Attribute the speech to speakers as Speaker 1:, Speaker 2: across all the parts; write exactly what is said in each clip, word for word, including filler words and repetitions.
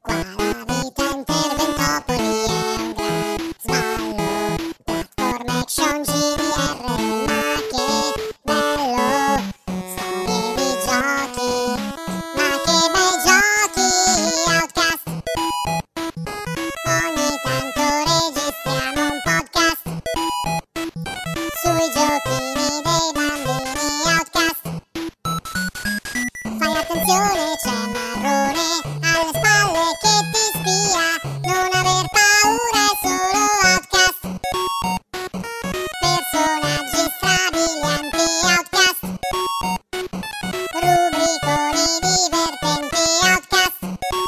Speaker 1: Qua la vita interventopoli è un gran sballo. Platform action G D R, ma che bello. Storie di giochi, ma che bei giochi. Outcast. Ogni tanto registriamo un podcast sui giochini dei bambini. Outcast. Fai attenzione, c'è Marrone alle spalle che ti spia. Non aver paura, è solo Outcast. Personaggi strabilianti. Outcast. Rubriconi divertenti. Outcast.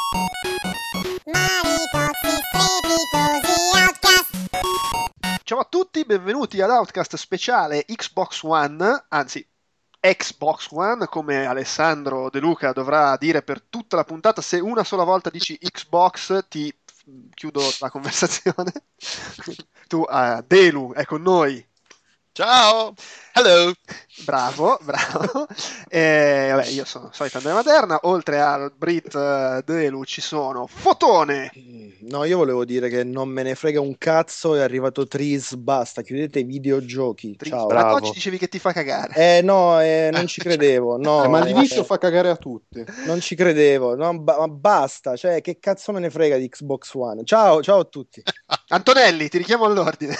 Speaker 1: Maritozzi strepitosi. Outcast.
Speaker 2: Ciao a tutti, benvenuti ad Outcast speciale Xbox One, anzi Xbox One, come Alessandro De Luca dovrà dire per tutta la puntata. Se una sola volta dici Xbox ti chiudo la conversazione. Tu, uh, Delu, è con noi.
Speaker 3: Ciao, hello.
Speaker 2: Bravo, bravo. E, vabbè, io sono solito Andrea Maderna. Oltre al Brit uh, Delu ci sono Fotone.
Speaker 4: No, io volevo dire che non me ne frega un cazzo, è arrivato Tris, basta, chiudete i videogiochi,
Speaker 2: Tris,
Speaker 4: ciao.
Speaker 2: ma
Speaker 4: Bravo.
Speaker 2: oggi dicevi che ti fa cagare.
Speaker 4: Eh no, eh, non ci credevo, no.
Speaker 5: Eh, ma
Speaker 4: eh,
Speaker 5: l'inizio fa cagare a tutti.
Speaker 4: Non ci credevo, no, ba- ma basta, cioè che cazzo me ne frega di Xbox One. Ciao, ciao a tutti.
Speaker 2: Antonelli, ti richiamo all'ordine.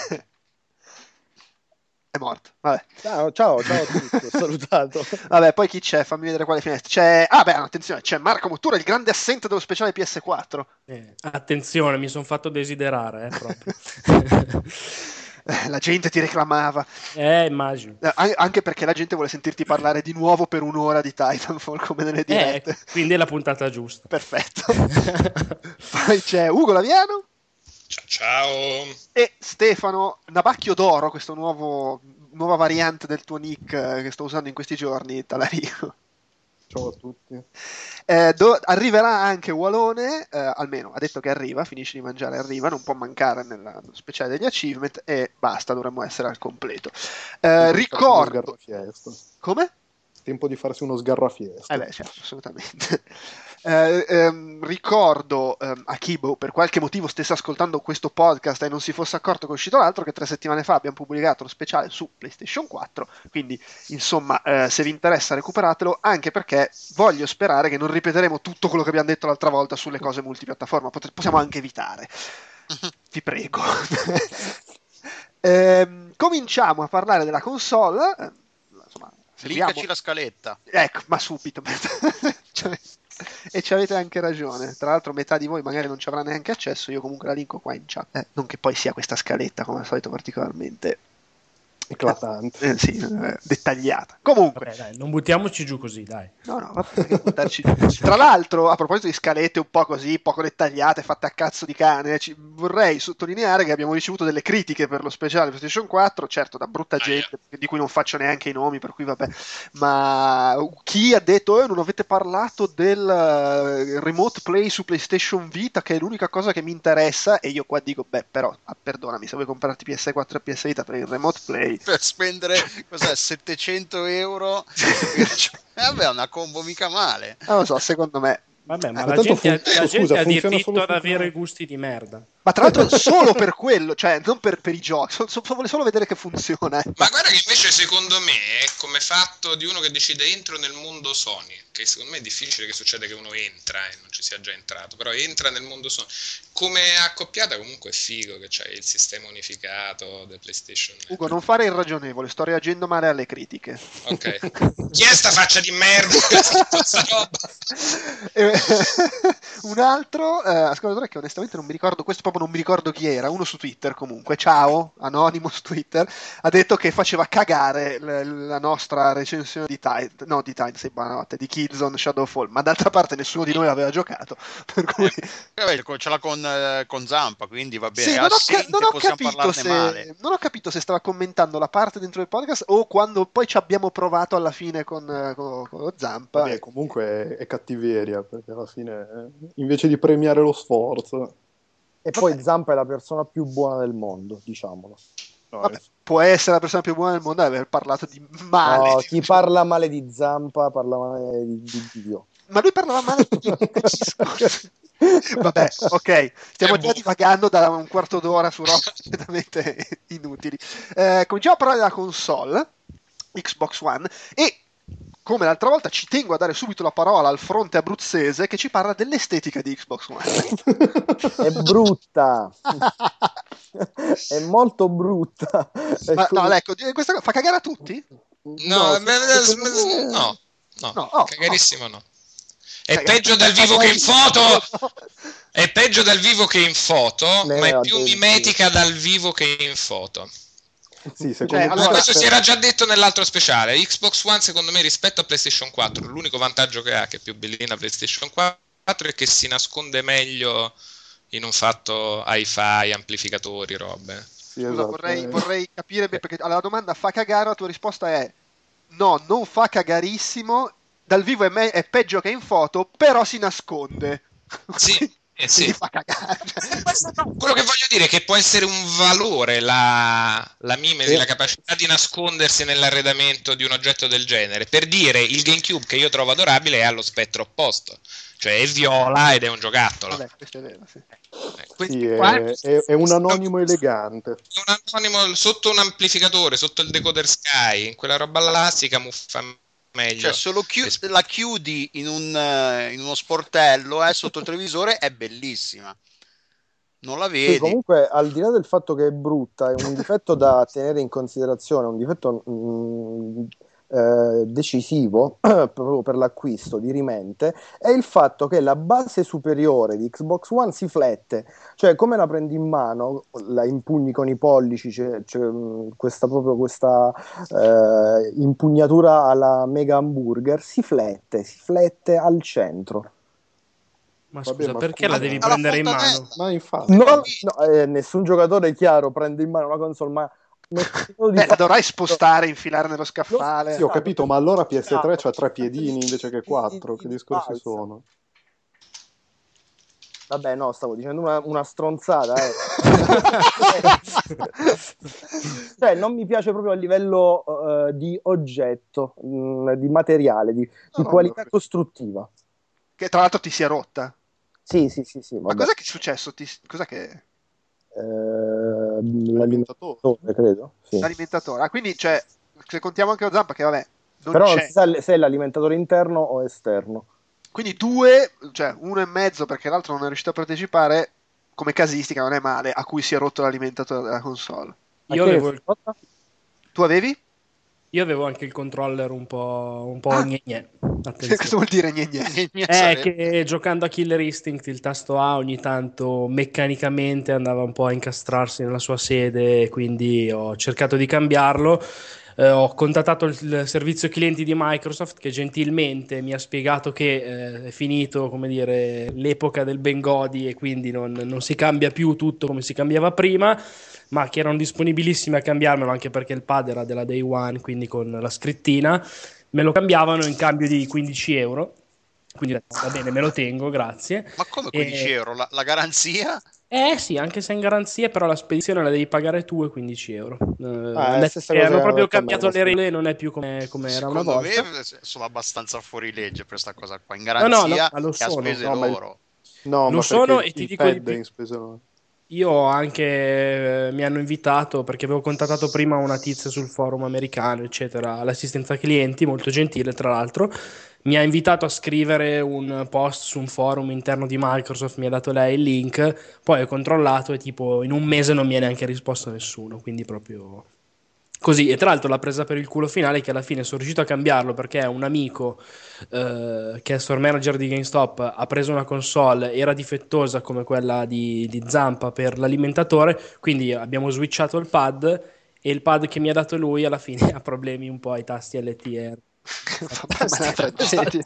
Speaker 2: È morto, vabbè.
Speaker 4: Ciao, ciao, ciao a tutti, ho salutato.
Speaker 2: Vabbè, poi chi c'è? Fammi vedere quale finestra. C'è... Ah, beh, attenzione, c'è Marco Mottura, il grande assente dello speciale P S quattro.
Speaker 6: Eh, attenzione, mi sono fatto desiderare, eh, proprio.
Speaker 2: Eh, La gente ti reclamava.
Speaker 6: eh, immagino.
Speaker 2: Eh, an- anche perché la gente vuole sentirti parlare di nuovo per un'ora di Titanfall, come nelle
Speaker 6: Eh,
Speaker 2: dirette.
Speaker 6: quindi è la puntata giusta.
Speaker 2: Perfetto. Poi c'è Ugo Laviano
Speaker 3: Ciao, ciao.
Speaker 2: e Stefano Nabacchio d'Oro, questo nuovo nuova variante del tuo nick eh, che sto usando in questi giorni, Talarico.
Speaker 5: Ciao a tutti.
Speaker 2: Eh, do- arriverà anche Walone, eh, almeno ha detto che arriva, finisce di mangiare, arriva, non può mancare nella speciale degli achievement e basta, dovremmo essere al completo. Eh,
Speaker 5: Tempo di farsi uno
Speaker 2: ricordo...
Speaker 5: sgarrafiesta.
Speaker 2: Come?
Speaker 5: Tempo di farsi uno sgarrafiesta.
Speaker 2: Eh beh, certo, assolutamente. Eh, ehm, ricordo ehm, a chi boh, per qualche motivo stesse ascoltando questo podcast e non si fosse accorto che è uscito l'altro, che tre settimane fa abbiamo pubblicato lo speciale su PlayStation quattro, quindi insomma eh, se vi interessa recuperatelo, anche perché voglio sperare che non ripeteremo tutto quello che abbiamo detto l'altra volta sulle cose multipiattaforma, Pot- possiamo anche evitare, vi prego. Ehm, cominciamo a parlare della console, eh, insomma, seguiamo-
Speaker 3: Linkaci la scaletta.
Speaker 2: Ecco, ma subito. Cioè, e ci avete anche ragione. Tra l'altro metà di voi magari non ci avrà neanche accesso, io comunque la linko qua in chat. Eh, non che poi sia questa scaletta, come al solito, particolarmente
Speaker 5: Eclatante.
Speaker 2: eh, sì, eh, dettagliata. Comunque,
Speaker 6: Vabbè, dai, non buttiamoci giù così, dai.
Speaker 2: no, no, vabbè, che buttarci giù. Tra l'altro, a proposito di scalette un po' così, poco dettagliate, fatte a cazzo di cane, ci- vorrei sottolineare che abbiamo ricevuto delle critiche per lo speciale PlayStation quattro, certo da brutta
Speaker 3: Aia.
Speaker 2: gente, di cui non faccio neanche i nomi, per cui vabbè, ma chi ha detto, eh, non avete parlato del eh, remote play su PlayStation Vita, che è l'unica cosa che mi interessa, e io qua dico, beh, però, ah, perdonami, se vuoi comprarti P S quattro e P S Vita per il remote play,
Speaker 3: Per spendere cos'è, settecento euro. Vabbè, è una combo mica male.
Speaker 2: non lo so, secondo me.
Speaker 6: Vabbè, ma
Speaker 5: Eh,
Speaker 6: la
Speaker 5: tanto
Speaker 6: gente,
Speaker 5: fun-
Speaker 6: la
Speaker 5: scusa,
Speaker 6: gente ha
Speaker 5: funziona
Speaker 6: diritto
Speaker 5: solo
Speaker 6: ad
Speaker 5: su-
Speaker 6: avere gusti di merda.
Speaker 2: Ma tra l'altro solo per quello, cioè non per, per i giochi, so- so- vuole solo vedere che funziona. eh.
Speaker 7: Ma guarda che invece secondo me è come fatto di uno che decide entro nel mondo Sony, che secondo me è difficile che succeda che uno entra e non ci sia già entrato, però entra nel mondo Sony. Come accoppiata comunque è figo che c'hai il sistema unificato del PlayStation.
Speaker 2: Ugo, non fare il ragionevole, sto reagendo male alle critiche.
Speaker 7: Ok. Chi è sta faccia di merda che ha scritto sta roba?
Speaker 2: Eh, un altro eh, ascoltatore che onestamente non mi ricordo, questo proprio non mi ricordo chi era, uno su Twitter comunque, ciao, anonimo su Twitter, ha detto che faceva cagare l- la nostra recensione di Time, no di Time, sei buonanotte, di Killzone Shadowfall, ma d'altra parte nessuno di noi aveva giocato, per cui...
Speaker 3: Eh, vabbè, ce l'ha con, eh, con Zampa, quindi va bene.
Speaker 2: Sì, non ho, ca-
Speaker 3: Assente,
Speaker 2: non ho
Speaker 3: possiamo
Speaker 2: capito
Speaker 3: parlarne
Speaker 2: se,
Speaker 3: male.
Speaker 2: non ho capito se stava commentando la parte dentro il podcast o quando poi ci abbiamo provato alla fine con, eh, con, con lo Zampa.
Speaker 5: Vabbè, comunque è, è cattiveria, perché alla fine eh, invece di premiare lo sforzo...
Speaker 4: E poi Zampa è la persona più buona del mondo, diciamolo.
Speaker 5: No,
Speaker 2: Vabbè, può essere la persona più buona del mondo ad aver parlato di male.
Speaker 4: No,
Speaker 2: di-
Speaker 4: chi parla male di Zampa parla male di, di Dio.
Speaker 2: Ma lui parlava male di... Vabbè, ok, stiamo
Speaker 7: Eh,
Speaker 2: già
Speaker 7: boh.
Speaker 2: divagando da un quarto d'ora su robe completamente inutili. Eh, cominciamo a parlare della console Xbox One e, come l'altra volta, ci tengo a dare subito la parola al fronte abruzzese che ci parla dell'estetica di Xbox One.
Speaker 4: È brutta. È molto brutta. E
Speaker 2: Ma, no,
Speaker 4: quindi-
Speaker 2: ecco, questa cosa fa cagare a tutti?
Speaker 7: No,
Speaker 4: No,
Speaker 7: beh,
Speaker 4: secondo me-
Speaker 7: no, no,
Speaker 2: No, oh,
Speaker 7: cagarissimo no. È
Speaker 2: Cagare.
Speaker 7: peggio dal vivo che in foto. È peggio dal vivo che in foto,
Speaker 4: Ne
Speaker 7: ma è
Speaker 4: ho
Speaker 7: più
Speaker 4: denti.
Speaker 7: mimetica dal vivo che in foto.
Speaker 5: Sì, secondo
Speaker 2: Cioè,
Speaker 5: me...
Speaker 7: Ma
Speaker 2: allora-
Speaker 7: questo si era già detto nell'altro speciale. Xbox One, secondo me, rispetto a PlayStation quattro, l'unico vantaggio che ha, che è più bellina PlayStation quattro, è che si nasconde meglio in un fatto hi-fi, amplificatori, robe.
Speaker 5: Sì,
Speaker 2: Scusa,
Speaker 5: esatto,
Speaker 2: vorrei,
Speaker 5: eh.
Speaker 2: vorrei capire bene, perché alla domanda fa cagare, la tua risposta è no, non fa cagarissimo, dal vivo è, me- è peggio che in foto, però si nasconde.
Speaker 7: Sì, eh, sì.
Speaker 2: Quindi fa cagare.
Speaker 7: Quello che voglio dire è che può essere un valore la, la mimesi,
Speaker 4: Sì.
Speaker 7: la capacità di nascondersi nell'arredamento di un oggetto del genere. Per dire, il GameCube che io trovo adorabile è allo spettro opposto, cioè è viola ed è un giocattolo.
Speaker 2: Vabbè, questo è vero, sì.
Speaker 7: Eh, questi
Speaker 5: Sì,
Speaker 7: qua-
Speaker 5: è, è- è un anonimo elegante.
Speaker 7: È un anonimo sotto un amplificatore, sotto il decoder Sky, in quella roba là si camuffa meglio.
Speaker 3: Cioè, solo chi-
Speaker 7: Ris-
Speaker 3: la chiudi in, un, eh, in uno sportello eh, sotto il televisore è bellissima. Non la
Speaker 4: Sì,
Speaker 3: vedi.
Speaker 4: comunque, al di là del fatto che è brutta, è un difetto da tenere in considerazione, un difetto mh, eh, decisivo proprio per l'acquisto di rimente, è il fatto che la base superiore di Xbox One si flette, cioè come la prendi in mano, la impugni con i pollici, c'è, c'è, mh, questa proprio questa eh, impugnatura alla mega hamburger, si flette, si flette al centro.
Speaker 6: Ma
Speaker 5: Vabbè,
Speaker 6: scusa,
Speaker 5: ma
Speaker 6: perché
Speaker 5: scusa.
Speaker 6: la devi
Speaker 3: Alla
Speaker 6: prendere in
Speaker 3: fontanella.
Speaker 6: mano?
Speaker 5: Ma infatti...
Speaker 4: Non- no, eh, nessun giocatore chiaro prende in mano una console, ma nessuno di
Speaker 2: Beh, la
Speaker 4: fare-
Speaker 2: dovrai spostare, infilare nello scaffale.
Speaker 5: Sì, ho capito, ma allora P S tre c'ha tre
Speaker 4: Di-
Speaker 5: piedini invece che
Speaker 4: di-
Speaker 5: quattro.
Speaker 4: di-
Speaker 5: Che
Speaker 4: di
Speaker 5: discorsi
Speaker 4: balsa.
Speaker 5: sono?
Speaker 4: Vabbè, no, stavo dicendo una, una stronzata, eh. Cioè, non mi piace proprio a livello eh, di oggetto, mh, di materiale, di, di
Speaker 2: No,
Speaker 4: qualità
Speaker 2: no.
Speaker 4: costruttiva.
Speaker 2: Che tra l'altro ti si è rotta.
Speaker 4: Sì, sì, sì, sì,
Speaker 2: Ma
Speaker 4: vabbè.
Speaker 2: cos'è che è successo? Ti- Cos'è che...
Speaker 4: Eh,
Speaker 5: L'alimentatore.
Speaker 4: l'alimentatore, credo. Sì.
Speaker 2: L'alimentatore. Ah, quindi, cioè, se contiamo anche lo Zampa, che vabbè, non
Speaker 4: Però non
Speaker 2: c'è.
Speaker 4: si sa se è l'alimentatore interno o esterno.
Speaker 2: Quindi due, cioè uno e mezzo, perché l'altro non è riuscito a partecipare, come casistica non è male, a cui si è rotto l'alimentatore della console.
Speaker 4: A
Speaker 6: Io
Speaker 4: chi
Speaker 6: avevo,
Speaker 4: è
Speaker 6: il,
Speaker 4: stata?
Speaker 2: Tu avevi?
Speaker 6: io avevo anche il controller un po', un po'
Speaker 2: Ah.
Speaker 6: gne gne.
Speaker 2: Cosa
Speaker 6: Attenzione.
Speaker 2: vuol dire gne gne?
Speaker 3: Mia
Speaker 6: È
Speaker 3: sorella.
Speaker 6: che giocando a Killer Instinct il tasto A ogni tanto meccanicamente andava un po' a incastrarsi nella sua sede, quindi ho cercato di cambiarlo. Eh, ho contattato il servizio clienti di Microsoft che gentilmente mi ha spiegato che eh, è finito, come dire, l'epoca del Bengodi e quindi non, non si cambia più tutto come si cambiava prima, ma che erano disponibilissimi a cambiarmelo anche perché il pad era della Day One, quindi con la scrittina. Me lo cambiavano in cambio di quindici euro. Quindi ho detto, va bene, me lo tengo, grazie.
Speaker 3: Ma come quindici
Speaker 6: E-
Speaker 3: euro? La, la garanzia?
Speaker 6: Eh sì, anche se è in garanzia, però la spedizione la devi pagare tu e quindici euro. Eh,
Speaker 4: Ah,
Speaker 6: hanno
Speaker 4: è la
Speaker 6: detto
Speaker 4: stessa
Speaker 6: che
Speaker 4: cosa
Speaker 6: hanno
Speaker 4: che
Speaker 6: proprio
Speaker 4: hanno detto a me,
Speaker 6: cambiato
Speaker 4: la
Speaker 6: le regole, non è più come, come era una
Speaker 3: Secondo
Speaker 6: volta.
Speaker 3: me sono abbastanza fuori legge per questa cosa qua. In
Speaker 6: No, no, no,
Speaker 3: garanzia
Speaker 6: ma lo
Speaker 3: e a
Speaker 6: sono.
Speaker 3: spese
Speaker 5: No, ma il-
Speaker 3: loro.
Speaker 5: No,
Speaker 6: Lo
Speaker 5: ma
Speaker 6: sono
Speaker 5: perché
Speaker 6: e ti
Speaker 5: il
Speaker 6: dico di
Speaker 5: pad
Speaker 6: più.
Speaker 5: è in spesa loro.
Speaker 6: Io anche eh, mi hanno invitato perché avevo contattato prima una tizia sul forum americano, eccetera, l'assistenza clienti, molto gentile tra l'altro. Mi ha invitato a scrivere un post su un forum interno di Microsoft, mi ha dato lei il link, poi ho controllato e tipo in un mese non mi è neanche risposto nessuno, quindi proprio così. E tra l'altro l'ha presa per il culo finale che alla fine sono riuscito a cambiarlo perché un amico eh, che è store manager di GameStop ha preso una console, era difettosa come quella di, di Zampa per l'alimentatore, quindi abbiamo switchato il pad e il pad che mi ha dato lui alla fine ha problemi un po' ai tasti L T R.
Speaker 2: Vabbè, ma è una tragedia.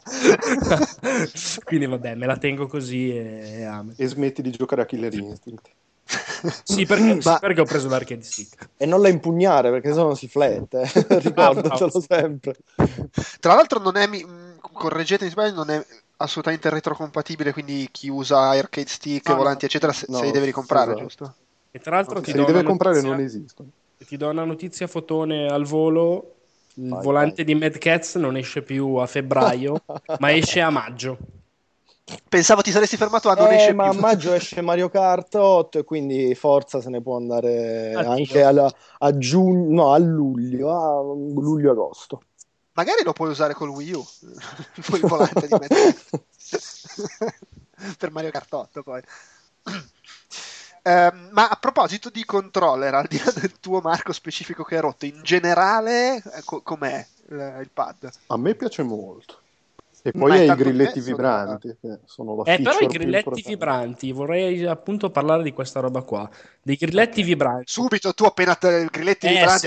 Speaker 6: Quindi vabbè, me la tengo così e, e amen.
Speaker 5: E smetti di giocare a Killer Instinct.
Speaker 6: Sì, perché, sì,
Speaker 2: Ma-
Speaker 6: perché ho preso l'arcade stick.
Speaker 4: E non la impugnare perché sennò si flette, ricordatelo
Speaker 6: bravo.
Speaker 4: sempre.
Speaker 2: Tra l'altro non è, mi- mh, correggetemi se sbaglio, non è assolutamente retrocompatibile, quindi chi usa arcade stick,
Speaker 6: No, no,
Speaker 2: volanti eccetera, se,
Speaker 5: no,
Speaker 2: se li devi ricomprare,
Speaker 5: esatto.
Speaker 2: giusto?
Speaker 6: E tra l'altro ti
Speaker 5: Se
Speaker 6: do
Speaker 5: li deve
Speaker 6: una
Speaker 5: comprare
Speaker 6: notizia-
Speaker 5: non esistono.
Speaker 6: ti do una notizia fotone al volo. Il
Speaker 4: Vai,
Speaker 6: volante
Speaker 4: vai.
Speaker 6: di Mad Cats non esce più a febbraio, ma esce a maggio.
Speaker 2: Pensavo ti saresti fermato a non
Speaker 4: Eh,
Speaker 2: esce
Speaker 4: ma a
Speaker 2: più.
Speaker 4: maggio esce Mario Kart otto e quindi forza se ne può andare
Speaker 6: Addio.
Speaker 4: anche alla- a giugno, no, a luglio, a luglio-agosto.
Speaker 2: Magari lo puoi usare col Wii U. Poi il volante di mettere per Mario Kart otto poi. Ehm, ma a proposito di controller, al di là del tuo Marco specifico che è rotto, in generale eh, co- com'è il, il pad?
Speaker 5: A me piace molto. E
Speaker 2: Ma
Speaker 5: poi
Speaker 2: è
Speaker 5: hai i
Speaker 2: tanto
Speaker 5: grilletti
Speaker 2: diverso da-
Speaker 5: vibranti, che sono la
Speaker 6: Eh, però i
Speaker 5: feature più
Speaker 6: grilletti
Speaker 5: importante.
Speaker 6: vibranti, vorrei appunto parlare di questa roba qua. Dei grilletti
Speaker 2: Ok.
Speaker 6: vibranti.
Speaker 2: Subito tu appena te, grilletti
Speaker 6: Eh,
Speaker 2: vibranti.
Speaker 6: sì,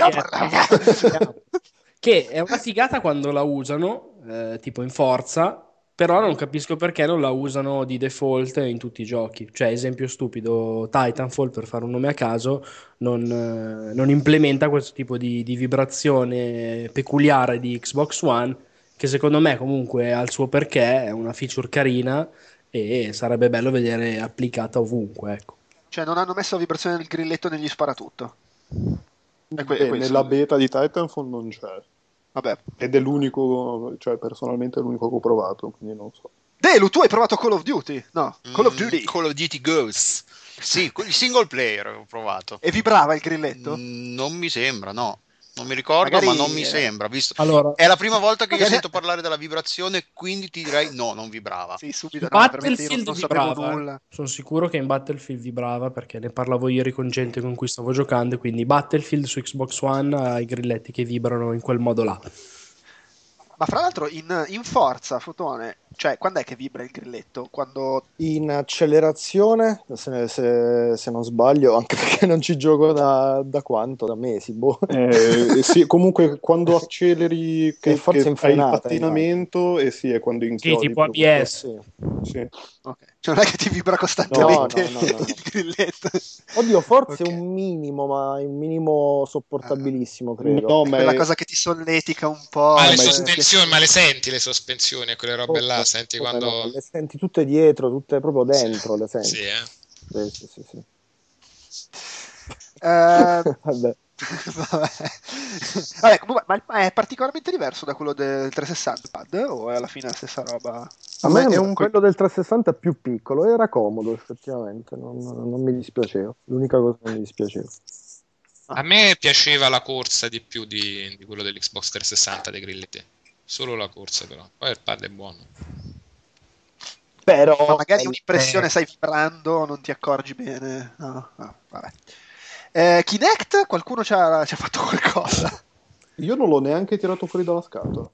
Speaker 6: eh. Che è una figata quando la usano, eh, tipo in Forza, però non capisco perché non la usano di default in tutti i giochi. Cioè, esempio stupido, Titanfall, per fare un nome a caso, non, eh, non implementa questo tipo di, di vibrazione peculiare di Xbox One, che secondo me comunque ha il suo perché, è una feature carina e sarebbe bello vedere applicata ovunque, ecco.
Speaker 2: Cioè non hanno messo la vibrazione del grilletto negli sparatutto. È que- è
Speaker 5: Beh,
Speaker 2: questo.
Speaker 5: nella beta di Titanfall non c'è.
Speaker 2: Vabbè.
Speaker 5: Ed è l'unico, cioè personalmente è l'unico che ho provato, quindi non so.
Speaker 2: Delu, tu hai provato Call of Duty? No, Call of
Speaker 3: Mm,
Speaker 2: Duty.
Speaker 3: Call of Duty Ghosts. Sì, il single player ho provato.
Speaker 2: E vibrava il grilletto?
Speaker 3: Mm, non mi sembra, no. Non mi ricordo,
Speaker 2: Magari,
Speaker 3: ma non mi
Speaker 2: eh,
Speaker 3: sembra. Visto...
Speaker 6: Allora,
Speaker 3: È la prima volta che io
Speaker 2: magari-
Speaker 3: sento parlare della vibrazione, quindi ti direi no, non vibrava.
Speaker 2: Sì, subito. No, veramente io non,
Speaker 6: Battlefield
Speaker 2: non sapevo
Speaker 6: vibrava,
Speaker 2: nulla.
Speaker 6: eh. Sono sicuro che in Battlefield vibrava perché ne parlavo ieri con gente con cui stavo giocando. e Quindi Battlefield su Xbox One ha i grilletti che vibrano in quel modo là.
Speaker 2: Ma fra l'altro in, in Forza, Fotone, cioè quando è che vibra il grilletto? Quando...
Speaker 4: In accelerazione, se, se- se non sbaglio, anche perché non ci gioco da, da quanto? Da mesi, boh.
Speaker 5: Eh, sì, comunque quando acceleri che,
Speaker 4: E forse
Speaker 5: che
Speaker 4: in
Speaker 5: hai il
Speaker 4: frenata,
Speaker 5: pattinamento, e sì, è quando
Speaker 6: Sì,
Speaker 5: inchiodi.
Speaker 6: tipo
Speaker 5: proprio.
Speaker 6: A B S.
Speaker 4: Sì.
Speaker 5: Sì.
Speaker 2: Ok. Cioè non è che ti vibra
Speaker 4: No,
Speaker 2: costantemente
Speaker 4: no, no, no, no.
Speaker 2: il grilletto.
Speaker 4: Oddio, forse
Speaker 2: Ok.
Speaker 4: un minimo, ma un minimo sopportabilissimo, credo.
Speaker 5: No, ma
Speaker 2: Quella
Speaker 5: è-
Speaker 2: cosa che ti solletica un po'.
Speaker 7: Ma
Speaker 5: No,
Speaker 7: le
Speaker 5: ma è-
Speaker 7: sospensioni, ma le senti le sospensioni e quelle robe là?
Speaker 4: Come-
Speaker 7: Senti
Speaker 4: come
Speaker 7: quando...
Speaker 4: no, le senti tutte dietro, tutte proprio dentro,
Speaker 7: Sì.
Speaker 4: le senti.
Speaker 7: Sì, eh.
Speaker 4: Sì, sì, sì, sì.
Speaker 2: Eh,
Speaker 4: Vabbè.
Speaker 2: vabbè. Vabbè, comunque, ma ma è particolarmente diverso da quello del trecentosessanta pad o è alla fine la stessa roba?
Speaker 4: A me
Speaker 2: È un-
Speaker 4: quello del trecentosessanta più piccolo era comodo, effettivamente, non, non mi dispiaceva. L'unica cosa che mi dispiaceva.
Speaker 7: A me piaceva la corsa di più di, di quello dell'Xbox trecentosessanta dei grilletti. Solo la corsa però. Poi il pad è buono.
Speaker 4: Però
Speaker 2: Ma magari
Speaker 4: eh,
Speaker 2: un'impressione stai vibrando, non ti accorgi bene. No, no, vabbè. Eh, Kinect, qualcuno ci ha, ci ha fatto qualcosa?
Speaker 5: Io non l'ho neanche tirato fuori dalla scatola.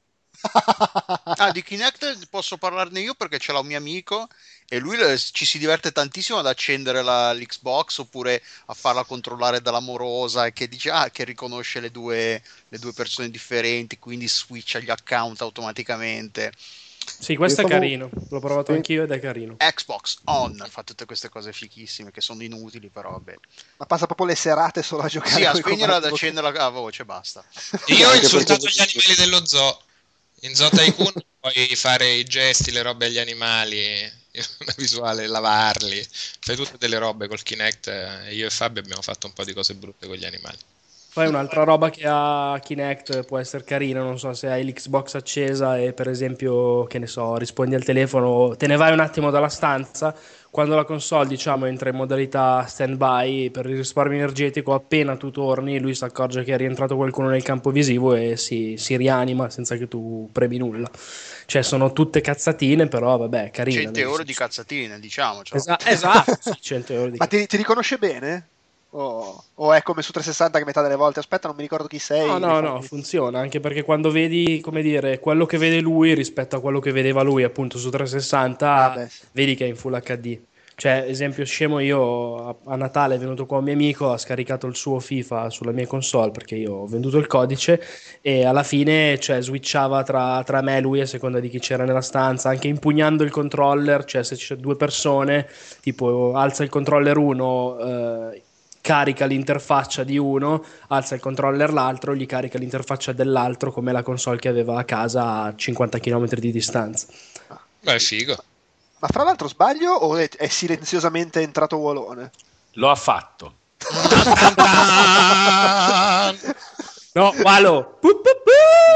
Speaker 3: Ah, di Kinect posso parlarne io perché ce l'ha un mio amico e lui le- ci si diverte tantissimo ad accendere la, l'Xbox oppure a farla controllare dall'amorosa e che dice ah, che riconosce le due, le due persone differenti, quindi switcha gli account automaticamente.
Speaker 6: Sì, questo
Speaker 5: Io
Speaker 6: è
Speaker 5: stavo-
Speaker 6: carino. L'ho provato
Speaker 5: Sì.
Speaker 6: anch'io ed è carino.
Speaker 3: Xbox on fa tutte queste cose fichissime che sono inutili, però vabbè.
Speaker 2: Ma passa proprio le serate solo a giocare
Speaker 3: Sì, a
Speaker 2: coi
Speaker 3: spegnerla, ad
Speaker 2: comandi
Speaker 3: accenderla a voce, basta.
Speaker 7: Io ho
Speaker 5: Anche
Speaker 7: insultato
Speaker 5: perché-
Speaker 7: gli animali dello zoo. In Zoo Tycoon puoi fare i gesti, le robe agli animali, una visuale, lavarli. Fai tutte delle robe col Kinect. E io e Fabio abbiamo fatto un po' di cose brutte con gli animali.
Speaker 6: Poi un'altra roba che ha Kinect può essere carina, non so se hai l'Xbox accesa e per esempio, che ne so, rispondi al telefono, te ne vai un attimo dalla stanza, quando la console diciamo entra in modalità stand-by per il risparmio energetico, appena tu torni lui si accorge che è rientrato qualcuno nel campo visivo e si, si rianima senza che tu premi nulla. Cioè sono tutte cazzatine, però vabbè, carina.
Speaker 3: cento
Speaker 6: nel
Speaker 3: euro
Speaker 6: senso.
Speaker 3: di cazzatine, diciamocelo.
Speaker 6: Esa- esatto, sì, cento euro di
Speaker 2: Ma ti, ti riconosce bene? O, o è come su trecentosessanta che metà delle volte aspetta, non mi ricordo chi sei.
Speaker 6: No, no,
Speaker 2: rifammi.
Speaker 6: no, funziona, anche perché quando vedi, come dire, quello che vede lui rispetto a quello che vedeva lui appunto su trecentosessanta,
Speaker 2: Ah, beh, sì.
Speaker 6: vedi che è in Full acca di. Cioè, esempio scemo, io a, a Natale è venuto qua un mio amico, ha scaricato il suo FIFA sulla mia console perché io ho venduto il codice e alla fine, cioè, switchava tra, tra me e lui a seconda di chi c'era nella stanza, anche impugnando il controller, cioè se c'è due persone, tipo alza il controller uno, eh, carica l'interfaccia di uno, alza il controller l'altro, gli carica l'interfaccia dell'altro come la console che aveva a casa a cinquanta chilometri di distanza.
Speaker 7: Beh, è figo.
Speaker 2: Ma fra l'altro sbaglio o è, è silenziosamente entrato Wolone?
Speaker 8: Lo ha fatto.
Speaker 6: No, Valo! Pu, pu, pu!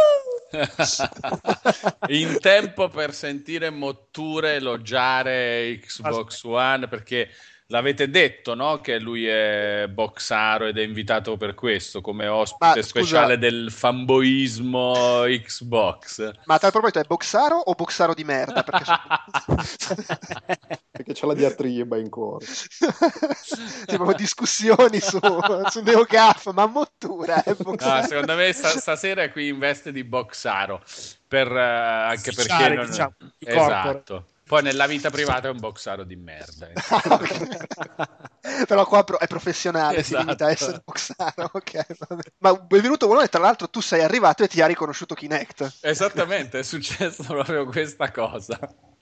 Speaker 8: In tempo per sentire Motture elogiare Xbox One, perché l'avete detto, no? Che lui è boxaro ed è invitato per questo come ospite
Speaker 2: Ma, scusa-
Speaker 8: speciale del fanboismo Xbox.
Speaker 2: Ma a tal proposito è boxaro o boxaro di merda? Perché sono-
Speaker 5: Perché c'è la diatriba in corso.
Speaker 2: Sì, proprio discussioni su, su NeoGAF, ma Mottura è
Speaker 8: No,
Speaker 2: boxaro.
Speaker 8: secondo me sta- stasera è qui in veste di boxaro, per, eh, anche
Speaker 6: Ufficiale,
Speaker 8: perché non...
Speaker 6: diciamo, di corporate.
Speaker 8: Esatto. Poi nella vita privata è un boxaro di merda.
Speaker 2: Ah, ok. Però qua pro- è professionale, si
Speaker 8: Esatto.
Speaker 2: limita a essere boxaro. Ok, vabbè. Ma benvenuto Bologna, tra l'altro tu sei arrivato e ti ha riconosciuto Kinect.
Speaker 8: Esattamente, è successo proprio questa cosa.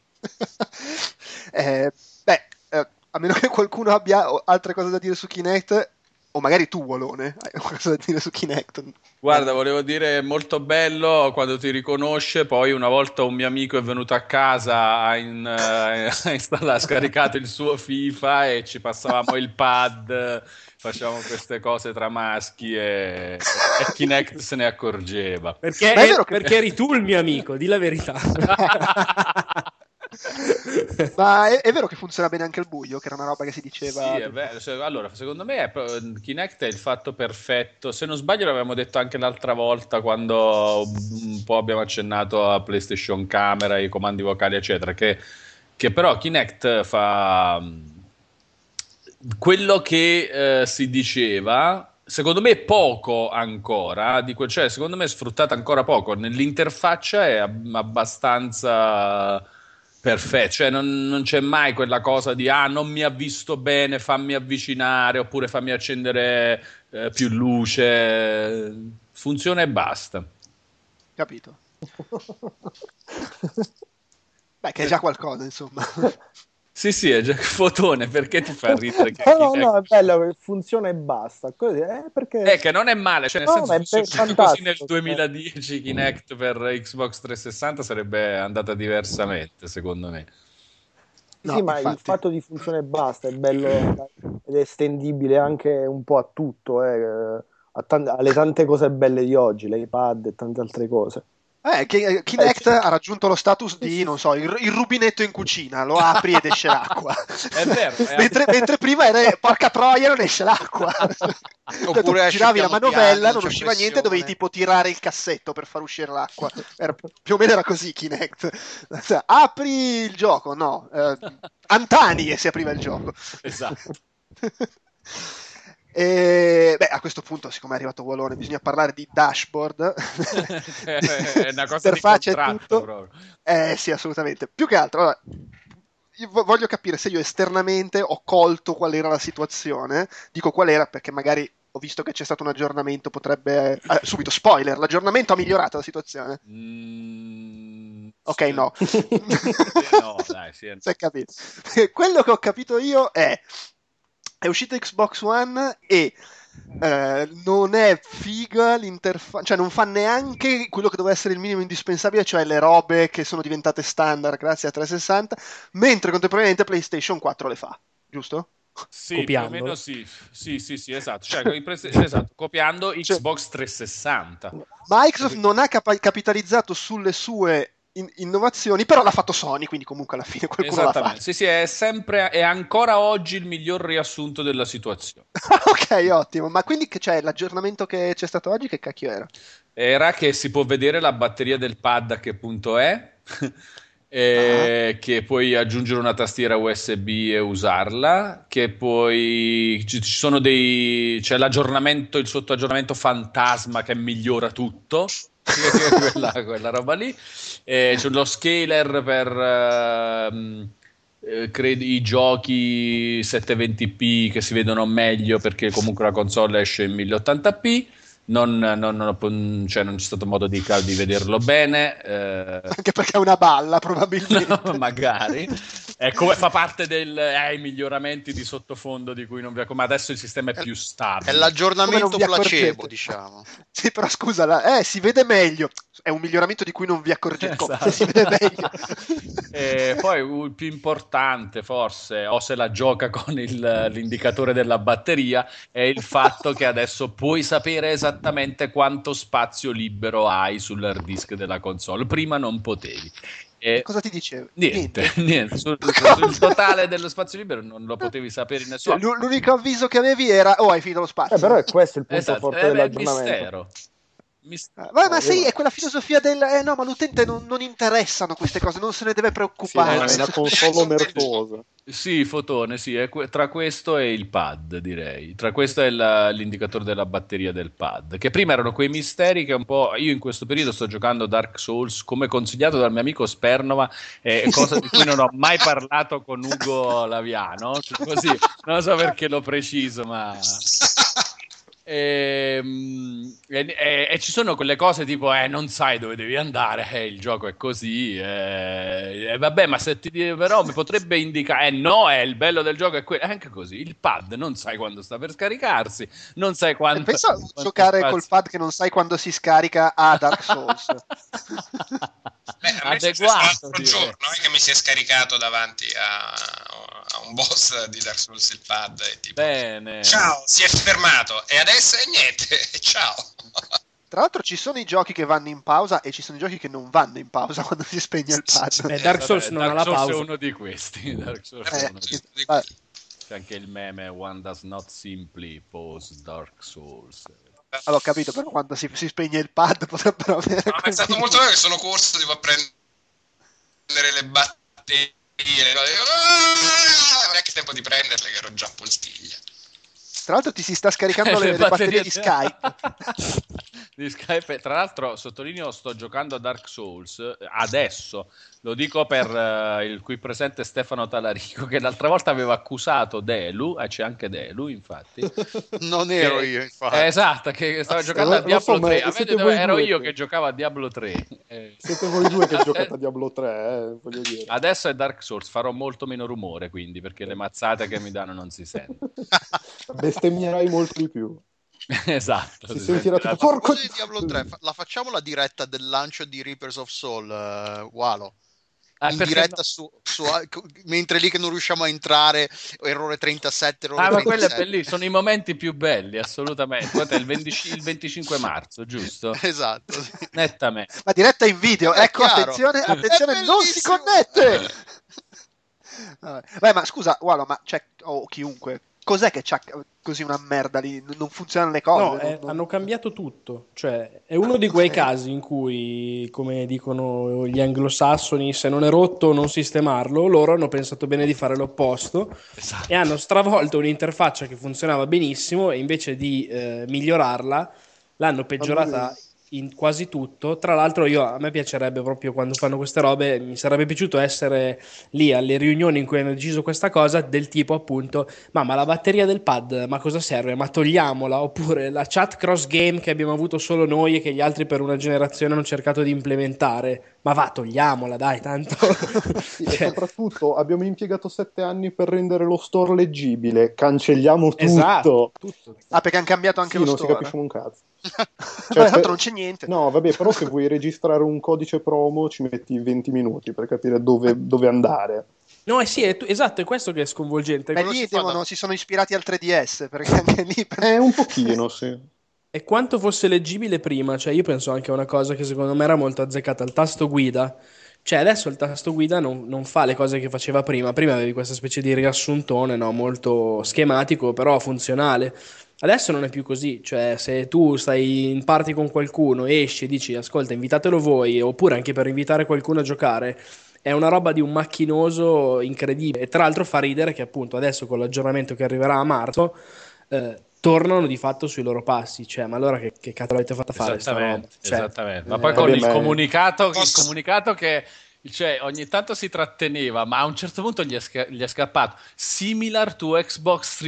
Speaker 2: Eh, beh, eh, a meno che qualcuno abbia altre cose da dire su Kinect, o magari tu, Wolone, hai qualcosa da dire su Kinect.
Speaker 8: Guarda, volevo dire, molto bello quando ti riconosce. Poi una volta un mio amico è venuto a casa, ha, in, eh, ha installato, ha scaricato il suo FIFA e ci passavamo il pad, facevamo queste cose tra maschi e, e Kinect se ne accorgeva.
Speaker 6: Perché,
Speaker 2: Ma è vero che-
Speaker 6: perché eri tu il mio amico, di la verità.
Speaker 2: Ma è, è vero che funziona bene anche il buio, che era una roba che si diceva.
Speaker 8: Sì, è vero. Cioè, allora, secondo me è pro- Kinect è il fatto perfetto. Se non sbaglio, l'avevamo detto anche l'altra volta quando un po' abbiamo accennato a PlayStation Camera, i comandi vocali, eccetera. Che, che però Kinect fa quello che eh, si diceva. Secondo me poco ancora, di que- cioè secondo me è sfruttata ancora poco. Nell'interfaccia è ab- abbastanza perfetto, cioè non, non c'è mai quella cosa di ah non mi ha visto bene, fammi avvicinare oppure fammi accendere eh, più luce, funziona e basta.
Speaker 2: Capito? Beh, che è già qualcosa, insomma.
Speaker 8: Sì, sì, è già fotone, perché ti fa ridere? Che
Speaker 4: No, no,
Speaker 8: Kinect-
Speaker 4: no, è bello, che funziona e basta. Così, eh, perché...
Speaker 8: Eh, che non è male, cioè nel
Speaker 4: No,
Speaker 8: senso
Speaker 4: ma è
Speaker 8: se
Speaker 4: be-
Speaker 8: fosse uscito così nel
Speaker 4: fantastico,
Speaker 8: duemiladieci Kinect per Xbox trecentosessanta sarebbe andata diversamente, secondo me.
Speaker 4: Sì,
Speaker 2: No,
Speaker 4: sì, ma il
Speaker 2: infatti.
Speaker 4: fatto di funziona e basta è bello ed è estendibile anche un po' a tutto, eh, a tan- alle tante cose belle di oggi, l'iPad e tante altre cose.
Speaker 2: Eh, che- eh, Kinect ha raggiunto lo status di, non so, il, il rubinetto in cucina, lo apri ed esce l'acqua.
Speaker 8: È vero, è-
Speaker 2: mentre, mentre prima era, porca troia, non esce l'acqua.
Speaker 3: Oppure
Speaker 2: Tu
Speaker 3: esce
Speaker 2: giravi la
Speaker 3: piano
Speaker 2: manovella,
Speaker 3: piano,
Speaker 2: non
Speaker 3: c'è
Speaker 2: usciva niente,
Speaker 3: pressione.
Speaker 2: dovevi tipo tirare il cassetto per far uscire l'acqua. Era- più o meno era così Kinect. Apri il gioco, no. Eh, Antani e si apriva il gioco.
Speaker 8: Esatto.
Speaker 2: E, beh, a questo punto, siccome è arrivato Wallone, bisogna parlare di dashboard.
Speaker 8: È una cosa di
Speaker 2: Interfaccia e
Speaker 8: contratto
Speaker 2: tutto.
Speaker 8: proprio.
Speaker 2: Eh sì, assolutamente. Più che altro, allora, io vo- voglio capire se io esternamente ho colto qual era la situazione. Dico qual era perché magari ho visto che c'è stato un aggiornamento, potrebbe... eh, subito, spoiler, l'aggiornamento ha migliorato la situazione.
Speaker 8: Mm,
Speaker 2: Ok,
Speaker 8: sì.
Speaker 2: no.
Speaker 8: Sì, no, dai, sì.
Speaker 2: Si è capito. Quello che ho capito io è è uscita Xbox One e eh, non è figa l'interfaccia, cioè non fa neanche quello che doveva essere il minimo indispensabile, cioè le robe che sono diventate standard grazie a trecentosessanta, mentre contemporaneamente PlayStation quattro le fa, giusto?
Speaker 8: Sì,
Speaker 6: Copiando.
Speaker 8: più o meno sì. Sì, sì, sì, esatto. Cioè, con i pre- esatto, copiando
Speaker 2: Cioè-
Speaker 8: Xbox trecentosessanta.
Speaker 2: Microsoft non ha capa- capitalizzato sulle sue in- innovazioni, però l'ha fatto Sony, quindi comunque alla fine qualcuno l'ha
Speaker 8: Esattamente.
Speaker 2: fatto.
Speaker 8: Sì, sì, è sempre è ancora oggi il miglior riassunto della situazione.
Speaker 2: Ok, ottimo. Ma quindi che c'è l'aggiornamento che c'è stato oggi? Che cacchio era?
Speaker 8: Era che si può vedere la batteria del pad a che punto è, e che puoi aggiungere una tastiera U S B e usarla, che poi ci ci sono dei c'è l'aggiornamento, il sottoaggiornamento fantasma che migliora tutto. quella, quella roba lì. E c'è lo scaler per ehm, eh, credi, i giochi settecentoventi p che si vedono meglio perché comunque la console esce in mille ottanta p. Non, non, non, cioè non c'è stato modo di, di vederlo bene, eh,
Speaker 2: Anche perché è una balla, probabilmente.
Speaker 8: no, magari. È come fa parte dei eh, miglioramenti di sottofondo di cui non vi ma adesso il sistema è più stabile.
Speaker 3: È l'aggiornamento
Speaker 2: Come non vi
Speaker 3: placebo,
Speaker 2: accorgete?
Speaker 3: diciamo.
Speaker 2: Sì, però scusa, la- eh, si vede meglio. È un miglioramento di cui non vi accorgete. Come
Speaker 8: Esatto.
Speaker 2: si vede meglio.
Speaker 8: E poi il più importante forse, o se la gioca con il- l'indicatore della batteria, è il fatto che adesso puoi sapere esattamente quanto spazio libero hai sull'hard disk della console. Prima non potevi. E
Speaker 2: Cosa ti dicevo?
Speaker 8: niente, niente. Sul, sul totale dello spazio libero non lo potevi sapere in nessuno.
Speaker 2: Cioè, l'u- l'unico avviso che avevi era oh, hai finito lo spazio.
Speaker 4: Eh, però è questo il punto
Speaker 8: Esatto,
Speaker 4: forte
Speaker 8: è, è il
Speaker 4: dell'aggiornamento.
Speaker 8: mistero. Mis-
Speaker 2: Ah, ma, ma
Speaker 4: No,
Speaker 2: sì,
Speaker 4: io-
Speaker 2: è quella filosofia del eh no, ma l'utente non, non interessano queste cose, non se ne deve
Speaker 5: Sì,
Speaker 2: preoccupare.
Speaker 5: no, è una console omertosa.
Speaker 8: Sì, fotone, sì, è que- tra questo e il pad, direi. Tra questo è la- l'indicatore della batteria del pad, che prima erano quei misteri che un po'... Io in questo periodo sto giocando Dark Souls, come consigliato dal mio amico Spernova, eh, cosa di cui non ho mai parlato con Ugo Laviano, così, non so perché l'ho preciso, ma... E, e, e- e ci sono quelle cose tipo eh, non sai dove devi andare, eh, il gioco è così, eh, e vabbè, ma se ti dico, però mi potrebbe indicare, eh no, è il bello del gioco è quello, è anche così, il pad non sai quando sta per scaricarsi, non sai quando...
Speaker 2: Penso a
Speaker 8: quanto
Speaker 2: giocare
Speaker 8: spazio-
Speaker 2: col pad che non sai quando si scarica a Dark Souls.
Speaker 7: Beh, a me è successo
Speaker 8: Adeguato,
Speaker 7: l'altro
Speaker 8: direi.
Speaker 7: giorno eh, che mi si è scaricato davanti a, a un boss di Dark Souls il pad e tipo
Speaker 8: Bene.
Speaker 7: ciao, si è fermato e adesso è niente, ciao.
Speaker 2: Tra l'altro ci sono i giochi che vanno in pausa e ci sono i giochi che non vanno in pausa quando si spegne il pad.
Speaker 6: Eh, Dark
Speaker 8: Eh,
Speaker 6: Souls
Speaker 8: vabbè,
Speaker 6: non ha
Speaker 8: Dark
Speaker 6: la
Speaker 8: Souls
Speaker 6: pausa.
Speaker 8: è uno di questi. Dark Souls è
Speaker 2: Eh,
Speaker 8: uno di-
Speaker 7: Di
Speaker 2: vabbè.
Speaker 8: C'è anche il meme One does not simply pause Dark Souls.
Speaker 2: Allora, ho capito, però quando si, si spegne il pad potrebbero avere...
Speaker 7: No, è stato
Speaker 2: quel-
Speaker 7: molto bello che sono corso tipo a prendere le batterie, le cose. Ah, non è che tempo di prenderle che ero già a poltiglia.
Speaker 2: Tra l'altro ti si sta scaricando le, le batterie di Skype.
Speaker 8: Di Skype. Tra l'altro, sottolineo, sto giocando a Dark Souls eh, adesso. Lo dico per eh, il qui presente Stefano Talarico, che l'altra volta aveva accusato Delu, e c'è anche Delu, infatti.
Speaker 3: Non ero
Speaker 8: che-
Speaker 3: io, infatti.
Speaker 8: eh, esatto, che stava giocando
Speaker 5: lo-
Speaker 8: a
Speaker 5: lo
Speaker 8: Diablo
Speaker 5: so, ma
Speaker 8: tre. A me
Speaker 5: siete
Speaker 8: doveva-
Speaker 5: voi
Speaker 8: ero
Speaker 5: due
Speaker 8: io
Speaker 5: che-
Speaker 8: che giocavo a Diablo tre. Eh,
Speaker 5: Siete voi due che giocate a Diablo tre, eh, voglio dire.
Speaker 8: Adesso è Dark Souls, farò molto meno rumore, quindi, perché le mazzate che mi danno non si sentono.
Speaker 5: Bestemmierai molto di più.
Speaker 8: Esatto.
Speaker 5: Si
Speaker 8: si
Speaker 5: sentirà
Speaker 8: sentirà-
Speaker 5: tipo,
Speaker 3: A
Speaker 5: porco
Speaker 3: proposito di Diablo tre, fa- la facciamo la diretta del lancio di Reapers of Soul, eh, Walo?
Speaker 8: Ah,
Speaker 3: In
Speaker 8: perché
Speaker 3: diretta
Speaker 8: no?
Speaker 3: su, su- mentre lì che non riusciamo a entrare, errore trentasette, errore
Speaker 8: Ah, ma quello è
Speaker 3: trentasette.
Speaker 8: bellissimo, sono i momenti più belli, assolutamente. Guarda, è il, venticinque il venticinque marzo, giusto?
Speaker 3: Esatto, sì.
Speaker 8: Nettamente.
Speaker 2: Ma diretta in video,
Speaker 3: È
Speaker 2: ecco,
Speaker 3: chiaro.
Speaker 2: attenzione,
Speaker 3: È
Speaker 2: attenzione, non si
Speaker 3: bellissimo.
Speaker 2: connette! Vabbè, Beh, ma scusa, Walo, ma c'è, o chiunque, cos'è che c'ha così una merda lì? Non- Non funzionano le cose?
Speaker 6: No,
Speaker 2: non-
Speaker 6: eh,
Speaker 2: non-
Speaker 6: hanno cambiato tutto. Cioè, è uno di quei casi in cui, come dicono gli anglosassoni, se non è rotto non sistemarlo. Loro hanno pensato bene di fare l'opposto
Speaker 8: Esatto.
Speaker 6: e hanno stravolto un'interfaccia che funzionava benissimo e invece di eh, migliorarla l'hanno peggiorata in quasi tutto. Tra l'altro io, a me piacerebbe proprio quando fanno queste robe, mi sarebbe piaciuto essere lì alle riunioni in cui hanno deciso questa cosa, del tipo appunto ma, ma la batteria del pad ma cosa serve? Ma togliamola. Oppure la chat cross game che abbiamo avuto solo noi e che gli altri per una generazione hanno cercato di implementare, ma va, togliamola, dai, tanto.
Speaker 5: Sì, e
Speaker 6: Cioè,
Speaker 5: soprattutto abbiamo impiegato sette anni per rendere lo store leggibile, cancelliamo tutto.
Speaker 6: esatto, tutto.
Speaker 2: Ah, perché hanno cambiato anche
Speaker 5: Sì,
Speaker 2: lo
Speaker 5: non si
Speaker 2: store.
Speaker 5: capisce un cazzo.
Speaker 2: Vabbè, tanto
Speaker 5: per-
Speaker 2: non c'è niente.
Speaker 5: No, vabbè, però se vuoi registrare un codice promo ci metti venti minuti per capire dove, dove andare.
Speaker 6: No, eh sì, è, esatto, è questo che è sconvolgente.
Speaker 2: Beh,
Speaker 3: quello
Speaker 2: lì
Speaker 3: si fa
Speaker 2: devono-
Speaker 3: da-
Speaker 2: si sono ispirati al tre D S, perché anche lì... per-
Speaker 5: Eh, un pochino, sì.
Speaker 6: E quanto fosse leggibile prima, cioè io penso anche a una cosa che secondo me era molto azzeccata, il tasto guida. Cioè adesso il tasto guida non, non fa le cose che faceva prima. Prima avevi questa specie di riassuntone, no? Molto schematico, però funzionale. Adesso non è più così, cioè se tu stai in party con qualcuno, esci e dici ascolta invitatelo voi, oppure anche per invitare qualcuno a giocare, è una roba di un macchinoso incredibile. E tra l'altro fa ridere che appunto adesso con l'aggiornamento che arriverà a marzo eh, tornano di fatto sui loro passi. Cioè ma allora che, che cazzo l'avete fatta fare sta roba?
Speaker 8: Esattamente,
Speaker 6: Cioè,
Speaker 8: esattamente. Ma
Speaker 6: eh,
Speaker 8: poi con
Speaker 5: vabbè,
Speaker 8: il
Speaker 5: ma-
Speaker 8: comunicato, il
Speaker 7: Posso-
Speaker 8: comunicato che cioè, ogni tanto si tratteneva, ma a un certo punto gli è, sca- gli è scappato similar to Xbox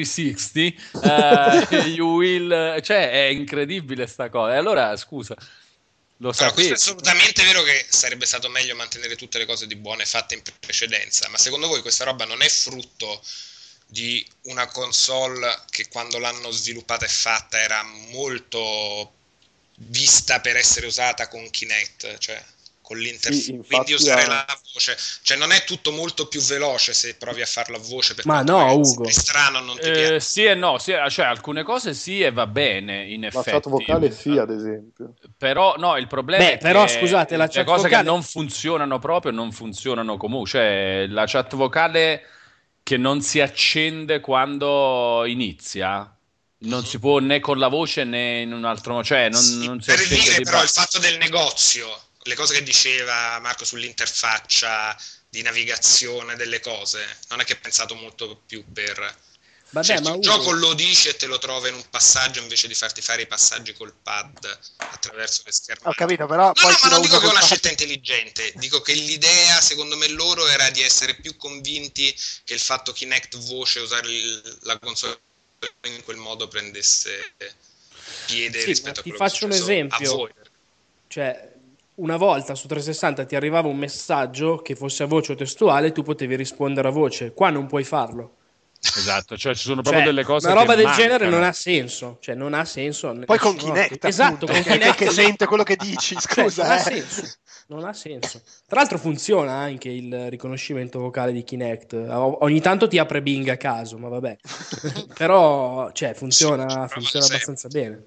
Speaker 8: trecentosessanta, eh, you will, cioè è incredibile sta cosa. E allora scusa, Lo
Speaker 7: Allora, questo
Speaker 8: sapevi.
Speaker 7: è assolutamente vero che sarebbe stato meglio mantenere tutte le cose di buone fatte in precedenza, ma secondo voi questa roba non è frutto di una console che quando l'hanno sviluppata e fatta era molto vista per essere usata con Kinect, cioè con l'interfaccia,
Speaker 5: Sì, infatti
Speaker 7: quindi usare
Speaker 5: ha-
Speaker 7: la voce, cioè non è tutto molto più veloce se provi a farlo a voce, per
Speaker 6: Ma
Speaker 7: quanto
Speaker 6: no,
Speaker 7: magari
Speaker 6: Ugo.
Speaker 7: è strano, non ti
Speaker 8: Eh,
Speaker 7: piace.
Speaker 8: sì e no, sì, cioè alcune cose sì e va bene in
Speaker 5: La
Speaker 8: effetti.
Speaker 5: chat vocale sì, ad esempio.
Speaker 8: Però no, il problema
Speaker 6: Beh,
Speaker 8: è
Speaker 6: però,
Speaker 8: che
Speaker 6: scusate, la
Speaker 8: le
Speaker 6: chat
Speaker 8: cose
Speaker 6: vocale-
Speaker 8: che non funzionano proprio non funzionano comunque. Cioè, la chat vocale che non si accende quando inizia, non
Speaker 7: Mhm.
Speaker 8: si può né con la voce né in un altro modo, cioè non,
Speaker 7: Sì,
Speaker 8: non si
Speaker 7: per
Speaker 8: accende
Speaker 7: dire
Speaker 8: di
Speaker 7: però il
Speaker 8: base.
Speaker 7: fatto del negozio, le cose che diceva Marco sull'interfaccia di navigazione delle cose, non è che è pensato molto più per...
Speaker 6: Vabbè,
Speaker 7: Cioè,
Speaker 6: ma
Speaker 7: il
Speaker 6: Ugo-
Speaker 7: gioco lo dice e te lo trova in un passaggio invece di farti fare i passaggi col pad attraverso le schermate.
Speaker 2: Ho capito, però
Speaker 7: No,
Speaker 2: poi
Speaker 7: no,
Speaker 2: chi
Speaker 7: ma
Speaker 2: lo
Speaker 7: non dico
Speaker 2: usa
Speaker 7: che è
Speaker 2: col
Speaker 7: una
Speaker 2: pad-
Speaker 7: scelta intelligente, dico che l'idea, secondo me, loro era di essere più convinti che il fatto Kinect voce, usare il- la console in quel modo prendesse piede
Speaker 6: Sì,
Speaker 7: rispetto
Speaker 6: ma
Speaker 7: a
Speaker 6: ti
Speaker 7: quello che è
Speaker 6: faccio un
Speaker 7: successo
Speaker 6: esempio.
Speaker 7: a voi.
Speaker 6: Cioè, una volta su trecentosessanta ti arrivava un messaggio che fosse a voce o testuale, tu potevi rispondere a voce. Qua non puoi farlo.
Speaker 8: Esatto, cioè ci sono proprio
Speaker 6: Cioè,
Speaker 8: delle cose
Speaker 6: una roba
Speaker 8: che
Speaker 6: del
Speaker 8: mancano.
Speaker 6: genere non ha senso. Cioè, non ha senso.
Speaker 2: Poi con
Speaker 6: nessuno-
Speaker 2: Kinect,
Speaker 6: Esatto,
Speaker 2: appunto,
Speaker 6: con
Speaker 2: che,
Speaker 6: Kinect.
Speaker 2: che sente quello che dici,
Speaker 6: Cioè,
Speaker 2: scusa.
Speaker 6: non ha
Speaker 2: eh.
Speaker 6: senso. Non ha senso. Tra l'altro funziona anche il riconoscimento vocale di Kinect. O- Ogni tanto ti apre Bing a caso, ma vabbè. Però, cioè, funziona,
Speaker 7: Sì,
Speaker 6: funziona
Speaker 7: sì.
Speaker 6: abbastanza bene.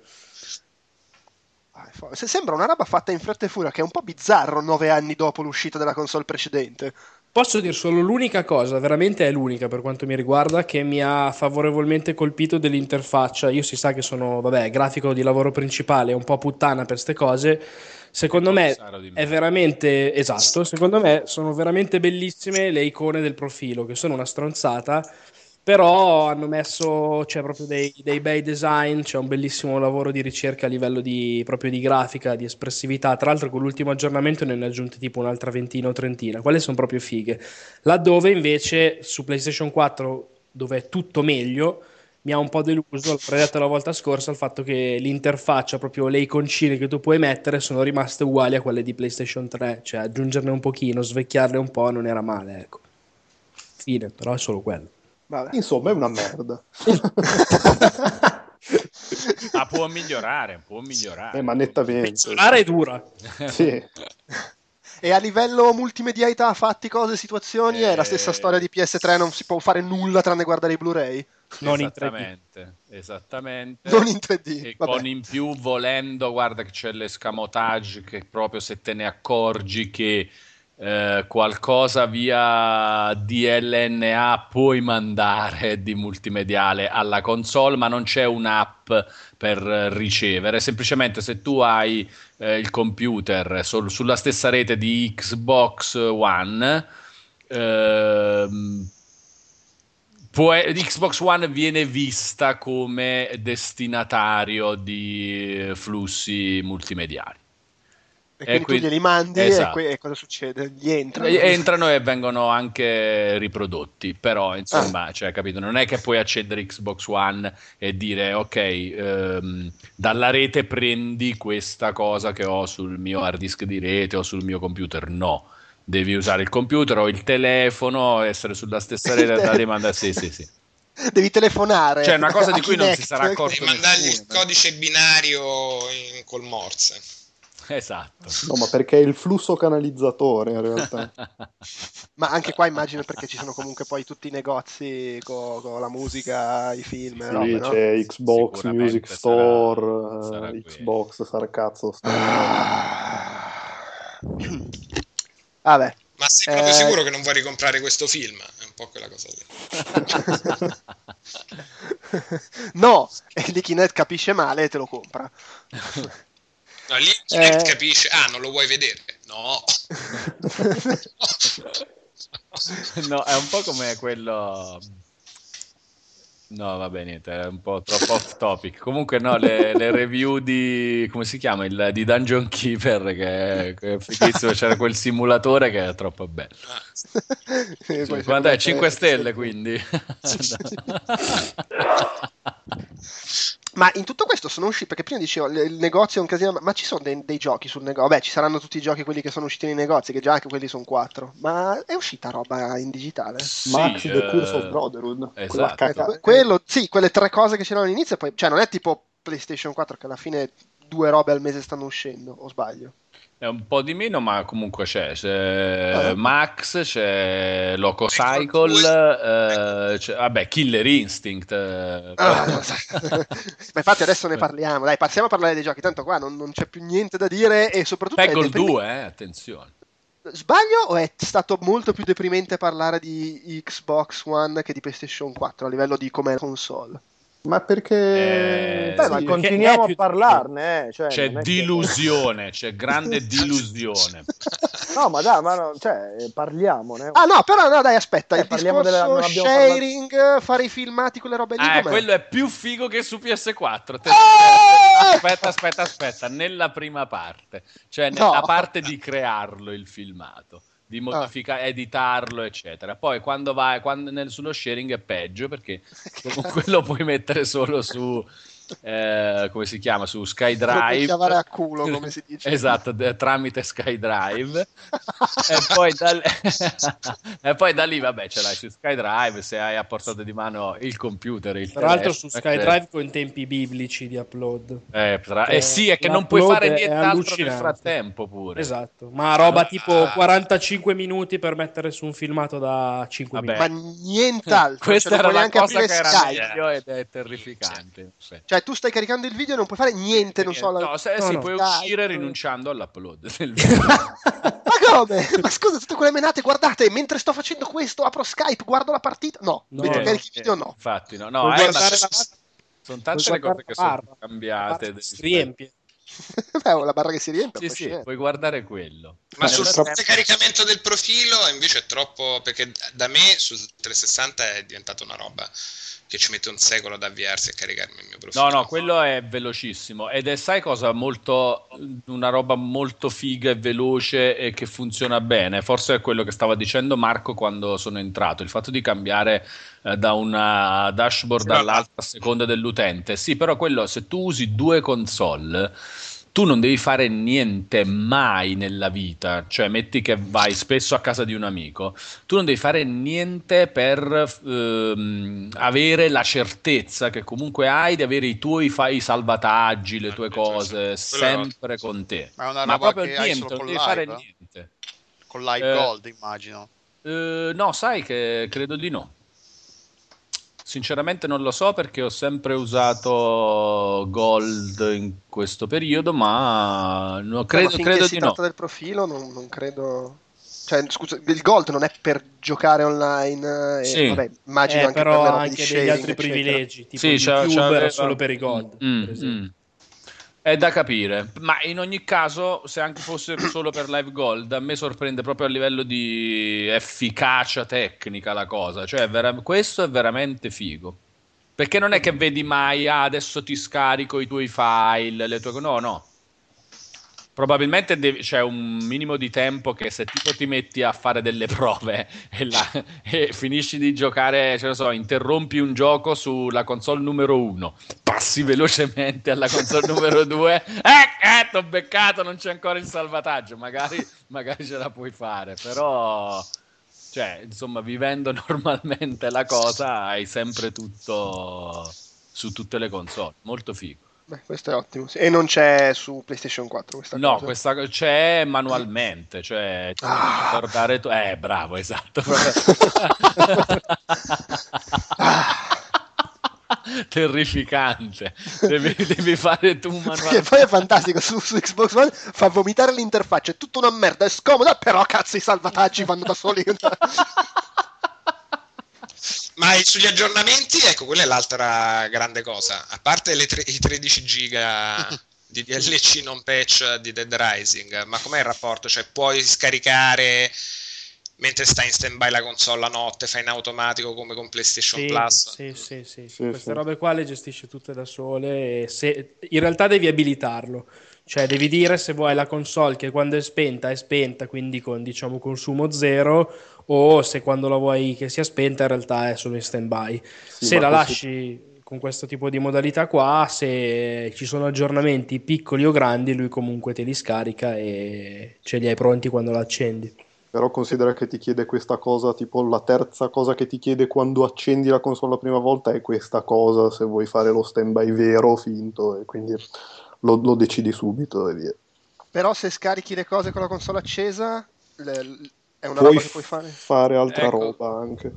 Speaker 2: Ah, è fo- se sembra una roba fatta in fretta e furia, che è un po' bizzarro nove anni dopo l'uscita della console precedente.
Speaker 6: Posso dire solo l'unica cosa, veramente è l'unica per quanto mi riguarda, che mi ha favorevolmente colpito dell'interfaccia. Io si sa che sono, vabbè, grafico di lavoro principale, un po' puttana per ste cose. Secondo
Speaker 8: Che
Speaker 6: me
Speaker 8: corsaro di
Speaker 6: è
Speaker 8: me.
Speaker 6: veramente, esatto, secondo me sono veramente bellissime le icone del profilo, che sono una stronzata, però hanno messo, c'è proprio dei, dei bei design, c'è un bellissimo lavoro di ricerca a livello di, proprio di grafica, di espressività. Tra l'altro con l'ultimo aggiornamento ne hanno aggiunte tipo un'altra ventina o trentina, quelle sono proprio fighe. Laddove invece su PlayStation quattro, dove è tutto meglio, mi ha un po' deluso, l'ho detto la volta scorsa, il fatto che l'interfaccia, proprio le iconcine che tu puoi mettere, sono rimaste uguali a quelle di PlayStation tre, cioè aggiungerne un pochino, svecchiarle un po' non era male, ecco. Fine, però è solo quello.
Speaker 2: Vabbè.
Speaker 5: Insomma, è una merda.
Speaker 8: Ma può migliorare, può migliorare.
Speaker 5: Eh, ma nettamente.
Speaker 6: Pixelare è dura.
Speaker 5: Sì.
Speaker 2: E a livello multimedialità, fatti, cose, situazioni, è la stessa
Speaker 8: Eh,
Speaker 2: storia di P S tre, non si può fare nulla tranne guardare i Blu-ray.
Speaker 6: Non in tre D.
Speaker 8: Esattamente, esattamente.
Speaker 2: Non in tre D,
Speaker 8: E
Speaker 2: vabbè.
Speaker 8: con in più volendo, guarda che c'è l'escamotage che proprio se te ne accorgi che eh, qualcosa via D L N A puoi mandare di multimediale alla console, ma non c'è un'app per ricevere. Semplicemente se tu hai eh, il computer sul- sulla stessa rete di Xbox One, ehm, può- Xbox One viene vista come destinatario di flussi multimediali.
Speaker 2: E quindi
Speaker 8: E qui-
Speaker 2: tu glieli mandi
Speaker 8: esatto.
Speaker 2: e, que- e cosa succede? Gli entrano.
Speaker 8: E- entrano e vengono anche riprodotti, però insomma, cioè, capito? Non è che puoi accedere Xbox One e dire ok, ehm, dalla rete prendi questa cosa che ho sul mio hard disk di rete o sul mio computer. No, devi usare il computer o il telefono, essere sulla stessa rete, andare e mandare. Sì, sì, sì.
Speaker 2: Devi telefonare.
Speaker 8: Cioè, una cosa
Speaker 2: a
Speaker 8: di cui non si
Speaker 2: Kinect.
Speaker 8: sarà accorto
Speaker 7: Devi mandargli il
Speaker 8: nessuno.
Speaker 7: codice binario in- col Morse.
Speaker 8: Esatto.
Speaker 5: No, ma perché è il flusso canalizzatore in realtà.
Speaker 2: Ma anche qua immagino perché ci sono comunque poi tutti i negozi con, con la musica, i film, le
Speaker 5: Sì,
Speaker 2: robe, no?
Speaker 5: c'è Xbox
Speaker 8: Sicuramente
Speaker 5: Music
Speaker 8: sarà-
Speaker 5: Store,
Speaker 8: sarà
Speaker 5: eh,
Speaker 8: quello.
Speaker 5: Xbox sarà cazzo Store.
Speaker 2: Vabbè.
Speaker 7: Ma sei proprio
Speaker 2: Eh,
Speaker 7: sicuro che non vuoi ricomprare questo film? È un po' quella cosa lì.
Speaker 2: No, e lì Kinect capisce male e te lo compra.
Speaker 7: No, lì Kinect
Speaker 2: Eh.
Speaker 7: capisce. Ah, non lo vuoi vedere? No.
Speaker 8: No, è un po' come quello. No, va bene, niente, è un po' troppo off topic. Comunque, no, le, le review di come si chiama? Il, di Dungeon Keeper, che, che è fighissimo. C'era quel simulatore che è troppo bello.
Speaker 2: Sì, poi
Speaker 8: Quanto è?
Speaker 2: secondo
Speaker 8: cinque
Speaker 2: te-
Speaker 8: stelle, quindi.
Speaker 2: Ma Ma in tutto questo sono usciti, perché prima dicevo il il negozio è un casino, ma ci sono dei, dei giochi sul negozio? Vabbè, ci saranno tutti i giochi quelli che sono usciti nei negozi, che già anche quelli sono quattro, ma è uscita roba in digitale?
Speaker 8: Sì,
Speaker 5: Max The Curse of
Speaker 8: eh,
Speaker 5: Brotherhood. Quella
Speaker 8: esatto.
Speaker 5: cacca-
Speaker 2: Que- quello, sì, quelle tre cose che c'erano all'inizio, e poi, cioè non è tipo PlayStation quattro che alla fine due robe al mese stanno uscendo, o sbaglio?
Speaker 8: È un po' di meno, ma comunque c'è. C'è
Speaker 2: Ah.
Speaker 8: Max, c'è Loco
Speaker 7: Record
Speaker 8: Cycle, eh, c'è- vabbè, Killer Instinct. eh,
Speaker 2: Ah, ma infatti adesso ne parliamo, dai, passiamo a parlare dei giochi, tanto qua non, non c'è più niente da dire e soprattutto è
Speaker 8: Peggle
Speaker 2: deprimente.
Speaker 8: due, eh, attenzione.
Speaker 2: Sbaglio o è stato molto più deprimente parlare di Xbox One che di PlayStation quattro a livello di come console?
Speaker 5: Ma perché...
Speaker 8: Eh,
Speaker 4: Beh,
Speaker 5: sì,
Speaker 4: ma
Speaker 6: è
Speaker 4: continuiamo
Speaker 6: più-
Speaker 4: a parlarne, eh, cioè,
Speaker 8: C'è
Speaker 4: non è che-
Speaker 8: dilusione, c'è grande dilusione.
Speaker 4: No, ma dai, ma no, cioè, parliamone.
Speaker 2: Ah no, però no, dai, aspetta,
Speaker 4: Eh,
Speaker 2: il
Speaker 4: parliamo
Speaker 2: discorso
Speaker 4: della- non abbiamo
Speaker 2: sharing, fare i filmati, quelle robe lì,
Speaker 8: Ah,
Speaker 2: com'è?
Speaker 8: quello è più figo che su P S quattro. Te-
Speaker 2: Ah!
Speaker 8: Aspetta, aspetta, aspetta. Nella prima parte, cioè nella
Speaker 2: No.
Speaker 8: parte di crearlo il filmato, di modificare, editarlo, eccetera. Poi quando vai, quando nel- sullo sharing è peggio perché comunque lo puoi mettere solo su. eh, come si chiama? Su
Speaker 2: Lo puoi
Speaker 8: SkyDrive.
Speaker 2: chiamare a culo, come si dice.
Speaker 8: Esatto, de- tramite SkyDrive. e, poi da lì, e poi da lì, vabbè, ce l'hai su SkyDrive se hai a portata di mano il computer, il
Speaker 6: Tra l'altro su
Speaker 8: telefono,
Speaker 6: SkyDrive con tempi biblici di upload.
Speaker 8: eh, tra-
Speaker 6: Cioè,
Speaker 8: eh sì, è che non puoi
Speaker 6: l'upload
Speaker 8: fare
Speaker 6: è
Speaker 8: nient'altro nel
Speaker 6: allucinante.
Speaker 8: frattempo pure.
Speaker 6: Esatto, ma roba
Speaker 8: Ah.
Speaker 6: tipo quarantacinque minuti per mettere su un filmato da cinque
Speaker 8: Vabbè.
Speaker 6: minuti.
Speaker 2: Ma nient'altro,
Speaker 8: Questa
Speaker 2: cioè, non
Speaker 8: era
Speaker 2: puoi
Speaker 8: la
Speaker 2: neanche
Speaker 8: cosa
Speaker 2: aprire
Speaker 8: che era
Speaker 2: Skype.
Speaker 8: meglio ed è terrificante. Sì.
Speaker 2: Cioè, tu stai caricando il video e non puoi fare niente, non so. la-
Speaker 8: No, se,
Speaker 6: No,
Speaker 8: sì,
Speaker 6: no.
Speaker 8: puoi
Speaker 2: Skype.
Speaker 8: uscire rinunciando all'upload del video.
Speaker 2: Ma come? Ma scusa, tutte quelle menate, guardate, mentre sto facendo questo, apro Skype, guardo la partita. No,
Speaker 6: No,
Speaker 2: mentre
Speaker 8: Eh,
Speaker 2: carichi il
Speaker 8: eh,
Speaker 2: video, no.
Speaker 8: Infatti, no, no,
Speaker 6: Puoi
Speaker 8: eh,
Speaker 6: guardare
Speaker 8: ma-
Speaker 6: la-
Speaker 8: sono tante
Speaker 6: puoi
Speaker 8: le cose
Speaker 6: guardare
Speaker 8: che
Speaker 6: la
Speaker 8: sono
Speaker 6: barra. La
Speaker 8: cambiate.
Speaker 6: barra si riempie.
Speaker 2: Beh, ho la barra che si riempie.
Speaker 8: Sì,
Speaker 2: poi
Speaker 8: sì,
Speaker 2: scende.
Speaker 8: puoi guardare quello.
Speaker 7: Ma
Speaker 8: Nel
Speaker 7: sul
Speaker 8: frattempo-
Speaker 7: caricamento del profilo invece è troppo, perché da me sul trecentosessanta è diventata una roba che ci mette un secolo ad avviarsi a caricarmi il mio profilo.
Speaker 8: No, no, quello è velocissimo ed è, sai cosa, molto, una roba molto figa e veloce e che funziona bene. Forse è quello che stava dicendo Marco quando sono entrato, il fatto di cambiare eh, da una dashboard
Speaker 7: Sì, ma-
Speaker 8: all'altra a seconda dell'utente. Sì, però quello, se tu usi due console, tu non devi fare niente mai nella vita, cioè metti che vai spesso a casa di un amico, tu non devi fare niente per ehm, avere la certezza che comunque hai di avere i tuoi fa- i salvataggi, le tue
Speaker 3: Sì, sì, sì.
Speaker 8: cose
Speaker 3: Quello è
Speaker 8: sempre con te.
Speaker 3: Ma è una
Speaker 8: Ma
Speaker 3: roba
Speaker 8: proprio
Speaker 3: che hai
Speaker 8: niente,
Speaker 3: solo
Speaker 8: non
Speaker 3: con
Speaker 8: devi fare
Speaker 3: live?
Speaker 8: niente.
Speaker 3: Con Live
Speaker 8: Eh,
Speaker 3: Gold, immagino.
Speaker 8: Eh, no, sai che credo di no. Sinceramente non lo so perché ho sempre usato Gold in questo periodo, ma no,
Speaker 2: Beh,
Speaker 8: credo,
Speaker 2: ma finché
Speaker 8: credo
Speaker 2: si
Speaker 8: di no.
Speaker 2: tratta del profilo, non, non credo. Cioè, scusa, il Gold non è per giocare online. eh,
Speaker 8: Sì.
Speaker 2: vabbè, immagino
Speaker 6: Eh,
Speaker 2: anche
Speaker 6: però
Speaker 2: per le
Speaker 6: ha
Speaker 2: robe di
Speaker 6: anche degli
Speaker 2: sharing,
Speaker 6: altri
Speaker 2: eccetera.
Speaker 6: privilegi, tipo
Speaker 8: Sì, c'ha-
Speaker 6: YouTube
Speaker 8: c'aveva-
Speaker 6: era solo per i gold,
Speaker 8: Mm,
Speaker 6: per esempio.
Speaker 8: mm. È da capire, ma in ogni caso, se anche fosse solo per Live Gold, a me sorprende proprio a livello di efficacia tecnica la cosa. Cioè, vera- questo è veramente figo. Perché non è che vedi mai, ah, adesso ti scarico i tuoi file, le tue... No, no. Probabilmente devi- c'è un minimo di tempo che se tipo ti metti a fare delle prove e, la- e finisci di giocare, cioè, non so, interrompi un gioco sulla console numero uno, passi velocemente alla console numero due, eh, eh, t'ho beccato, non c'è ancora il salvataggio, magari, magari ce la puoi fare, però, cioè, insomma, vivendo normalmente la cosa hai sempre tutto su tutte le console, molto figo.
Speaker 2: Beh, questo è ottimo. sì. E non c'è su PlayStation quattro questa
Speaker 8: No,
Speaker 2: cosa.
Speaker 8: questa co- c'è manualmente, cioè ti devi
Speaker 2: Ah.
Speaker 8: ricordare tu. Eh, bravo, esatto. Terrificante. Devi, devi fare tu
Speaker 2: Che
Speaker 8: manualmente.
Speaker 2: poi è fantastico su, su Xbox One, fa vomitare l'interfaccia, è tutta una merda, è scomoda, però cazzo i salvataggi vanno da soli.
Speaker 7: Ma sugli aggiornamenti, ecco, quella è l'altra grande cosa. A parte le tre- i tredici giga di D L C non patch di Dead Rising, ma com'è il rapporto? Cioè, puoi scaricare mentre stai in stand by la console la notte, fai in automatico come con PlayStation
Speaker 6: Sì,
Speaker 7: Plus?
Speaker 6: sì, sì, sì.
Speaker 5: Sì,
Speaker 6: Queste
Speaker 5: sì.
Speaker 6: robe qua le gestisce tutte da sole. E se... In realtà devi abilitarlo, cioè devi dire se vuoi la console che quando è spenta è spenta, quindi con diciamo consumo zero, o se quando la vuoi che sia spenta in realtà è solo in stand by.
Speaker 5: Sì,
Speaker 6: se
Speaker 5: ma
Speaker 6: la
Speaker 5: questo-
Speaker 6: lasci con questo tipo di modalità qua, se ci sono aggiornamenti piccoli o grandi, lui comunque te li scarica e ce li hai pronti quando l'accendi.
Speaker 5: Però considera che ti chiede questa cosa, tipo la terza cosa che ti chiede quando accendi la console la prima volta è questa cosa, se vuoi fare lo standby vero o finto, e quindi lo, lo decidi subito e via.
Speaker 2: Però se scarichi le cose con la console accesa, le, è una
Speaker 5: Puoi
Speaker 2: roba che puoi fare?
Speaker 5: fare altra
Speaker 8: Ecco.
Speaker 5: roba anche.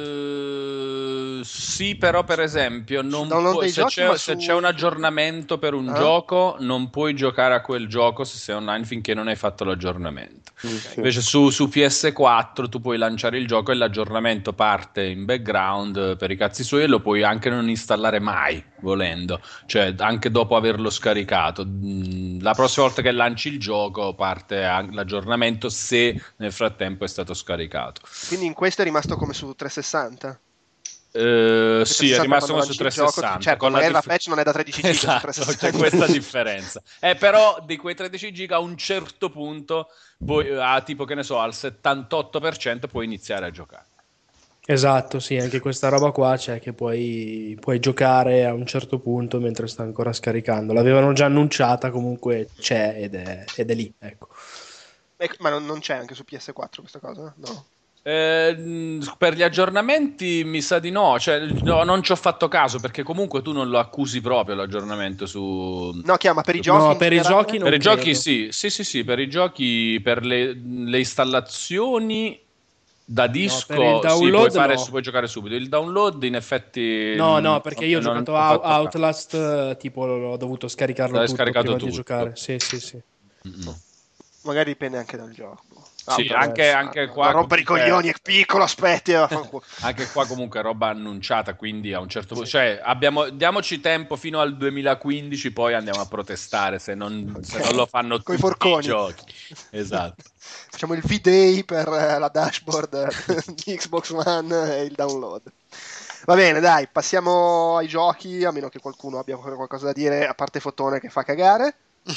Speaker 8: Uh, sì, però per esempio non
Speaker 2: download
Speaker 8: puoi,
Speaker 2: dei
Speaker 8: se,
Speaker 2: giochi,
Speaker 8: c'è,
Speaker 2: ma
Speaker 8: se
Speaker 2: su-
Speaker 8: c'è un aggiornamento per un
Speaker 2: Ah.
Speaker 8: gioco non puoi giocare a quel gioco se sei online finché non hai fatto l'aggiornamento.
Speaker 5: Mm, sì.
Speaker 8: Invece su, su P S quattro tu puoi lanciare il gioco e l'aggiornamento parte in background per i cazzi suoi e lo puoi anche non installare mai volendo, cioè anche dopo averlo scaricato. Mm, La prossima volta che lanci il gioco parte anche l'aggiornamento se nel frattempo è stato scaricato.
Speaker 2: Quindi in questo è rimasto come su trecentosessanta?
Speaker 8: Eh, sì, è
Speaker 2: trecentosessanta
Speaker 8: rimasto
Speaker 2: quando
Speaker 8: come su
Speaker 2: lanci il gioco,
Speaker 8: trecentosessanta.
Speaker 2: certo,
Speaker 8: con
Speaker 2: magari la
Speaker 8: dif-
Speaker 2: patch non è da tredici giga su
Speaker 8: Esatto,
Speaker 2: trecentosessanta.
Speaker 8: c'è questa differenza. Eh, però di quei tredici giga a un certo punto, poi, a tipo che ne so, al settantotto per cento puoi iniziare a giocare.
Speaker 6: Esatto, sì, anche questa roba qua c'è che puoi, puoi giocare a un certo punto mentre sta ancora scaricando. L'avevano già annunciata, comunque c'è ed è, ed è lì, ecco.
Speaker 2: Ecco, ma non, non c'è anche su P S quattro questa cosa? No.
Speaker 8: Eh, per gli aggiornamenti mi sa di no, cioè, no, non ci ho fatto caso perché comunque tu non lo accusi proprio l'aggiornamento su...
Speaker 2: No, chiama per i giochi.
Speaker 6: No,
Speaker 2: in
Speaker 6: per i
Speaker 2: generale?
Speaker 6: giochi non
Speaker 8: Per i giochi
Speaker 6: credo.
Speaker 8: sì, sì, sì, sì, per i giochi, per le, le installazioni da disco
Speaker 6: per il
Speaker 8: sì, puoi,
Speaker 6: download
Speaker 8: fare,
Speaker 6: no.
Speaker 8: puoi giocare subito. Il download in effetti...
Speaker 6: No,
Speaker 8: mm,
Speaker 6: no, perché io ho
Speaker 8: non-
Speaker 6: giocato
Speaker 8: non ho
Speaker 6: a
Speaker 8: fatto caso.
Speaker 6: Outlast, eh, tipo l'ho dovuto scaricarlo
Speaker 8: L'hai
Speaker 6: tutto
Speaker 8: scaricato
Speaker 6: prima
Speaker 8: tutto.
Speaker 6: di giocare. Sì, sì, sì.
Speaker 8: Mm-mm.
Speaker 2: Magari dipende anche dal gioco. Ah,
Speaker 8: Sì,
Speaker 2: però-
Speaker 8: anche, anche
Speaker 2: non
Speaker 8: qua
Speaker 2: rompere i
Speaker 8: comunque-
Speaker 2: coglioni, è piccolo, aspetti. vaffanculo.
Speaker 8: anche qua comunque è roba annunciata, quindi a un certo punto, cioè abbiamo, diamoci tempo fino al duemilaquindici, poi andiamo a protestare se non, se
Speaker 2: Ok.
Speaker 8: non lo fanno
Speaker 2: Coi
Speaker 8: tutti
Speaker 2: forconi.
Speaker 8: i giochi. Esatto.
Speaker 2: Facciamo il V-Day per eh, la dashboard eh, di Xbox One e il download. Va bene, dai, passiamo ai giochi, a meno che qualcuno abbia qualcosa da dire, a parte Fotone che fa cagare.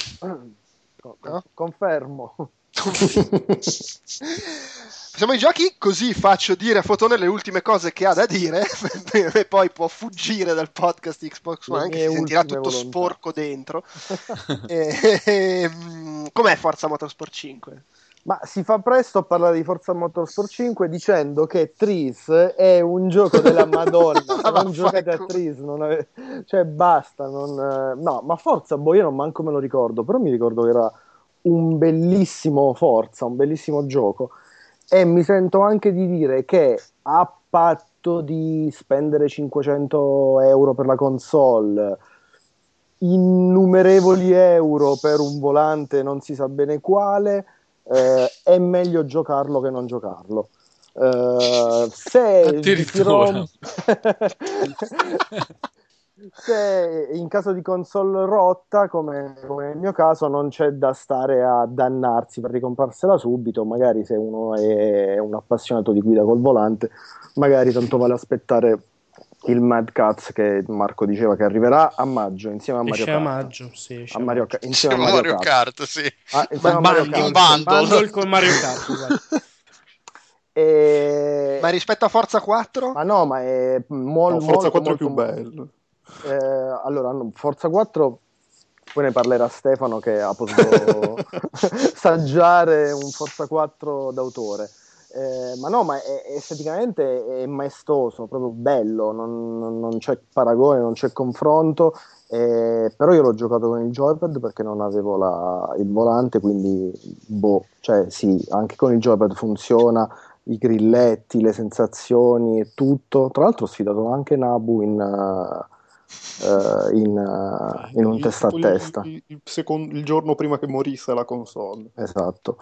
Speaker 4: Co-
Speaker 2: No?
Speaker 4: Confermo.
Speaker 2: Passiamo ai giochi, così faccio dire a Fotone le ultime cose che ha da dire e poi può fuggire dal podcast Xbox
Speaker 4: Le
Speaker 2: One che
Speaker 4: mie
Speaker 2: si sentirà
Speaker 4: ultime
Speaker 2: tutto
Speaker 4: volontà.
Speaker 2: sporco dentro. e, e, mm, com'è Forza Motorsport cinque?
Speaker 4: Ma si fa presto a parlare di Forza Motorsport cinque dicendo che Tris è un gioco della Madonna. Se
Speaker 2: Ma
Speaker 4: non giocate a
Speaker 2: vaffanculo.
Speaker 4: Tris, non ave- cioè basta. Non... eh, No, ma Forza, boh, io non manco me lo ricordo, però mi ricordo che era un bellissimo Forza, un bellissimo gioco. E mi sento anche di dire che a patto di spendere cinquecento euro per la console, innumerevoli euro per un volante non si sa bene quale, eh, è meglio giocarlo che non giocarlo. Eh, se vi si
Speaker 8: Addirittura.
Speaker 4: rompe se in caso di console rotta, come, come nel mio caso, non c'è da stare a dannarsi per ricomparsela subito. Magari se uno è un appassionato di guida col volante, magari tanto vale aspettare il Mad Catz che Marco diceva che arriverà a maggio insieme a Mario
Speaker 6: Esce a
Speaker 4: Kart.
Speaker 6: maggio, sì, esce
Speaker 4: A
Speaker 6: a
Speaker 4: Mario,
Speaker 6: maggio.
Speaker 4: Ka- insieme a
Speaker 3: Mario,
Speaker 4: Mario,
Speaker 3: Mario
Speaker 4: Kart.
Speaker 3: Kart, sì.
Speaker 4: Ah, insieme a
Speaker 6: Ma
Speaker 4: Mario
Speaker 6: bundle,
Speaker 4: Kart.
Speaker 3: in bundle.
Speaker 6: bundle con Mario Kart, esatto.
Speaker 4: E...
Speaker 2: Ma rispetto a Forza quattro?
Speaker 4: Ma no, ma è mol-
Speaker 5: No, Forza
Speaker 4: molto,
Speaker 5: quattro
Speaker 4: molto,
Speaker 5: è più bello.
Speaker 4: Eh, allora, no, Forza quattro, poi ne parlerà Stefano che ha potuto saggiare un Forza quattro d'autore. Eh, ma no, ma è, è esteticamente è maestoso, proprio bello, non, non- non c'è paragone, non c'è confronto. Eh, però io l'ho giocato con il joypad perché non avevo la- il volante, quindi boh, cioè sì, anche con il joypad funziona, i grilletti, le sensazioni e tutto. Tra l'altro ho sfidato anche Nabu in, eh, eh, in, eh, in un
Speaker 5: Il-
Speaker 4: testa a
Speaker 5: il-
Speaker 4: testa.
Speaker 5: Il, il secon- il giorno prima che morisse la console.
Speaker 4: Esatto.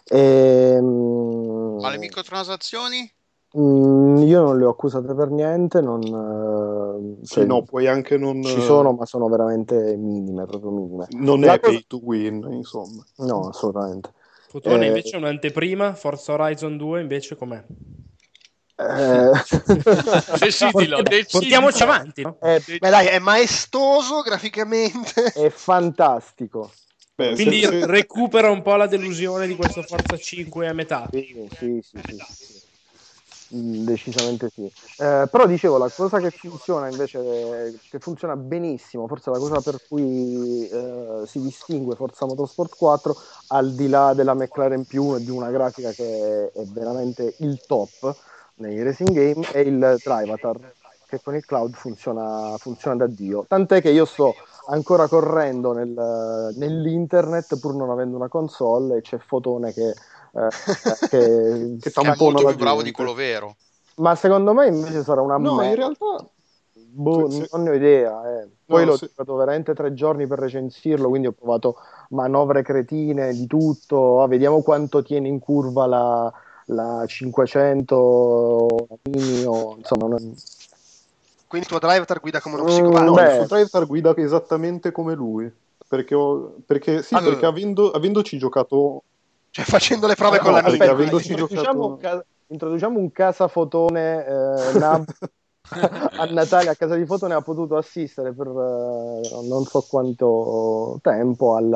Speaker 4: Ehm,
Speaker 3: Ma le microtransazioni?
Speaker 4: mm, io non le ho accusate per niente, non, eh,
Speaker 5: Sì,
Speaker 4: cioè,
Speaker 5: no, puoi anche non...
Speaker 4: ci sono, ma sono veramente minime, proprio minime.
Speaker 5: Non
Speaker 4: La
Speaker 5: è
Speaker 4: cosa-
Speaker 5: pay to win, insomma.
Speaker 4: No, assolutamente.
Speaker 6: Fotone
Speaker 4: Eh,
Speaker 6: invece è un'anteprima, Forza Horizon due invece com'è?
Speaker 4: eh,
Speaker 8: Decidilo,
Speaker 6: Dai,
Speaker 8: decidilo.
Speaker 6: portiamoci avanti, no?
Speaker 4: è,
Speaker 2: Beh dai, è maestoso graficamente.
Speaker 4: è fantastico.
Speaker 5: Beh,
Speaker 6: Quindi
Speaker 5: se- se-
Speaker 6: recupera un po' la delusione di questo Forza cinque a metà.
Speaker 4: Sì, sì, sì, sì, sì. Mm, decisamente sì. Eh, però dicevo, la cosa che funziona invece, che funziona benissimo, forse la cosa per cui eh, si distingue Forza Motorsport quattro, al di là della McLaren più uno e di una grafica che è veramente il top nei racing game, è il Drivatar, che con il cloud funziona, funziona da Dio. Tant'è che io sto ancora correndo nel- nell'internet pur non avendo una console e c'è Fotone che, eh, che
Speaker 5: Che
Speaker 3: Che è
Speaker 4: scatta
Speaker 5: tampona
Speaker 3: molto
Speaker 5: la
Speaker 3: più bravo di
Speaker 5: gente.
Speaker 3: quello vero.
Speaker 4: ma secondo me invece sarà una
Speaker 5: No, in
Speaker 4: merda.
Speaker 5: realtà...
Speaker 4: Boh,
Speaker 5: se- se-
Speaker 4: non ne ho idea. eh. Poi
Speaker 5: no,
Speaker 4: l'ho
Speaker 5: se-
Speaker 4: giocato veramente tre giorni per recensirlo, quindi ho provato manovre cretine di tutto. Ah, vediamo quanto tiene in curva la, la cinquecento Mini o insomma. non-
Speaker 2: Quindi il tuo driver guida come uno
Speaker 4: Mm,
Speaker 2: psicopatico.
Speaker 5: no, il
Speaker 4: beh,
Speaker 5: suo driver guida esattamente come lui. Perché, ho- perché sì, perché
Speaker 2: Allora,
Speaker 5: avendo, avendoci giocato...
Speaker 2: cioè facendo le prove
Speaker 4: ah,
Speaker 2: con
Speaker 5: No,
Speaker 2: la
Speaker 5: perché
Speaker 2: Mini,
Speaker 4: aspetta,
Speaker 2: quindi.
Speaker 5: avendoci
Speaker 4: introduciamo,
Speaker 5: giocato...
Speaker 4: ca- introduciamo un casafotone eh, Nab a Natale a casa di Fotone ha potuto assistere per eh, non so quanto tempo al-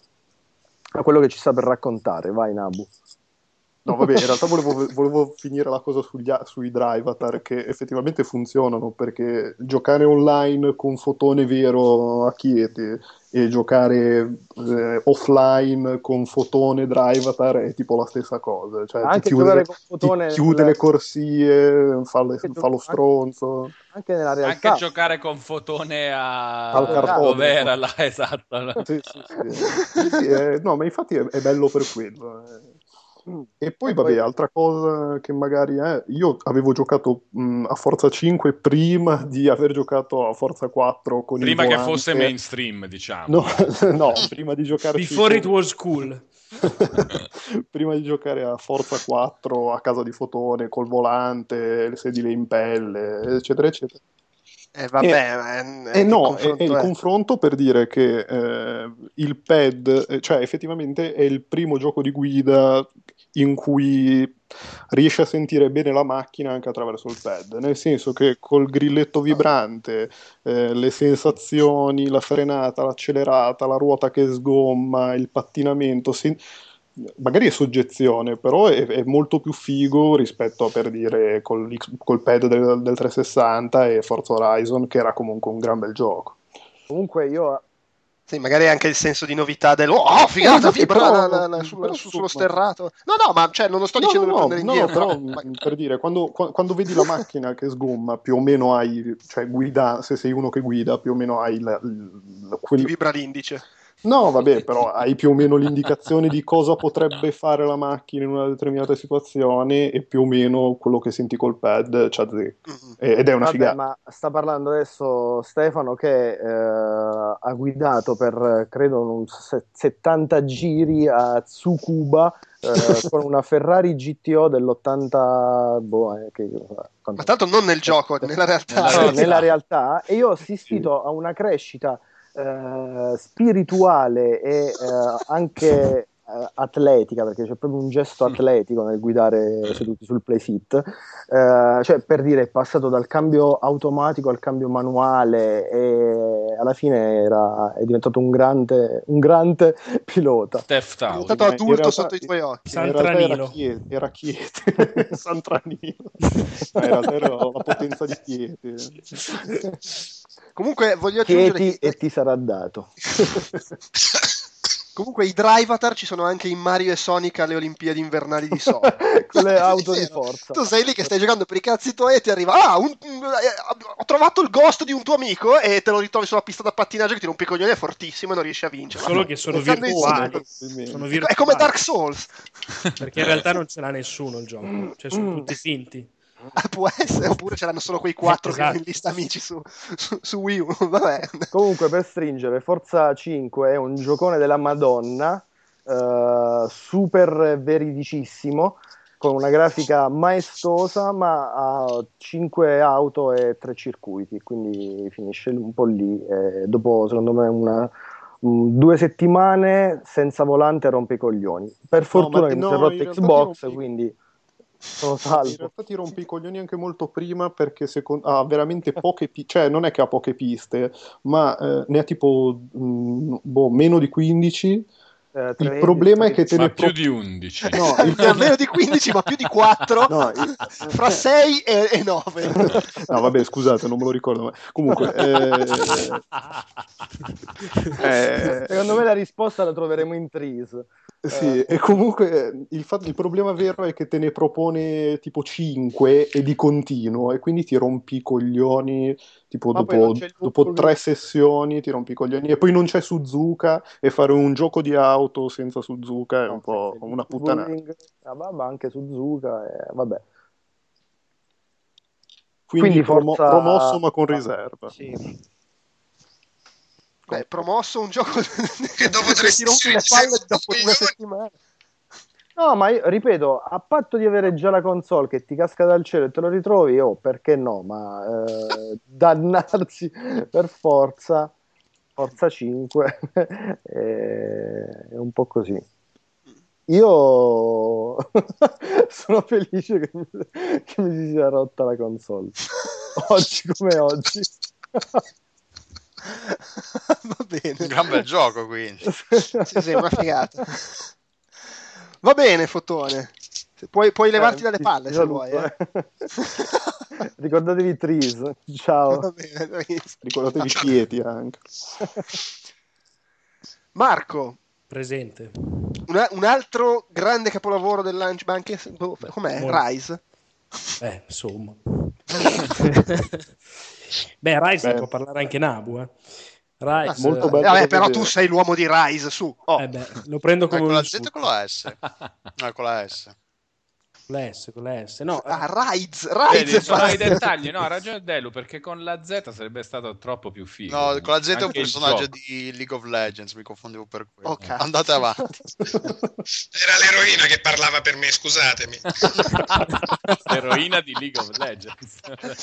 Speaker 4: a quello che ci sta per raccontare. Vai, Nabu.
Speaker 5: No, vabbè, in realtà volevo, volevo finire la cosa sugli, a- sui Drivatar che effettivamente funzionano perché giocare online con fotone vero a Chieti e giocare eh, offline con fotone Drivatar è tipo la stessa cosa, cioè ti
Speaker 4: Anche
Speaker 5: chiude,
Speaker 4: giocare con
Speaker 5: ti
Speaker 4: Fotone
Speaker 5: chiude
Speaker 4: nel-
Speaker 5: le corsie, fa, le-
Speaker 4: anche
Speaker 5: fa
Speaker 4: gio-
Speaker 5: lo
Speaker 4: anche-
Speaker 5: stronzo
Speaker 4: anche nella
Speaker 8: Anche
Speaker 4: realtà.
Speaker 8: giocare con fotone
Speaker 4: Al
Speaker 5: al
Speaker 8: a...
Speaker 4: cartone.
Speaker 5: cartodromo.
Speaker 8: Dov'era là? Esatto.
Speaker 5: Sì, sì, sì. Sì, sì, eh, no, ma infatti è, è bello per quello. eh.
Speaker 4: Mm.
Speaker 5: E poi,
Speaker 4: E poi
Speaker 5: vabbè, altra cosa che magari è, io avevo giocato mh, a Forza cinque prima di aver giocato a Forza quattro con il
Speaker 8: Prima che fosse
Speaker 5: volante.
Speaker 8: mainstream, diciamo.
Speaker 5: No, no, prima di giocarci
Speaker 6: Before it
Speaker 5: con...
Speaker 6: was cool.
Speaker 5: prima di giocare a Forza quattro a casa di Fotone col volante, le sedile in pelle, eccetera, eccetera.
Speaker 2: Eh,
Speaker 5: E,
Speaker 2: vabbè, eh,
Speaker 5: e
Speaker 2: che
Speaker 5: no, è, è
Speaker 2: confronto
Speaker 5: il
Speaker 2: è?
Speaker 5: confronto per dire che eh, il pad, eh, cioè effettivamente è il primo gioco di guida in cui riesci a sentire bene la macchina anche attraverso il pad, nel senso che col grilletto vibrante, eh, le sensazioni, la frenata, l'accelerata, la ruota che sgomma, il pattinamento, sen- magari è soggezione, però è, è molto più figo rispetto a per dire col, col pad del, del trecentosessanta e Forza Horizon, che era comunque un gran bel gioco.
Speaker 4: Comunque io
Speaker 2: Sì, magari anche il senso di novità del oh,
Speaker 5: Eh,
Speaker 2: figata,
Speaker 5: vabbè,
Speaker 2: vibra la-
Speaker 5: però,
Speaker 2: la- la- sul-
Speaker 5: però
Speaker 2: su- sullo
Speaker 5: insomma,
Speaker 2: sterrato. No, no, ma cioè, non lo sto
Speaker 5: no, no,
Speaker 2: dicendo per
Speaker 5: no,
Speaker 2: prendere in
Speaker 5: no,
Speaker 2: giro,
Speaker 5: no, però
Speaker 2: ma,
Speaker 5: mh,
Speaker 2: ma-
Speaker 5: per dire, quando, qua- quando vedi la macchina che sgomma, più o meno hai, cioè guida, se sei uno che guida, più o meno hai la- il-
Speaker 2: ti
Speaker 5: quel-
Speaker 2: vibra l'indice.
Speaker 5: No, vabbè, però hai più o meno l'indicazione di cosa potrebbe fare la macchina in una determinata situazione e più o meno quello che senti col pad ci azzecca.
Speaker 2: Mm-mm.
Speaker 5: E- Ed è una
Speaker 4: Vabbè,
Speaker 5: figata.
Speaker 4: ma sta parlando adesso Stefano che eh, ha guidato per credo un se- settanta giri a Tsukuba eh, con una Ferrari G T O dell'ottanta, boh, eh, che,
Speaker 2: Ma
Speaker 4: quanto-
Speaker 2: tanto non nel gioco, nella realtà.
Speaker 8: Nella
Speaker 4: no,
Speaker 8: realtà.
Speaker 4: nella realtà, e io ho assistito a una crescita eh, spirituale e eh, anche eh, atletica, perché c'è proprio un gesto atletico nel guidare seduti sul playseat, eh, cioè per dire è passato dal cambio automatico al cambio manuale e alla fine era, è diventato un grande, un grande pilota.
Speaker 8: Theft
Speaker 2: È
Speaker 8: Out.
Speaker 2: diventato
Speaker 5: Ma in
Speaker 2: adulto
Speaker 5: realtà,
Speaker 2: sotto i tuoi occhi.
Speaker 5: in realtà era
Speaker 6: Santranilo.
Speaker 5: Chiete, era Chiete, Santranilo. No, in realtà era la potenza di Chiete.
Speaker 2: Comunque voglio aggiungere
Speaker 4: Chieti
Speaker 2: che
Speaker 4: e ti sarà dato.
Speaker 2: comunque i Drivatar ci sono anche in Mario e Sonic alle Olimpiadi invernali di Sony.
Speaker 4: Con le
Speaker 2: È
Speaker 4: auto di
Speaker 2: vero.
Speaker 4: forza.
Speaker 2: Tu sei lì che stai giocando per i cazzi tuoi e ti arriva ah, un- un- eh, ho trovato il ghost di un tuo amico e te lo ritrovi sulla pista da pattinaggio che ti rompe i coglioni, è fortissimo e non riesci a vincere.
Speaker 6: Solo
Speaker 2: Ma
Speaker 6: che sono
Speaker 2: pensando insieme,
Speaker 6: virtuali.
Speaker 5: probabilmente.
Speaker 6: Sono
Speaker 2: È
Speaker 6: virtuali.
Speaker 2: è come Dark Souls.
Speaker 6: Perché in realtà non ce l'ha nessuno il gioco. Cioè, sono tutti finti.
Speaker 2: Ah, può essere, oppure ce l'hanno solo quei quattro che hanno in
Speaker 6: Esatto.
Speaker 2: lista amici su, su, su Wii U. Vabbè.
Speaker 4: Comunque, per stringere, Forza cinque è un giocone della Madonna, eh, super veridicissimo, con una grafica maestosa, ma ha cinque auto e tre circuiti, quindi finisce un po' lì. E dopo, secondo me, una, un- due settimane senza volante rompe i coglioni. Per
Speaker 5: No,
Speaker 4: fortuna
Speaker 5: ma
Speaker 4: che
Speaker 5: ti-
Speaker 4: mi si è
Speaker 5: no, in
Speaker 4: rotto
Speaker 5: realtà ti
Speaker 4: Xbox,
Speaker 5: rompi-
Speaker 4: quindi sono
Speaker 5: In
Speaker 4: salvo.
Speaker 5: realtà ti rompe i coglioni anche molto prima perché secondo, ha veramente poche piste, cioè non è che ha poche piste, ma eh, ne ha tipo mh, boh, meno di quindici
Speaker 4: Eh,
Speaker 5: Il problema è che te
Speaker 8: Ma
Speaker 5: ne
Speaker 8: più
Speaker 5: pro-
Speaker 8: di undici.
Speaker 5: No, il
Speaker 2: Non meno di quindici, ma più di quattro,
Speaker 5: No, il-
Speaker 2: fra sei e nove.
Speaker 5: No, vabbè, scusate, non me lo ricordo. Ma... Comunque, eh... eh,
Speaker 4: Secondo me la risposta la troveremo in Trees.
Speaker 5: Sì,
Speaker 4: Eh,
Speaker 5: e comunque il, fatto- il problema vero è che te ne propone tipo cinque e di continuo, e quindi ti rompi i coglioni, tipo
Speaker 4: Ma poi non
Speaker 5: dopo,
Speaker 4: c'è il
Speaker 5: dopo
Speaker 4: multiple-
Speaker 5: tre sessioni ti rompi i coglioni, e poi non c'è Suzuka, e fare un gioco di auto senza Suzuka è
Speaker 4: no,
Speaker 5: un po'
Speaker 4: senza il
Speaker 5: una puttanata.
Speaker 4: bullying, ah, vabbè, anche Suzuka, eh, vabbè.
Speaker 5: Quindi,
Speaker 4: Quindi
Speaker 5: promo-
Speaker 4: forza-
Speaker 5: promosso ma con riserva.
Speaker 4: Sì.
Speaker 2: Beh, promosso un gioco
Speaker 7: Che dopo tre
Speaker 2: ti rompi
Speaker 7: sessioni
Speaker 2: le
Speaker 7: ti sei
Speaker 2: palle
Speaker 7: rotto
Speaker 2: dopo
Speaker 7: i
Speaker 2: due
Speaker 7: coglioni.
Speaker 2: settimane.
Speaker 4: No, ma io ripeto, a patto di avere già la console che ti casca dal cielo e te lo ritrovi, oh, perché no? Ma eh, dannarsi per forza, forza cinque, è un po' così. Io sono felice che mi, che mi si sia rotta la console. Oggi come oggi.
Speaker 2: Va bene.
Speaker 3: Un gran bel gioco, quindi.
Speaker 2: Sì, sì, una figata. Va bene, Fotone. Se Puoi, puoi levarti
Speaker 4: Eh,
Speaker 2: dalle
Speaker 4: ti-
Speaker 2: palle
Speaker 4: ti
Speaker 2: se
Speaker 4: saluto,
Speaker 2: vuoi. Eh.
Speaker 4: eh. Ricordatevi Trees. Ciao.
Speaker 2: Va bene, Luis.
Speaker 5: Ricordatevi Chieti anche.
Speaker 2: Marco,
Speaker 6: Presente.
Speaker 2: una- un altro grande capolavoro del launch, ma anche boh, com'è?
Speaker 6: Molto.
Speaker 2: Rise?
Speaker 6: Eh, insomma. Beh, Rise
Speaker 5: Beh.
Speaker 6: può parlare anche Nabu, eh.
Speaker 2: Ah,
Speaker 6: Rise,
Speaker 5: molto
Speaker 6: eh,
Speaker 5: bello.
Speaker 2: Vabbè,
Speaker 5: da
Speaker 2: però
Speaker 5: vedere.
Speaker 2: tu sei l'uomo di Rise, su. Oh.
Speaker 6: eh beh, lo prendo
Speaker 3: Ma
Speaker 6: come
Speaker 3: con
Speaker 6: un
Speaker 3: la Z o
Speaker 6: insulto.
Speaker 3: con la S? No, con la S.
Speaker 6: Con la S, con la S. No,
Speaker 2: Ah,
Speaker 6: eh,
Speaker 2: Rise, Rise
Speaker 8: Vedi, sono i
Speaker 2: fa-
Speaker 8: dettagli. No, ha ragione Delu, perché con la Z sarebbe stato troppo più figo.
Speaker 3: No, con la Z è un
Speaker 8: Anche il
Speaker 3: personaggio
Speaker 8: gioco.
Speaker 3: di League of Legends, mi confondevo per quello.
Speaker 2: Oh, cazzo.
Speaker 3: Andate avanti.
Speaker 7: Era l'eroina che parlava per me, scusatemi.
Speaker 8: L'eroina di League of Legends.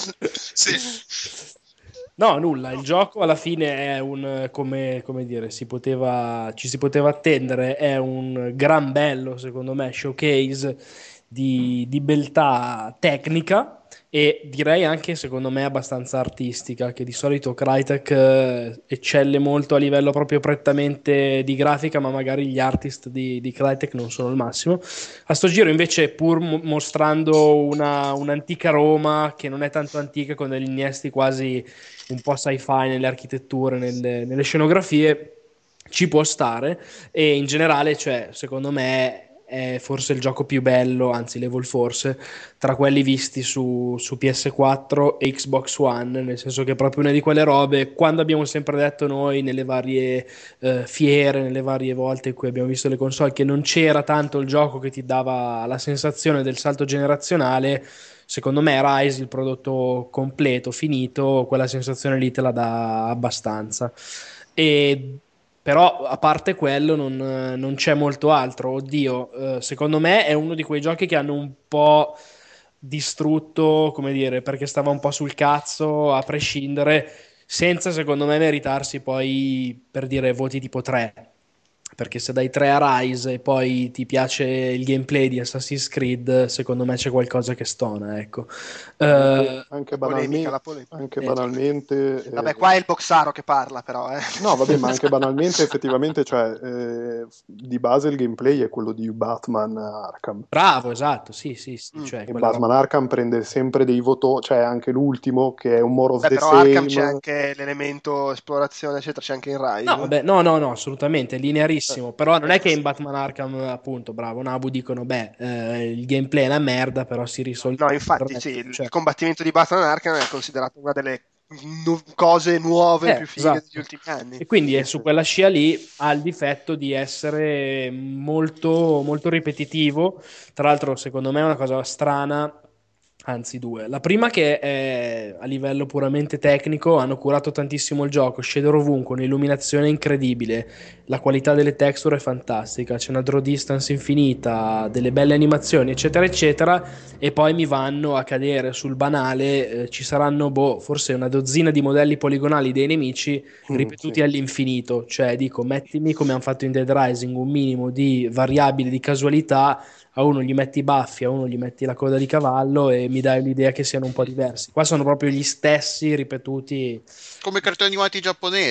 Speaker 7: Sì.
Speaker 6: no, nulla. Il gioco alla fine è un, come, come dire, si poteva, ci si poteva attendere, è un gran bello, secondo me, showcase di, di beltà tecnica e direi anche, secondo me, abbastanza artistica, che di solito Crytek eh, eccelle molto a livello proprio prettamente di grafica, ma magari gli artist di, di Crytek non sono il massimo. A sto giro invece, pur mo- mostrando una, un'antica Roma che non è tanto antica, con degli innesti quasi un po' sci-fi nelle architetture, nelle, nelle scenografie, ci può stare. E in generale, cioè, secondo me è forse il gioco più bello, anzi Level Force, tra quelli visti su, su P S quattro e Xbox One, nel senso che è proprio una di quelle robe, quando abbiamo sempre detto noi nelle varie eh, fiere, nelle varie volte in cui abbiamo visto le console, che non c'era tanto il gioco che ti dava la sensazione del salto generazionale. Secondo me Rise, il prodotto completo, finito, quella sensazione lì te la dà abbastanza. E però a parte quello non, non c'è molto altro. Oddio, eh, secondo me è uno di quei giochi che hanno un po' distrutto, come dire, perché stava un po' sul cazzo a prescindere, senza secondo me meritarsi poi, per dire, voti tipo tre. Perché se dai tre a Rise e poi ti piace il gameplay di Assassin's Creed, secondo me c'è qualcosa che stona, ecco.
Speaker 5: Anche,
Speaker 6: Eh,
Speaker 5: anche
Speaker 2: La polemica,
Speaker 5: banalmente,
Speaker 2: la polemica.
Speaker 5: anche
Speaker 6: Eh.
Speaker 5: banalmente eh,
Speaker 2: Vabbè, qua è il boxaro che parla, però. Eh.
Speaker 5: no, vabbè, ma anche banalmente, effettivamente, cioè, eh, di base il gameplay è quello di Batman Arkham.
Speaker 6: bravo, esatto, sì, sì, sì,
Speaker 2: Mm.
Speaker 6: cioè,
Speaker 5: E
Speaker 6: quella
Speaker 5: Batman
Speaker 6: roba-
Speaker 5: Arkham prende sempre dei voto, cioè anche l'ultimo, che è un more of
Speaker 2: Beh,
Speaker 5: the
Speaker 2: però
Speaker 5: same.
Speaker 2: Arkham c'è anche l'elemento esplorazione, eccetera, c'è anche in Rise.
Speaker 6: No, vabbè, no, no, no, assolutamente, è
Speaker 2: Eh.
Speaker 6: linearissimo, però non è che in Batman Arkham, appunto, bravo, Nabu dicono, beh, eh, il gameplay è una merda, però si risolve.
Speaker 2: No, infatti,
Speaker 6: il
Speaker 2: sì,
Speaker 6: resto,
Speaker 2: il
Speaker 6: cioè,
Speaker 2: combattimento di Batman Arkham è considerato una delle nu- cose nuove
Speaker 6: eh,
Speaker 2: più fighe
Speaker 6: esatto.
Speaker 2: degli ultimi anni.
Speaker 6: E quindi è
Speaker 5: Sì,
Speaker 6: su
Speaker 5: sì.
Speaker 6: quella scia lì ha il difetto di essere molto, molto ripetitivo. Tra l'altro, secondo me è una cosa strana. Anzi, due. La prima che è a livello puramente tecnico, hanno curato tantissimo il gioco, shader ovunque, un'illuminazione incredibile, la qualità delle texture è fantastica, c'è una draw distance infinita, delle belle animazioni, eccetera, eccetera, e poi mi vanno a cadere sul banale, eh, ci saranno, boh, forse una dozzina di modelli poligonali dei nemici
Speaker 5: Mm,
Speaker 6: ripetuti
Speaker 5: sì.
Speaker 6: all'infinito, cioè dico, mettimi come hanno fatto in Dead Rising un minimo di variabili di casualità, a uno gli metti i baffi, a uno gli metti la coda di cavallo e mi dai l'idea che siano un po' diversi. Qua sono proprio gli stessi ripetuti.
Speaker 3: Come i cartoni animati giapponesi.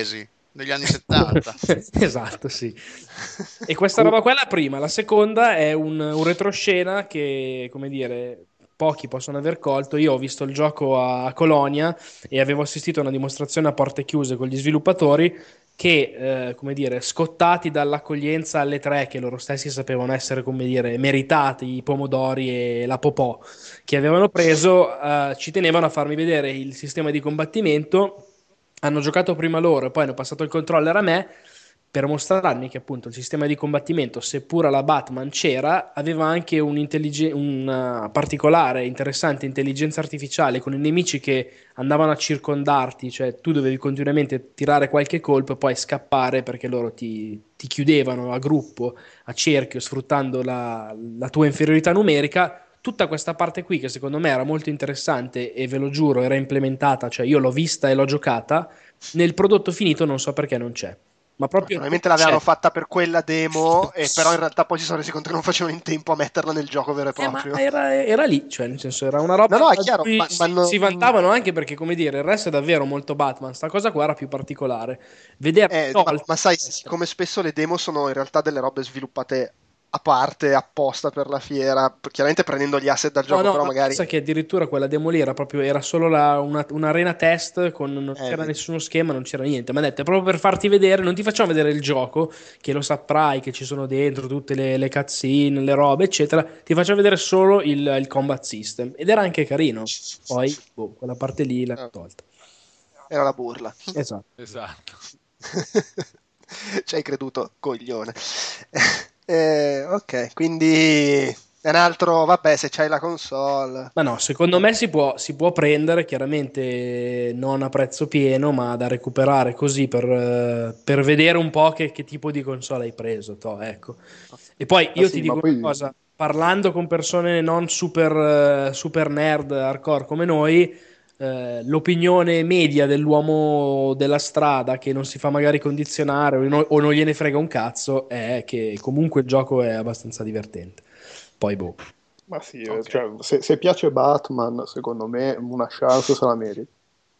Speaker 3: negli anni settanta.
Speaker 6: Esatto, sì. E questa roba qua è la prima. La seconda è un, un retroscena che, come dire, pochi possono aver colto. Io ho visto il gioco a Colonia e avevo assistito a una dimostrazione a porte chiuse con gli sviluppatori che, eh, come dire, scottati dall'accoglienza alle tre che loro stessi sapevano essere, come dire, meritati, i pomodori e la popò che avevano preso, eh, ci tenevano a farmi vedere il sistema di combattimento. Hanno giocato prima loro e poi hanno passato il controller a me per mostrarmi che appunto il sistema di combattimento, seppur alla Batman c'era, aveva anche un'intelligen- una particolare, interessante intelligenza artificiale con i nemici che andavano a circondarti, cioè tu dovevi continuamente tirare qualche colpo e poi scappare perché loro ti, ti chiudevano a gruppo, a cerchio, sfruttando la, la tua inferiorità numerica. Tutta questa parte qui che secondo me era molto interessante e ve lo giuro era implementata, cioè io l'ho vista e l'ho giocata, nel prodotto finito non so perché non c'è. Ma proprio
Speaker 2: probabilmente
Speaker 6: non
Speaker 2: l'avevano
Speaker 6: c'è.
Speaker 2: fatta per quella demo, e però in realtà poi si sono resi conto che non facevano in tempo a metterla nel gioco vero e
Speaker 6: Eh, ma
Speaker 2: proprio.
Speaker 6: era, era lì, cioè nel senso era una roba
Speaker 2: No, no, è
Speaker 6: a
Speaker 2: chiaro,
Speaker 6: cui
Speaker 2: ma-
Speaker 6: si,
Speaker 2: ma non-
Speaker 6: si vantavano anche perché, come dire, il resto è davvero molto Batman, sta cosa qua era più particolare. Vederla
Speaker 2: Eh, ma,
Speaker 6: tolta,
Speaker 2: ma sai, siccome spesso le demo sono in realtà delle robe sviluppate a parte, apposta per la fiera, p- chiaramente prendendo gli asset dal
Speaker 6: no,
Speaker 2: gioco,
Speaker 6: no,
Speaker 2: però
Speaker 6: ma
Speaker 2: magari...
Speaker 6: pensa che addirittura quella demo lì era proprio, era solo la- una- un'arena test con non
Speaker 2: Eh,
Speaker 6: c'era
Speaker 2: vedi.
Speaker 6: nessuno schema, non c'era niente. Ma ha detto, è proprio per farti vedere, non ti facciamo vedere il gioco, che lo saprai, che ci sono dentro tutte le, le cutscene, le robe, eccetera. Ti facciamo vedere solo il, il combat system. Ed era anche carino. Poi, boh, quella parte lì l'hanno
Speaker 2: Eh,
Speaker 6: tolta.
Speaker 2: Era la burla.
Speaker 6: Esatto.
Speaker 8: Esatto.
Speaker 2: Ci hai creduto, coglione. Eh, ok, quindi è un altro, vabbè, se c'hai la console.
Speaker 6: Ma no, secondo me si può, si può prendere, chiaramente non a prezzo pieno, ma da recuperare così per, eh, per vedere un po' che, che tipo di console hai preso. Toh, ecco. E poi
Speaker 5: Ah
Speaker 6: io ti
Speaker 5: sì,
Speaker 6: dico
Speaker 5: ma
Speaker 6: una
Speaker 5: poi
Speaker 6: cosa, parlando con persone non super, eh, super nerd, hardcore come noi, eh, l'opinione media dell'uomo della strada che non si fa magari condizionare o, no- o non gliene frega un cazzo è che comunque il gioco è abbastanza divertente. Poi boh.
Speaker 5: ma sì, eh,
Speaker 3: Ok.
Speaker 5: cioè, se, se piace Batman, secondo me una chance se la meriti.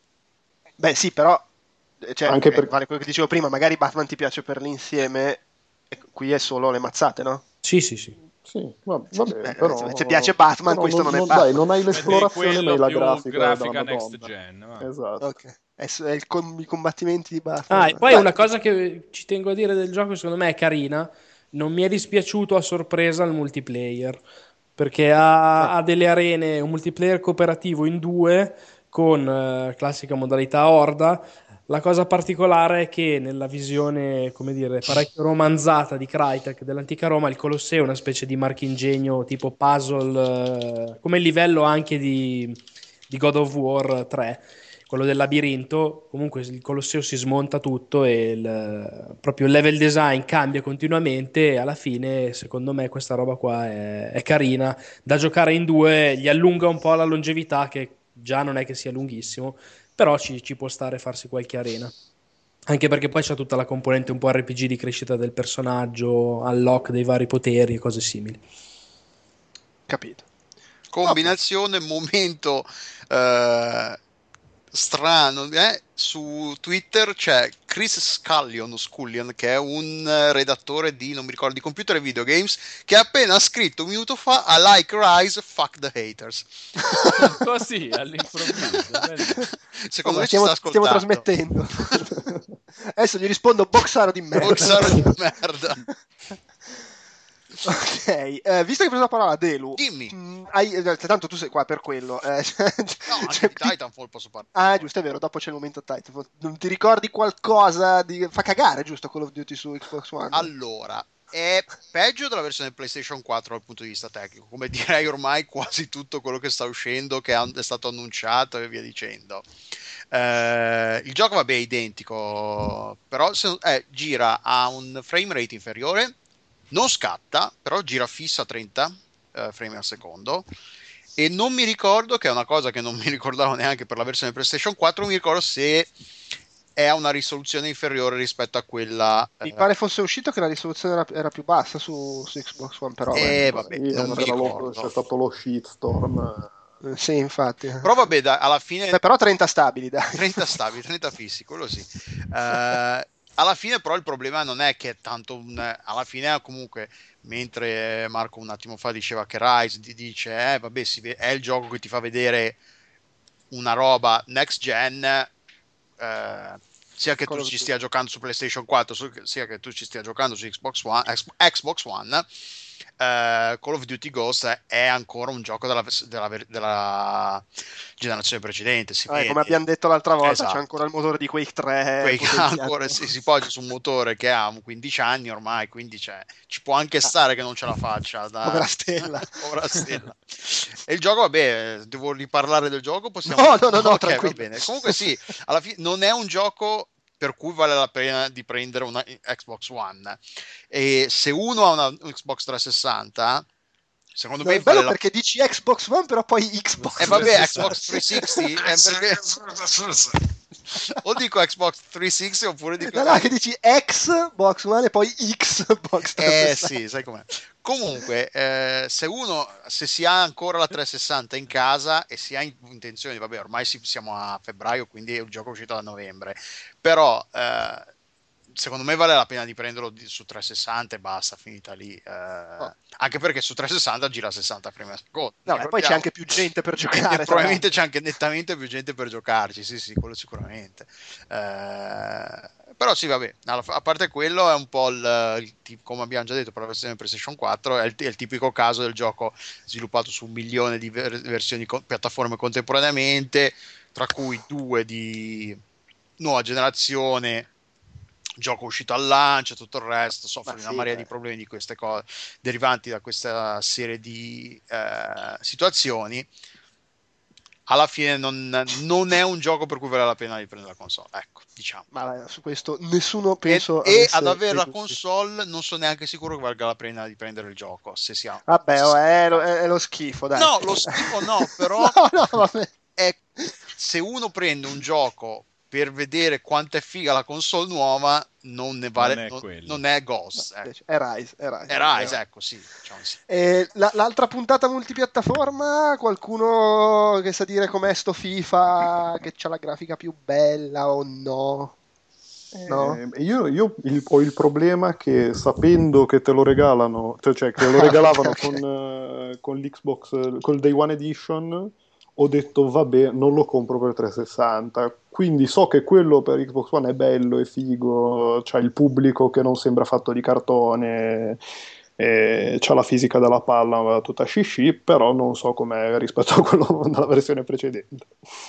Speaker 2: Beh, sì, però, eh, cioè,
Speaker 5: Anche
Speaker 2: eh,
Speaker 5: per...
Speaker 2: vale quello che dicevo prima, magari Batman ti piace per l'insieme, e qui è solo le mazzate, no?
Speaker 6: Sì, sì, sì.
Speaker 5: Sì, va, va bene,
Speaker 2: Eh, se ti piace
Speaker 5: però,
Speaker 2: Batman,
Speaker 5: però
Speaker 2: questo
Speaker 5: non,
Speaker 2: non è
Speaker 5: non- dai,
Speaker 2: Batman.
Speaker 5: non hai
Speaker 8: Vedi
Speaker 5: l'esplorazione, ma hai
Speaker 8: quello
Speaker 5: la
Speaker 8: più
Speaker 5: grafica della
Speaker 8: grafica next
Speaker 5: Madonna.
Speaker 8: gen. va.
Speaker 5: Esatto.
Speaker 2: Ok, è, s- è il com- i combattimenti di
Speaker 6: Ah, e
Speaker 2: Batman.
Speaker 6: poi
Speaker 2: Beh,
Speaker 6: una cosa che ci tengo a dire del gioco, secondo me è carina. Non mi è dispiaciuto a sorpresa il multiplayer, perché ha,
Speaker 2: ah,
Speaker 6: ha delle arene, un multiplayer cooperativo in due con eh, classica modalità Horda. La cosa particolare è che nella visione, come dire, parecchio romanzata di Crytek dell'antica Roma, il Colosseo è una specie di marchingegno tipo puzzle, eh, come il livello anche di, di God of War tre, quello del labirinto. Comunque il Colosseo si smonta tutto e il, proprio il level design cambia continuamente e alla fine secondo me questa roba qua è, è carina da giocare in due, gli allunga un po' la longevità che già non è che sia lunghissimo, però ci, ci può stare farsi qualche arena. Anche perché poi c'è tutta la componente un po' R P G di crescita del personaggio, unlock dei vari poteri e cose simili.
Speaker 2: capito.
Speaker 3: Combinazione, momento eh, strano, eh? Su Twitter c'è Chris Scullion, o Scullion, che è un eh, redattore di, non mi ricordo, di computer e videogames, che ha appena scritto un minuto fa I like Rise, fuck the haters.
Speaker 8: Così all'improvviso. bellissimo.
Speaker 3: Secondo
Speaker 2: Oh, ma
Speaker 3: me ci
Speaker 2: stiamo,
Speaker 3: sta
Speaker 2: stiamo
Speaker 3: ascoltando.
Speaker 2: trasmettendo. Adesso gli rispondo boxaro di merda.
Speaker 3: Boxaro di merda.
Speaker 2: Ok, eh, visto che hai preso la parola, Delu,
Speaker 3: Dimmi.
Speaker 2: mh, hai- eh, tanto tu sei qua per quello. eh, cioè-
Speaker 3: No, anche
Speaker 2: cioè,
Speaker 3: di
Speaker 2: ti-
Speaker 3: Titanfall posso parlare.
Speaker 2: Ah, giusto, è vero, dopo c'è il momento Titanfall. Non ti ricordi qualcosa di... Fa cagare, giusto, Call of Duty su Xbox One?
Speaker 3: Allora, è peggio della versione PlayStation quattro dal punto di vista tecnico, come direi ormai quasi tutto quello che sta uscendo, che è stato annunciato e via dicendo. Eh, il gioco vabbè è identico, però se, eh, gira a un frame rate inferiore, non scatta, però gira fisso a trenta eh, frame al secondo. E non mi ricordo, che è una cosa che non mi ricordavo neanche per la versione PlayStation quattro, mi ricordo se è a una risoluzione inferiore rispetto a quella.
Speaker 2: Mi
Speaker 3: eh,
Speaker 2: pare fosse uscito che la risoluzione era, era più bassa su, su Xbox One, però...
Speaker 3: eh,
Speaker 2: beh,
Speaker 3: vabbè,
Speaker 5: Sì,
Speaker 3: non mi
Speaker 5: c'era lo-
Speaker 3: ricordo.
Speaker 5: c'è stato lo shitstorm.
Speaker 2: eh, sì, infatti.
Speaker 3: Però vabbè, dai, alla fine
Speaker 2: Beh, però trenta stabili, dai.
Speaker 3: trenta stabili, trenta fissi, quello sì. Eh, alla fine però il problema non è che è tanto un, alla fine comunque, mentre Marco un attimo fa diceva che Rise ti dice eh vabbè si ve- è il gioco che ti fa vedere una roba next gen, eh, sia che tu ci stia giocando su PlayStation quattro sia che tu ci stia giocando su Xbox One, Xbox One Uh, Call of Duty Ghost è ancora un gioco della, della, della generazione precedente, si
Speaker 2: eh, come abbiamo detto l'altra volta,
Speaker 3: esatto.
Speaker 2: C'è ancora il motore di Quake tre,
Speaker 3: Quake ancora, si, si poggia su un motore che ha quindici anni ormai, quindi c'è, ci può anche stare che non ce la faccia da...
Speaker 2: povera stella.
Speaker 3: Povera stella. E il gioco, vabbè, devo riparlare del gioco? Possiamo...
Speaker 2: no no no, no
Speaker 3: okay, va bene. Comunque sì, alla fine non è un gioco per cui vale la pena di prendere una Xbox One, e se uno ha una Xbox trecentosessanta, secondo
Speaker 2: no,
Speaker 3: me
Speaker 2: è bello
Speaker 3: vale la...
Speaker 2: perché dici Xbox One però poi Xbox
Speaker 3: e eh, vabbè Xbox trecentosessanta è perché... o dico Xbox trecentosessanta oppure dico
Speaker 2: no, no, che dici Xbox One e poi Xbox trecentosessanta.
Speaker 3: Eh sì, sai com'è. Comunque, eh, se uno, se si ha ancora la trecentosessanta in casa e si ha in- intenzione, vabbè, ormai si- siamo a febbraio, quindi il gioco è uscito a novembre, però eh, secondo me vale la pena di prenderlo di- su trecentosessanta e basta, finita lì. eh,
Speaker 2: Oh.
Speaker 3: Anche perché su trecentosessanta gira sessanta frame a secondo.
Speaker 2: No, e poi c'è anche più gente per giocare.
Speaker 3: E
Speaker 2: tra
Speaker 3: probabilmente c'è anche nettamente più gente per giocarci, sì, sì, quello sicuramente. Eh, però sì, vabbè, alla- a parte quello è un po' il, il tipo- come abbiamo già detto per la versione PlayStation quattro, è il, è il tipico caso del gioco sviluppato su un milione di ver- versioni con piattaforme contemporaneamente, tra cui due di nuova generazione, gioco uscito al lancio, tutto il resto, soffre
Speaker 2: Ma
Speaker 3: di una
Speaker 2: sì,
Speaker 3: marea
Speaker 2: eh.
Speaker 3: di problemi di queste cose derivanti da questa serie di eh, situazioni. Alla fine non, non è un gioco per cui vale la pena di prendere la console, ecco, diciamo.
Speaker 2: Ma su questo nessuno
Speaker 3: E,
Speaker 2: penso
Speaker 3: e
Speaker 2: avesse
Speaker 3: ad avere la
Speaker 2: dei dubbi.
Speaker 3: console non sono neanche sicuro che valga la pena di prendere il gioco, se si ha.
Speaker 2: Vabbè, oh, è, lo, è lo schifo, dai.
Speaker 3: No, lo schifo no, però
Speaker 2: no, no, vabbè.
Speaker 3: è, se uno prende un gioco per vedere quanto è figa la console nuova, non ne vale,
Speaker 8: Non è
Speaker 3: non,
Speaker 8: quello.
Speaker 3: non è Ghost,
Speaker 2: No,
Speaker 3: ecco.
Speaker 2: invece, è Rise, è Rise.
Speaker 3: È Rise, ecco, sì, diciamo sì.
Speaker 2: E la- l'altra puntata multipiattaforma, qualcuno che sa dire com'è sto FIFA, che c'ha la grafica più bella o no? No?
Speaker 5: Eh, io io il- ho il problema che sapendo che te lo regalano, cioè, cioè che lo regalavano
Speaker 2: Ok, ok.
Speaker 5: con, eh, con l'Xbox, eh, col Day One Edition, ho detto vabbè, non lo compro per trecentosessanta. Quindi so che quello per Xbox One è bello, è figo, c'ha il pubblico che non sembra fatto di cartone, eh, c'ha la fisica della palla tutta scisci, però non so com'è rispetto a quello della versione precedente.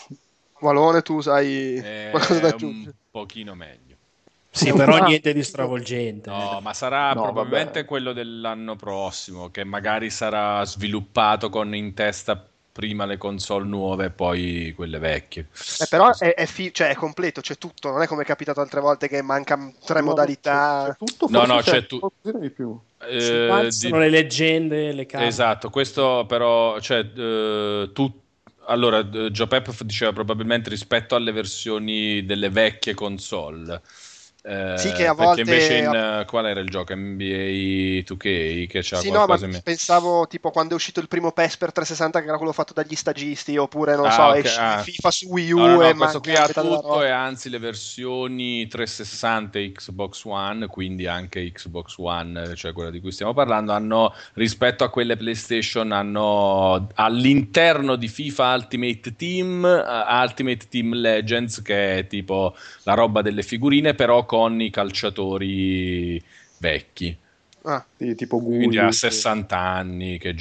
Speaker 2: Valone, tu sai qualcosa da
Speaker 8: È un
Speaker 2: aggiungere?
Speaker 8: pochino meglio.
Speaker 6: Sì, però niente di stravolgente.
Speaker 8: No, ma sarà
Speaker 5: No,
Speaker 8: probabilmente
Speaker 5: vabbè.
Speaker 8: quello dell'anno prossimo, che magari sarà sviluppato con in testa prima le console nuove e poi quelle vecchie.
Speaker 2: Eh, però è, è fi- cioè, è completo, c'è tutto, non è come è capitato altre volte che mancano tre
Speaker 5: No,
Speaker 2: modalità.
Speaker 5: c'è, c'è tutto,
Speaker 8: No,
Speaker 5: forse
Speaker 8: no,
Speaker 5: c'è
Speaker 8: c'è tu-
Speaker 5: qualcosina di più.
Speaker 8: Eh,
Speaker 6: Su quali
Speaker 8: di-
Speaker 6: sono le leggende, le carte.
Speaker 8: Esatto, questo però, cioè, eh, tu, allora, eh, Joe Pep diceva probabilmente rispetto alle versioni delle vecchie console. Eh,
Speaker 2: Sì, che a
Speaker 8: perché
Speaker 2: volte-
Speaker 8: invece in eh, qual era il gioco? N B A due K che c'ha
Speaker 2: Sì, no, ma
Speaker 8: qualcosa in me-
Speaker 2: pensavo tipo quando è uscito il primo PES per trecentosessanta, che era quello fatto dagli stagisti, oppure non
Speaker 8: Ah,
Speaker 2: so,
Speaker 8: ok,
Speaker 2: esce
Speaker 8: ah.
Speaker 2: FIFA su Wii U
Speaker 8: No, no, no,
Speaker 2: e
Speaker 8: questo qui
Speaker 2: manca
Speaker 8: ha
Speaker 2: metà della
Speaker 8: tutto
Speaker 2: roba.
Speaker 8: e anzi le versioni trecentosessanta e Xbox One, quindi anche Xbox One, cioè quella di cui stiamo parlando, hanno rispetto a quelle PlayStation hanno all'interno di FIFA Ultimate Team, uh, Ultimate Team Legends, che è tipo la roba delle figurine, però con i calciatori vecchi.
Speaker 2: Ah,
Speaker 5: Sì, tipo
Speaker 8: Quindi a
Speaker 5: Gulli.
Speaker 8: sessanta anni che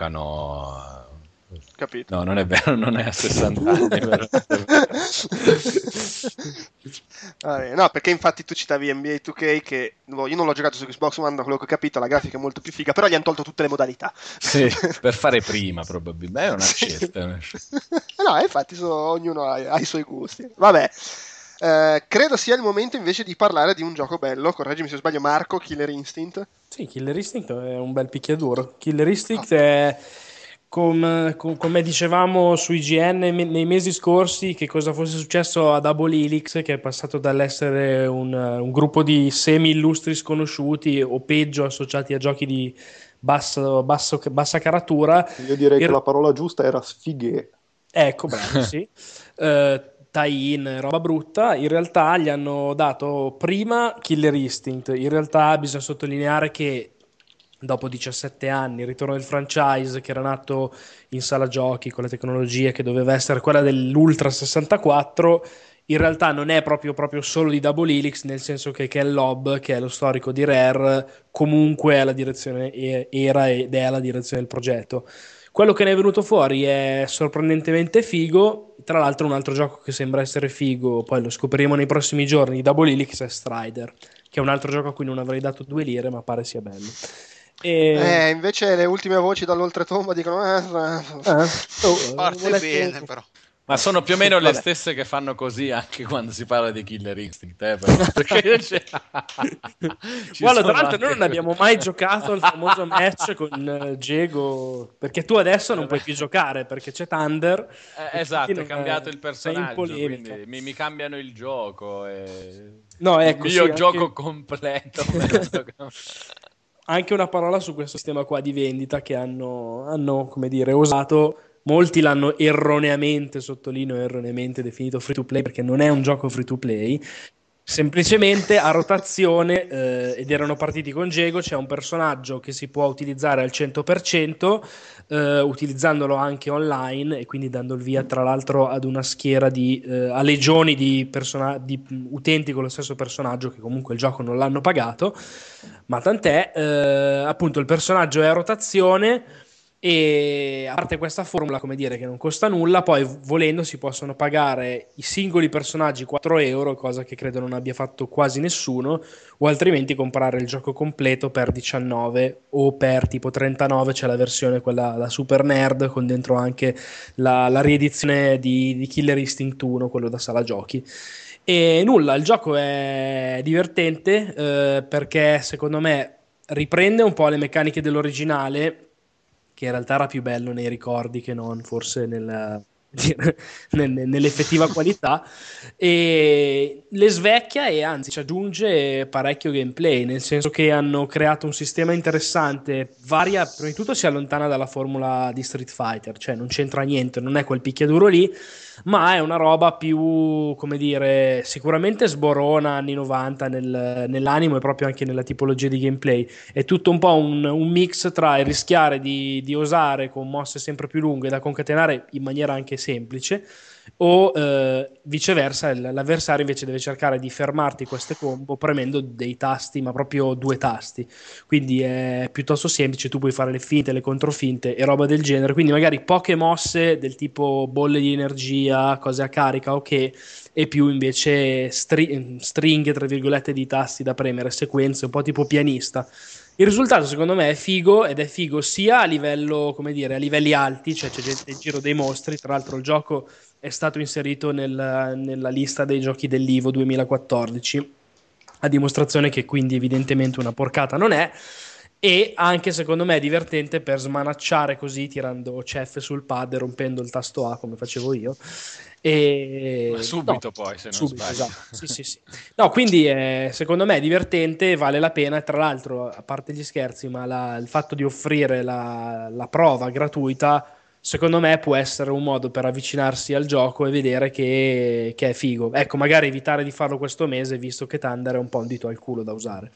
Speaker 8: giocano.
Speaker 2: capito.
Speaker 8: No, non è vero, non è a sessanta anni. Però.
Speaker 2: Vabbè, no, perché infatti tu citavi N B A due K che no, io non l'ho giocato su Xbox One, da quello che ho capito la grafica è molto più figa, però gli hanno tolto tutte le modalità.
Speaker 8: Sì, per fare prima probabilmente. È una
Speaker 2: Sì.
Speaker 8: scelta. è una scelta.
Speaker 2: No, infatti so- ognuno ha, ha i suoi gusti. Vabbè, eh, credo sia il momento invece di parlare di un gioco bello, correggimi se sbaglio Marco, Killer Instinct.
Speaker 6: Sì, Killer Instinct è un bel picchiaduro. Killer Instinct è, com- com- come dicevamo su I G N me- nei mesi scorsi, che cosa fosse successo a Double Helix, che è passato dall'essere un, un gruppo di semi-illustri sconosciuti o peggio associati a giochi di basso, basso- bassa caratura.
Speaker 5: Io direi
Speaker 6: Il-
Speaker 5: che la parola giusta era sfighe.
Speaker 6: Ecco, bravo, sì. Eh, tie-in, roba brutta. In realtà gli hanno dato prima Killer Instinct. In realtà bisogna sottolineare che dopo diciassette anni, il ritorno del franchise che era nato in sala giochi con le tecnologie che doveva essere quella dell'Ultra sessantaquattro, in realtà non è proprio, proprio solo di Double Helix, nel senso che Ken Lobb, che è lo storico di Rare, comunque è la direzione, era ed è la direzione del progetto. Quello che ne è venuto fuori è sorprendentemente figo. Tra l'altro un altro gioco che sembra essere figo, poi lo scopriremo nei prossimi giorni, di Double Helix, è Strider, che è un altro gioco a cui non avrei dato due lire, ma pare sia bello. E...
Speaker 2: Eh, invece le ultime voci dall'oltretomba dicono eh,
Speaker 6: eh, oh,
Speaker 3: parte bene però.
Speaker 8: Ma sono più o meno le
Speaker 6: Vabbè.
Speaker 8: stesse che fanno così anche quando si parla di Killer Instinct, eh, però, perché c'è... Ci
Speaker 6: Guarda,
Speaker 8: sono
Speaker 6: tra l'altro
Speaker 8: anche
Speaker 6: noi non abbiamo mai giocato al famoso match con eh, Diego, perché tu adesso non puoi più giocare perché c'è Thunder.
Speaker 8: Eh, esatto, è
Speaker 6: non
Speaker 8: cambiato il
Speaker 6: sei in
Speaker 8: personaggio,
Speaker 6: polemica.
Speaker 8: quindi mi, mi cambiano il gioco. E...
Speaker 6: No, ecco,
Speaker 8: il mio
Speaker 6: sì,
Speaker 8: gioco
Speaker 6: anche-
Speaker 8: completo. me lo sto-
Speaker 6: Anche una parola su questo sistema qua di vendita che hanno, hanno, come dire, osato. Molti l'hanno erroneamente, sottolineo erroneamente, definito free to play perché non è un gioco free to play. Semplicemente a rotazione, eh, ed erano partiti con Diego, c'è un personaggio che si può utilizzare al cento per cento, eh, utilizzandolo anche online e quindi dando il via tra l'altro ad una schiera di eh, a legioni di, persona- di utenti con lo stesso personaggio che comunque il gioco non l'hanno pagato, ma tant'è. Eh, appunto il personaggio è a rotazione e a parte questa formula, come dire, che non costa nulla, poi volendo si possono pagare i singoli personaggi quattro euro, cosa che credo non abbia fatto quasi nessuno, o altrimenti comprare il gioco completo per diciannove o per tipo trentanove. C'è la versione quella la Super Nerd con dentro anche la, la riedizione di, di Killer Instinct uno, quello da sala giochi. E nulla, il gioco è divertente eh, perché secondo me riprende un po' le meccaniche dell'originale, che in realtà era più bello nei ricordi che non forse nel, nel- nell'effettiva qualità, e le svecchia e anzi ci aggiunge parecchio gameplay, nel senso che hanno creato un sistema interessante, varia, prima di tutto si allontana dalla formula di Street Fighter, cioè non c'entra niente, non è quel picchiaduro lì, ma è una roba più, come dire, sicuramente sborona anni novanta nel- nell'animo e proprio anche nella tipologia di gameplay. È tutto un po' un, un mix tra il rischiare di, di osare con mosse sempre più lunghe da concatenare in maniera anche semplice, o eh, viceversa l- l'avversario invece deve cercare di fermarti queste combo premendo dei tasti, ma proprio due tasti. Quindi è piuttosto semplice, tu puoi fare le finte, le controfinte e roba del genere, quindi magari poche mosse del tipo bolle di energia, cose a carica, ok, e più invece stri- stringhe, tra virgolette, di tasti da premere, sequenze, un po' tipo pianista. Il risultato secondo me è figo, ed è figo sia a livello, come dire, a livelli alti, cioè c'è gente in giro dei mostri. Tra l'altro il gioco è stato inserito nel- nella lista dei giochi dell'I V O duemilaquattordici, a dimostrazione che quindi evidentemente una porcata non è. E anche secondo me è divertente per smanacciare così, tirando cef sul pad e rompendo il tasto A come facevo io. E...
Speaker 8: Ma subito
Speaker 6: no,
Speaker 8: poi, se non
Speaker 6: subito,
Speaker 8: sbaglio.
Speaker 6: esatto. Sì, sì, sì. No, quindi eh, secondo me è divertente, vale la pena. E tra l'altro, a parte gli scherzi, ma la- il fatto di offrire la, la prova gratuita, secondo me può essere un modo per avvicinarsi al gioco e vedere che, che è figo. Ecco, magari evitare di farlo questo mese, visto che Thunder è un po' un dito al culo da usare.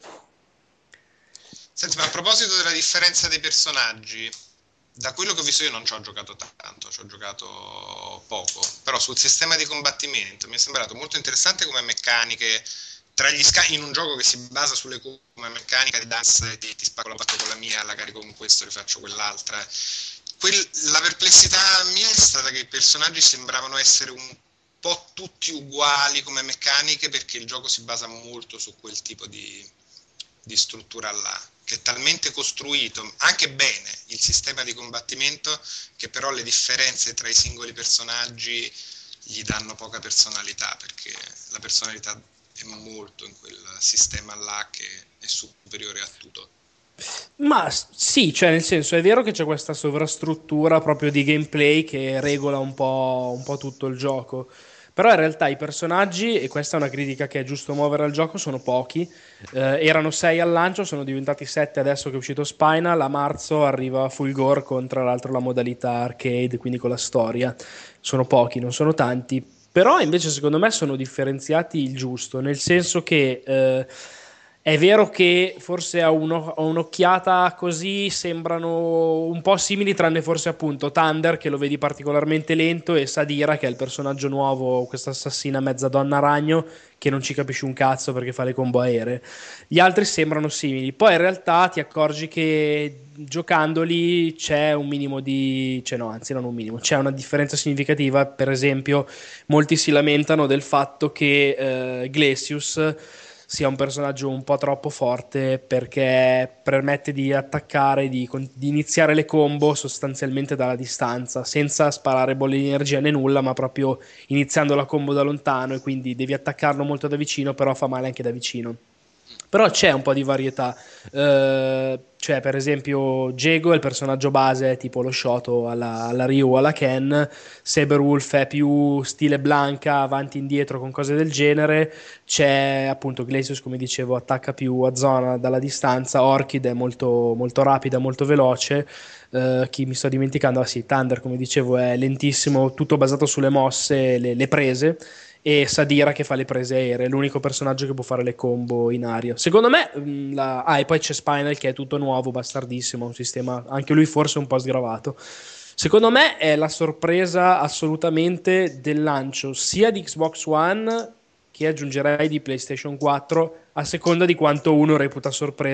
Speaker 7: Senti, ma a proposito della differenza dei personaggi, da quello che ho visto io non ci ho giocato tanto, ci ho giocato poco, però sul sistema di combattimento mi è sembrato molto interessante come meccaniche tra gli scatti, in un gioco che si basa sulle come meccanica di dance, ti, ti spacco la parte con la mia, la carico con questo, rifaccio quell'altra. Quel, la perplessità mia è stata che i personaggi sembravano essere un po' tutti uguali come meccaniche, perché il gioco si basa molto su quel tipo di, di struttura là, che è talmente costruito anche bene il sistema di combattimento che però le differenze tra i singoli personaggi gli danno poca personalità, perché la personalità è molto in quel sistema là che è superiore a tutto.
Speaker 6: Ma sì, cioè nel senso è vero che c'è questa sovrastruttura proprio di gameplay che regola un po', un po' tutto il gioco, però in realtà i personaggi, e questa è una critica che è giusto muovere al gioco, sono pochi. Eh, erano sei al lancio, sono diventati sette adesso che è uscito Spinal. A marzo arriva Fulgor con tra l'altro la modalità arcade, quindi con la storia. Sono pochi, non sono tanti. Però invece secondo me sono differenziati il giusto, nel senso che eh, è vero che forse a, uno- a un'occhiata così sembrano un po' simili, tranne forse appunto Thunder, che lo vedi particolarmente lento, e Sadira, che è il personaggio nuovo, questa assassina mezza donna ragno, che non ci capisci un cazzo perché fa le combo aeree. Gli altri sembrano simili, poi in realtà ti accorgi che giocandoli c'è un minimo di... cioè no, anzi non un minimo, c'è una differenza significativa. Per esempio, molti si lamentano del fatto che eh, Glacius sia un personaggio un po' troppo forte, perché permette di attaccare, di, con- di iniziare le combo sostanzialmente dalla distanza, senza sparare bolle di energia né nulla, ma proprio iniziando la combo da lontano, e quindi devi attaccarlo molto da vicino, però fa male anche da vicino. Però c'è un po' di varietà. Eh, cioè, per esempio, Jago è il personaggio base, tipo lo Shoto alla, alla Ryu o alla Ken. Saberwolf è più stile Blanca, avanti e indietro con cose del genere. C'è appunto Glacius, come dicevo, attacca più a zona dalla distanza. Orchid è molto, molto rapida, molto veloce. Eh, chi mi sto dimenticando? Ah sì, Thunder, come dicevo, è lentissimo, tutto basato sulle mosse, le, le prese. E Sadira che fa le prese aeree, è l'unico personaggio che può fare le combo in aria. Secondo me, mh, la... ah, e poi c'è Spinal che è tutto nuovo, bastardissimo, un sistema anche lui forse un po' sgravato. Secondo me è la sorpresa assolutamente del lancio sia di Xbox One che aggiungerei di PlayStation quattro, a seconda di quanto uno reputa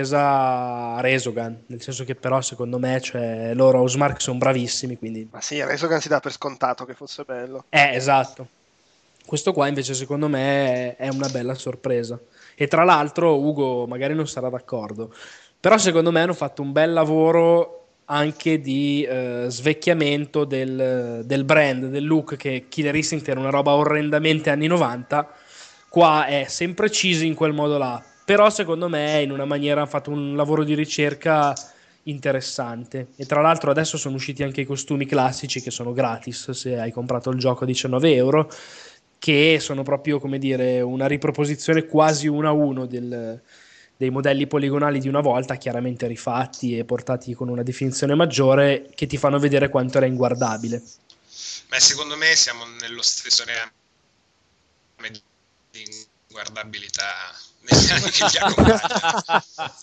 Speaker 6: sorpresa Resogun, nel senso che però secondo me, cioè, loro Housemarque sono bravissimi, quindi...
Speaker 2: Ma sì, Resogun si dà per scontato che fosse bello.
Speaker 6: Eh, esatto. Questo qua invece secondo me è una bella sorpresa. E tra l'altro Ugo magari non sarà d'accordo, però secondo me hanno fatto un bel lavoro anche di eh, svecchiamento del, del brand, del look, che Killer Instinct era una roba orrendamente anni novanta, qua è sempre cheesy in quel modo là, però secondo me in una maniera ha fatto un lavoro di ricerca interessante. E tra l'altro adesso sono usciti anche i costumi classici che sono gratis se hai comprato il gioco a diciannove euro, che sono proprio, come dire, una riproposizione quasi uno a uno del, dei modelli poligonali di una volta, chiaramente rifatti e portati con una definizione maggiore, che ti fanno vedere quanto era inguardabile.
Speaker 7: Beh, secondo me siamo nello stesso reame di inguardabilità negli anni che ci accompagnano.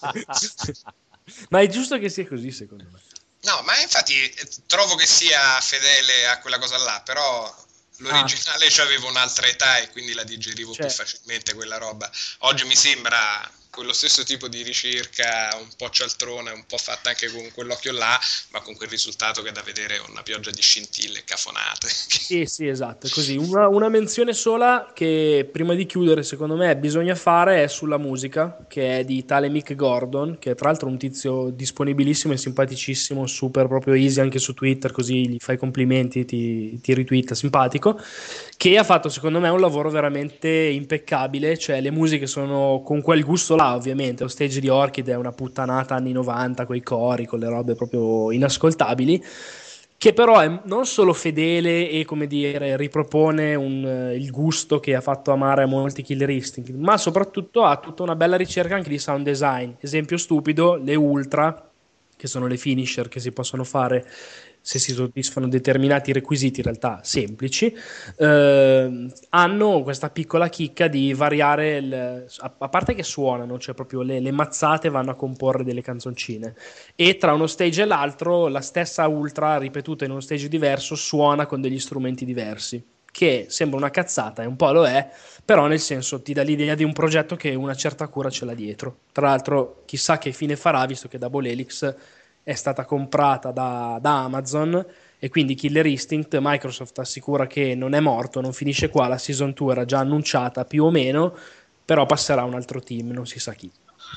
Speaker 6: Ma è giusto che sia così, secondo me.
Speaker 7: No, ma infatti trovo che sia fedele a quella cosa là, però l'originale ah. c'aveva un'altra età e quindi la digerivo certo. più facilmente quella roba. Oggi mi sembra quello stesso tipo di ricerca un po' cialtrona, un po' fatta anche con quell'occhio là, ma con quel risultato che da vedere è una pioggia di scintille e cafonate.
Speaker 6: Sì, sì, esatto, è così. Una, una menzione sola che prima di chiudere secondo me bisogna fare è sulla musica, che è di tale Mick Gordon, che è tra l'altro un tizio disponibilissimo e simpaticissimo, super proprio easy anche su Twitter, così gli fai complimenti, ti, ti retweeta, simpatico, che ha fatto secondo me un lavoro veramente impeccabile. Cioè le musiche sono con quel gusto là, ovviamente lo stage di Orchid è una puttanata anni novanta, coi cori, con le robe proprio inascoltabili, che però è non solo fedele e, come dire, ripropone un, il gusto che ha fatto amare a molti Killer Instinct, ma soprattutto ha tutta una bella ricerca anche di sound design. Esempio stupido, le Ultra, che sono le finisher che si possono fare se si soddisfano determinati requisiti, in realtà semplici, eh, hanno questa piccola chicca di variare, il, a, a parte che suonano, cioè proprio le, le mazzate vanno a comporre delle canzoncine, e tra uno stage e l'altro la stessa Ultra ripetuta in uno stage diverso suona con degli strumenti diversi, che sembra una cazzata e un po' lo è, però nel senso ti dà l'idea di un progetto che una certa cura ce l'ha dietro. Tra l'altro chissà che fine farà, visto che Double Helix è stata comprata da, da Amazon, e quindi Killer Instinct, Microsoft assicura che non è morto, non finisce qua, la season due era già annunciata più o meno, però passerà a un altro team, non si sa chi.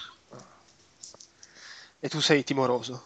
Speaker 2: E tu sei timoroso?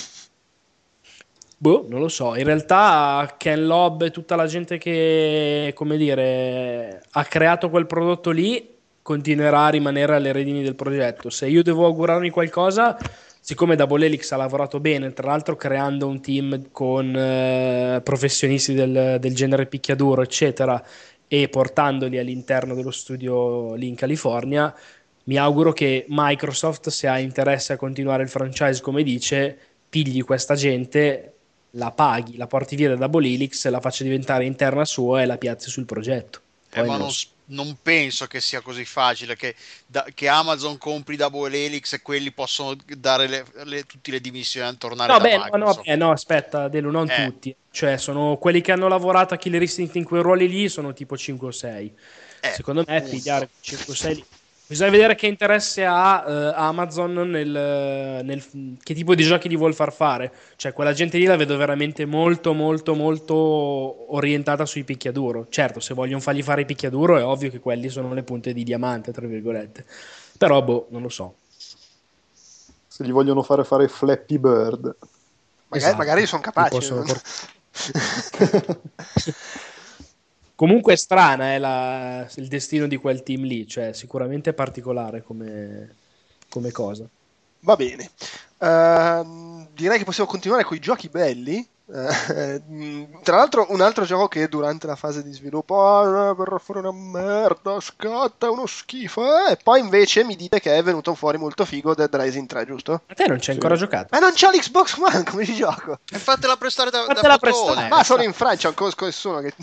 Speaker 6: Boh, non lo so. In realtà Ken Lobb e tutta la gente che, come dire, ha creato quel prodotto lì continuerà a rimanere alle redini del progetto. Se io devo augurarmi qualcosa, siccome Double Helix ha lavorato bene, tra l'altro creando un team con eh, professionisti del, del genere picchiaduro, eccetera, e portandoli all'interno dello studio lì in California, mi auguro che Microsoft, se ha interesse a continuare il franchise come dice, pigli questa gente, la paghi, la porti via da Double Helix, la faccia diventare interna sua e la piazzi sul progetto.
Speaker 3: Eh,
Speaker 6: Poi
Speaker 3: ma
Speaker 6: non
Speaker 3: non,
Speaker 6: so.
Speaker 3: non penso che sia così facile che, da- che Amazon compri Double Helix e quelli possono dare le- le- tutte le dimissioni e tornare
Speaker 6: No,
Speaker 3: da
Speaker 6: beh, no, no,
Speaker 3: Microsoft.
Speaker 6: beh, no, aspetta, Delu, non
Speaker 3: Eh,
Speaker 6: tutti. Cioè, sono quelli che hanno lavorato a Killer Instinct in quei ruoli lì, sono tipo cinque o sei.
Speaker 3: eh,
Speaker 6: Secondo me,
Speaker 3: appunto.
Speaker 6: pigliare cinque o sei lì. Bisogna vedere che interesse ha eh, Amazon nel, nel- che tipo di giochi li vuol far fare. Cioè, quella gente lì la vedo veramente molto, molto, molto orientata sui picchiaduro. Certo, se vogliono fargli fare i picchiaduro, è ovvio che quelli sono le punte di diamante, tra virgolette. Però, boh, non lo so.
Speaker 5: Se gli vogliono fare fare Flappy Bird.
Speaker 2: Magari,
Speaker 6: Esatto.
Speaker 2: magari sono
Speaker 6: Li
Speaker 2: capaci.
Speaker 6: possono
Speaker 2: non-
Speaker 6: portare. Comunque è strana, è la- il destino di quel team lì, cioè sicuramente particolare come, come cosa.
Speaker 2: Va bene. Ehm, direi che possiamo continuare con i giochi belli. Eh, mh, tra l'altro, un altro gioco che durante la fase di sviluppo ah, verrà fuori una merda, scatta, è uno schifo. eh, E poi invece mi dite che è venuto fuori molto figo Dead Rising tre, giusto?
Speaker 6: A te non c'è ancora giocato?
Speaker 2: Ma non c'ho l'Xbox One, come ci gioco?
Speaker 3: E fatela prestare da, da
Speaker 6: Fatela
Speaker 3: Potone.
Speaker 6: prestare.
Speaker 2: Ma sono in Francia, non conosco nessuno che...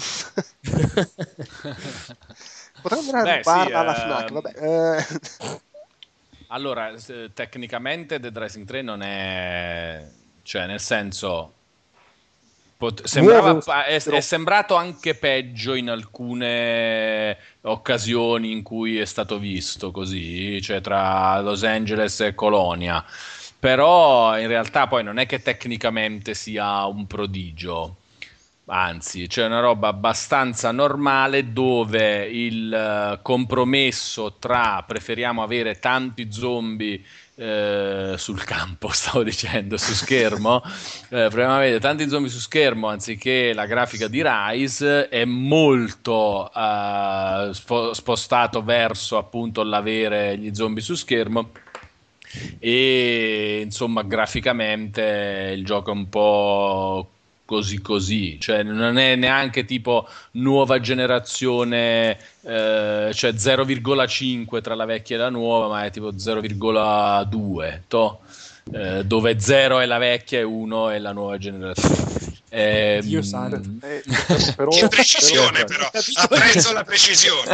Speaker 2: Potrei andare a
Speaker 8: Beh,
Speaker 2: rubarla
Speaker 8: sì,
Speaker 2: alla
Speaker 8: ehm,
Speaker 2: FNAC, vabbè. Eh,
Speaker 8: Allora, se- tecnicamente Dead Rising tre non è... Cioè, nel senso... pot- sembrava,
Speaker 5: Nuovo,
Speaker 8: pa- è,
Speaker 5: però.
Speaker 8: è sembrato anche peggio in alcune occasioni in cui è stato visto così, cioè tra Los Angeles e Colonia. Però in realtà poi non è che tecnicamente sia un prodigio. Anzi, c'è una roba abbastanza normale dove il eh, compromesso tra preferiamo avere tanti zombie eh, sul campo, stavo dicendo, su schermo, eh, preferiamo avere tanti zombie su schermo anziché la grafica di Rise, è molto eh, spo- spostato verso appunto l'avere gli zombie su schermo. E insomma, graficamente il gioco è un po' così così, cioè non è neanche tipo nuova generazione, eh, cioè zero virgola cinque tra la vecchia e la nuova, ma è tipo zero virgola due, to? Eh, dove zero è la vecchia e uno è la nuova generazione. Ehm,
Speaker 6: Dio santo.
Speaker 5: Eh, però,
Speaker 7: Che precisione,
Speaker 5: però-
Speaker 7: però. Apprezzo la precisione.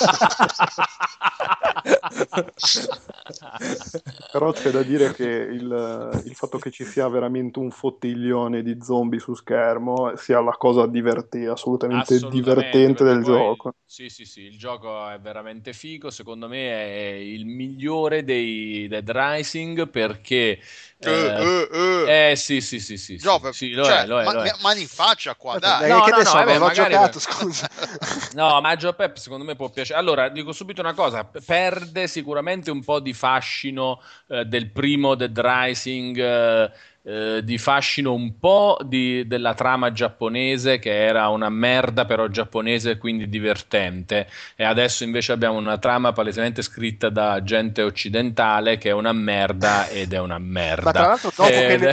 Speaker 5: Però c'è da dire che il, il fatto che ci sia veramente un fottiglione di zombie su schermo sia la cosa divertente, assolutamente,
Speaker 8: Assolutamente,
Speaker 5: divertente
Speaker 8: perché
Speaker 5: del
Speaker 8: poi-
Speaker 5: gioco.
Speaker 8: Sì, sì, sì, il gioco è veramente figo, secondo me è il migliore dei Dead Rising perché...
Speaker 3: Eh,
Speaker 8: eh,
Speaker 3: eh, eh.
Speaker 8: eh, sì, sì, sì, sì, sì,
Speaker 3: Giove,
Speaker 8: sì, lo
Speaker 3: cioè,
Speaker 8: è, lo è,
Speaker 3: ma-
Speaker 8: lo è.
Speaker 3: mani in faccia qua,
Speaker 2: vabbè,
Speaker 3: dai.
Speaker 8: No,
Speaker 2: che
Speaker 8: no,
Speaker 2: ne
Speaker 8: no,
Speaker 2: so,
Speaker 8: vabbè,
Speaker 2: non l'ho
Speaker 8: magari-
Speaker 2: giocato, scusa.
Speaker 8: No, Maggio Pep secondo me può piacere. Allora, dico subito una cosa, p- perde sicuramente un po' di fascino eh, del primo Dead Rising, eh, eh, di fascino un po' di- della trama giapponese che era una merda però giapponese e quindi divertente e adesso invece abbiamo una trama palesemente scritta da gente occidentale che è una merda ed è una merda.
Speaker 2: Ma tra l'altro dopo che
Speaker 8: Ed
Speaker 2: nel...
Speaker 8: è-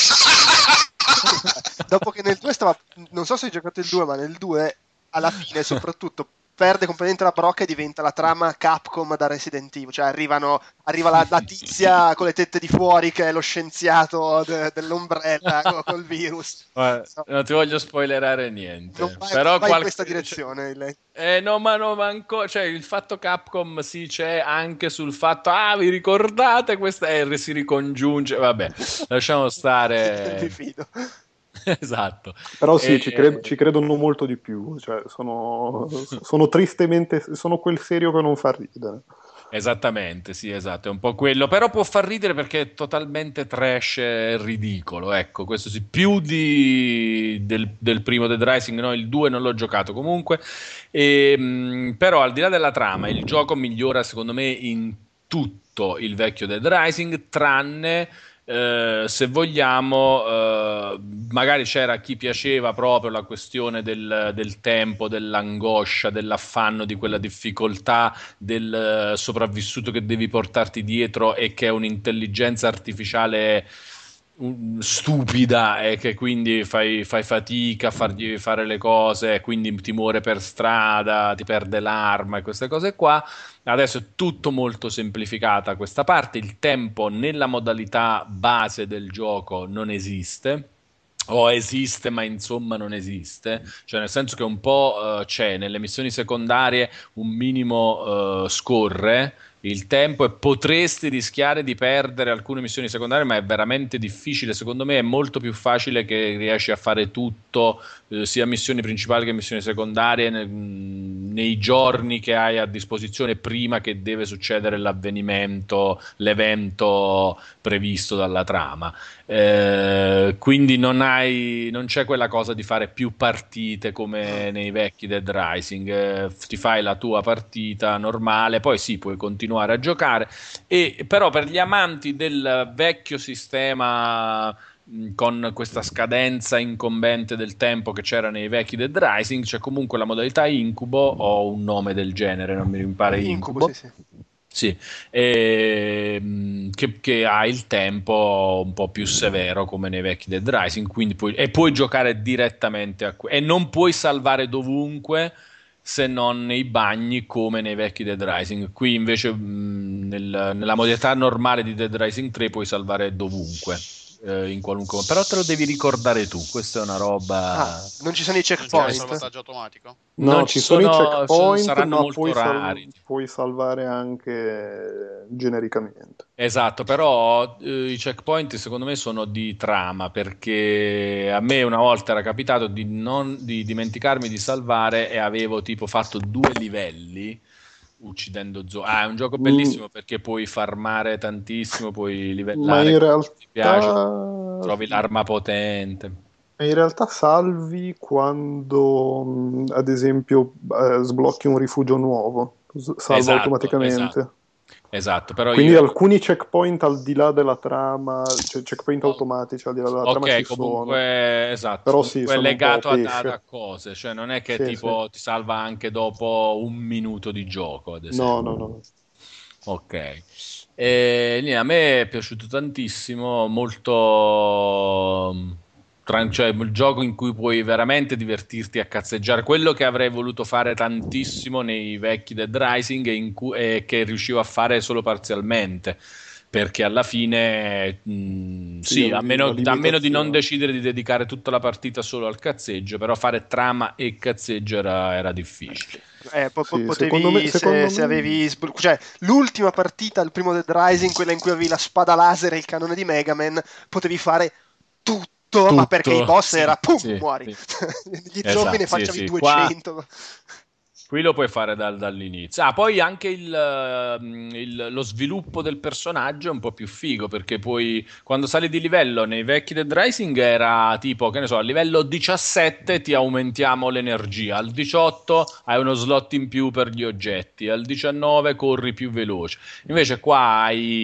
Speaker 2: dopo che nel due stava, non so se hai giocato il due, ma nel due alla fine soprattutto perde completamente la brocca e diventa la trama Capcom da Resident Evil, cioè arrivano, arriva la, la tizia con le tette di fuori che è lo scienziato de- dell'ombrella co- col virus.
Speaker 8: Guarda,
Speaker 2: So,
Speaker 8: non ti voglio spoilerare niente,
Speaker 2: non vai,
Speaker 8: però
Speaker 2: non vai
Speaker 8: qualche-
Speaker 2: in questa direzione. lei.
Speaker 8: Eh, no, ma no, manco, cioè il fatto Capcom sì c'è anche sul fatto, ah, vi ricordate questa? E si ricongiunge, vabbè, lasciamo
Speaker 2: Mi
Speaker 8: stare.
Speaker 2: fido.
Speaker 8: Esatto.
Speaker 5: Però sì,
Speaker 8: E-
Speaker 5: ci, cred- ci credono molto di più, cioè sono, sono tristemente, sono quel serio che non fa ridere.
Speaker 8: Esattamente, sì, esatto, è un po' quello, però può far ridere perché è totalmente trash e ridicolo, ecco, questo sì, più di, del, del primo Dead Rising, no, il due non l'ho giocato comunque, e, mh, però al di là della trama, il gioco migliora secondo me in tutto il vecchio Dead Rising, tranne... Eh, se vogliamo, eh, magari c'era a chi piaceva proprio la questione del, del tempo, dell'angoscia, dell'affanno, di quella difficoltà del eh, sopravvissuto che devi portarti dietro e che è un'intelligenza artificiale mm, stupida e che quindi fai, fai fatica a fargli fare le cose, quindi ti muore per strada, ti perde l'arma e queste cose qua. Adesso è tutto molto semplificata questa parte, il tempo nella modalità base del gioco non esiste. o esiste ma insomma non esiste, cioè nel senso che un po' eh, c'è nelle missioni secondarie un minimo eh, scorre il tempo e potresti rischiare di perdere alcune missioni secondarie, ma è veramente difficile. Secondo me è molto più facile che riesci a fare tutto, eh, sia missioni principali che missioni secondarie, ne- nei giorni che hai a disposizione prima che deve succedere l'avvenimento, l'evento previsto dalla trama. Eh, quindi non hai, non c'è quella cosa di fare più partite come nei vecchi Dead Rising. Eh, ti fai la tua partita normale, poi sì, puoi continuare a giocare. E però per gli amanti del vecchio sistema mh, con questa scadenza incombente del tempo che c'era nei vecchi Dead Rising, c'è comunque la modalità incubo o un nome del genere, non mi pare
Speaker 2: Incubo,
Speaker 8: incubo.
Speaker 2: sì, sì.
Speaker 8: Sì, ehm, che, che ha il tempo un po' più severo come nei vecchi Dead Rising, quindi puoi, e puoi giocare direttamente a que- e non puoi salvare dovunque se non nei bagni come nei vecchi Dead Rising. Qui invece mh, nel- nella modalità normale di Dead Rising tre puoi salvare dovunque, eh, in qualunque però te lo devi ricordare tu, questa è una roba.
Speaker 2: Ah, non ci sono i
Speaker 3: Non c'è il
Speaker 2: checkpoint.
Speaker 3: salvataggio automatico?
Speaker 5: No,
Speaker 8: Non
Speaker 5: ci
Speaker 8: ci
Speaker 5: sono, i
Speaker 8: sono,
Speaker 5: checkpoint,
Speaker 8: saranno
Speaker 5: ma
Speaker 8: molto
Speaker 5: puoi, sal-
Speaker 8: rari.
Speaker 5: puoi salvare anche genericamente.
Speaker 8: Esatto, però eh, i checkpoint secondo me sono di trama, perché a me una volta era capitato di, non, di dimenticarmi di salvare e avevo tipo fatto due livelli uccidendo zo- Ah, è un gioco
Speaker 5: Mm,
Speaker 8: bellissimo perché puoi farmare tantissimo, puoi
Speaker 5: ma
Speaker 8: livellare
Speaker 5: in
Speaker 8: come ti piace,
Speaker 5: realtà,
Speaker 8: trovi l'arma potente.
Speaker 5: in realtà salvi quando, mh, ad esempio, eh, sblocchi un rifugio nuovo, S- salva
Speaker 8: Esatto, esatto,
Speaker 5: automaticamente.
Speaker 8: esatto, però
Speaker 5: Quindi
Speaker 8: io...
Speaker 5: alcuni checkpoint al di là della trama, cioè checkpoint
Speaker 3: Oh,
Speaker 5: automatici al di là della trama
Speaker 8: Ok,
Speaker 5: ci sono,
Speaker 8: comunque, esatto,
Speaker 5: però sì,
Speaker 8: comunque è
Speaker 5: sono un po'
Speaker 8: legato ad, ad- a
Speaker 5: pesce.
Speaker 8: cose, cioè non è che
Speaker 5: Sì, sì.
Speaker 8: tipo ti salva anche dopo un minuto di gioco, ad
Speaker 5: No,
Speaker 8: esempio.
Speaker 5: no, no.
Speaker 8: Ok. E, niente, a me è piaciuto tantissimo, molto... tran- cioè il gioco in cui puoi veramente divertirti a cazzeggiare, quello che avrei voluto fare tantissimo nei vecchi Dead Rising e, in cui- e che riuscivo a fare solo parzialmente, perché alla fine mh,
Speaker 5: Sì,
Speaker 8: sì, a
Speaker 5: avevi la
Speaker 8: meno, a meno di non
Speaker 5: limitazione.
Speaker 8: decidere di dedicare tutta la partita solo al cazzeggio, però fare trama e cazzeggio era, era difficile.
Speaker 2: Eh, po- po-
Speaker 5: Sì, secondo me,
Speaker 2: potevi, se,
Speaker 5: secondo
Speaker 2: se
Speaker 5: me
Speaker 2: avevi, sblo- cioè, l'ultima partita, il primo Dead Rising, quella in cui avevi la spada laser e il cannone di Mega Man, potevi fare tutto, ma perché i
Speaker 8: Tutto,
Speaker 2: boss
Speaker 8: sì,
Speaker 2: era pum,
Speaker 8: sì,
Speaker 2: muori.
Speaker 8: sì.
Speaker 2: Gli zombie
Speaker 8: Esatto,
Speaker 2: ne
Speaker 8: sì,
Speaker 2: facciavi
Speaker 8: sì. Qua,
Speaker 2: duecento.
Speaker 8: qui lo puoi fare dal- dall'inizio. Ah, poi anche il, ehm, il- lo sviluppo del personaggio è un po' più figo, perché poi quando sali di livello nei vecchi Dead Rising era tipo, che ne so, a livello diciassette ti aumentiamo l'energia, al diciotto hai uno slot in più per gli oggetti, al diciannove corri più veloce. Invece qua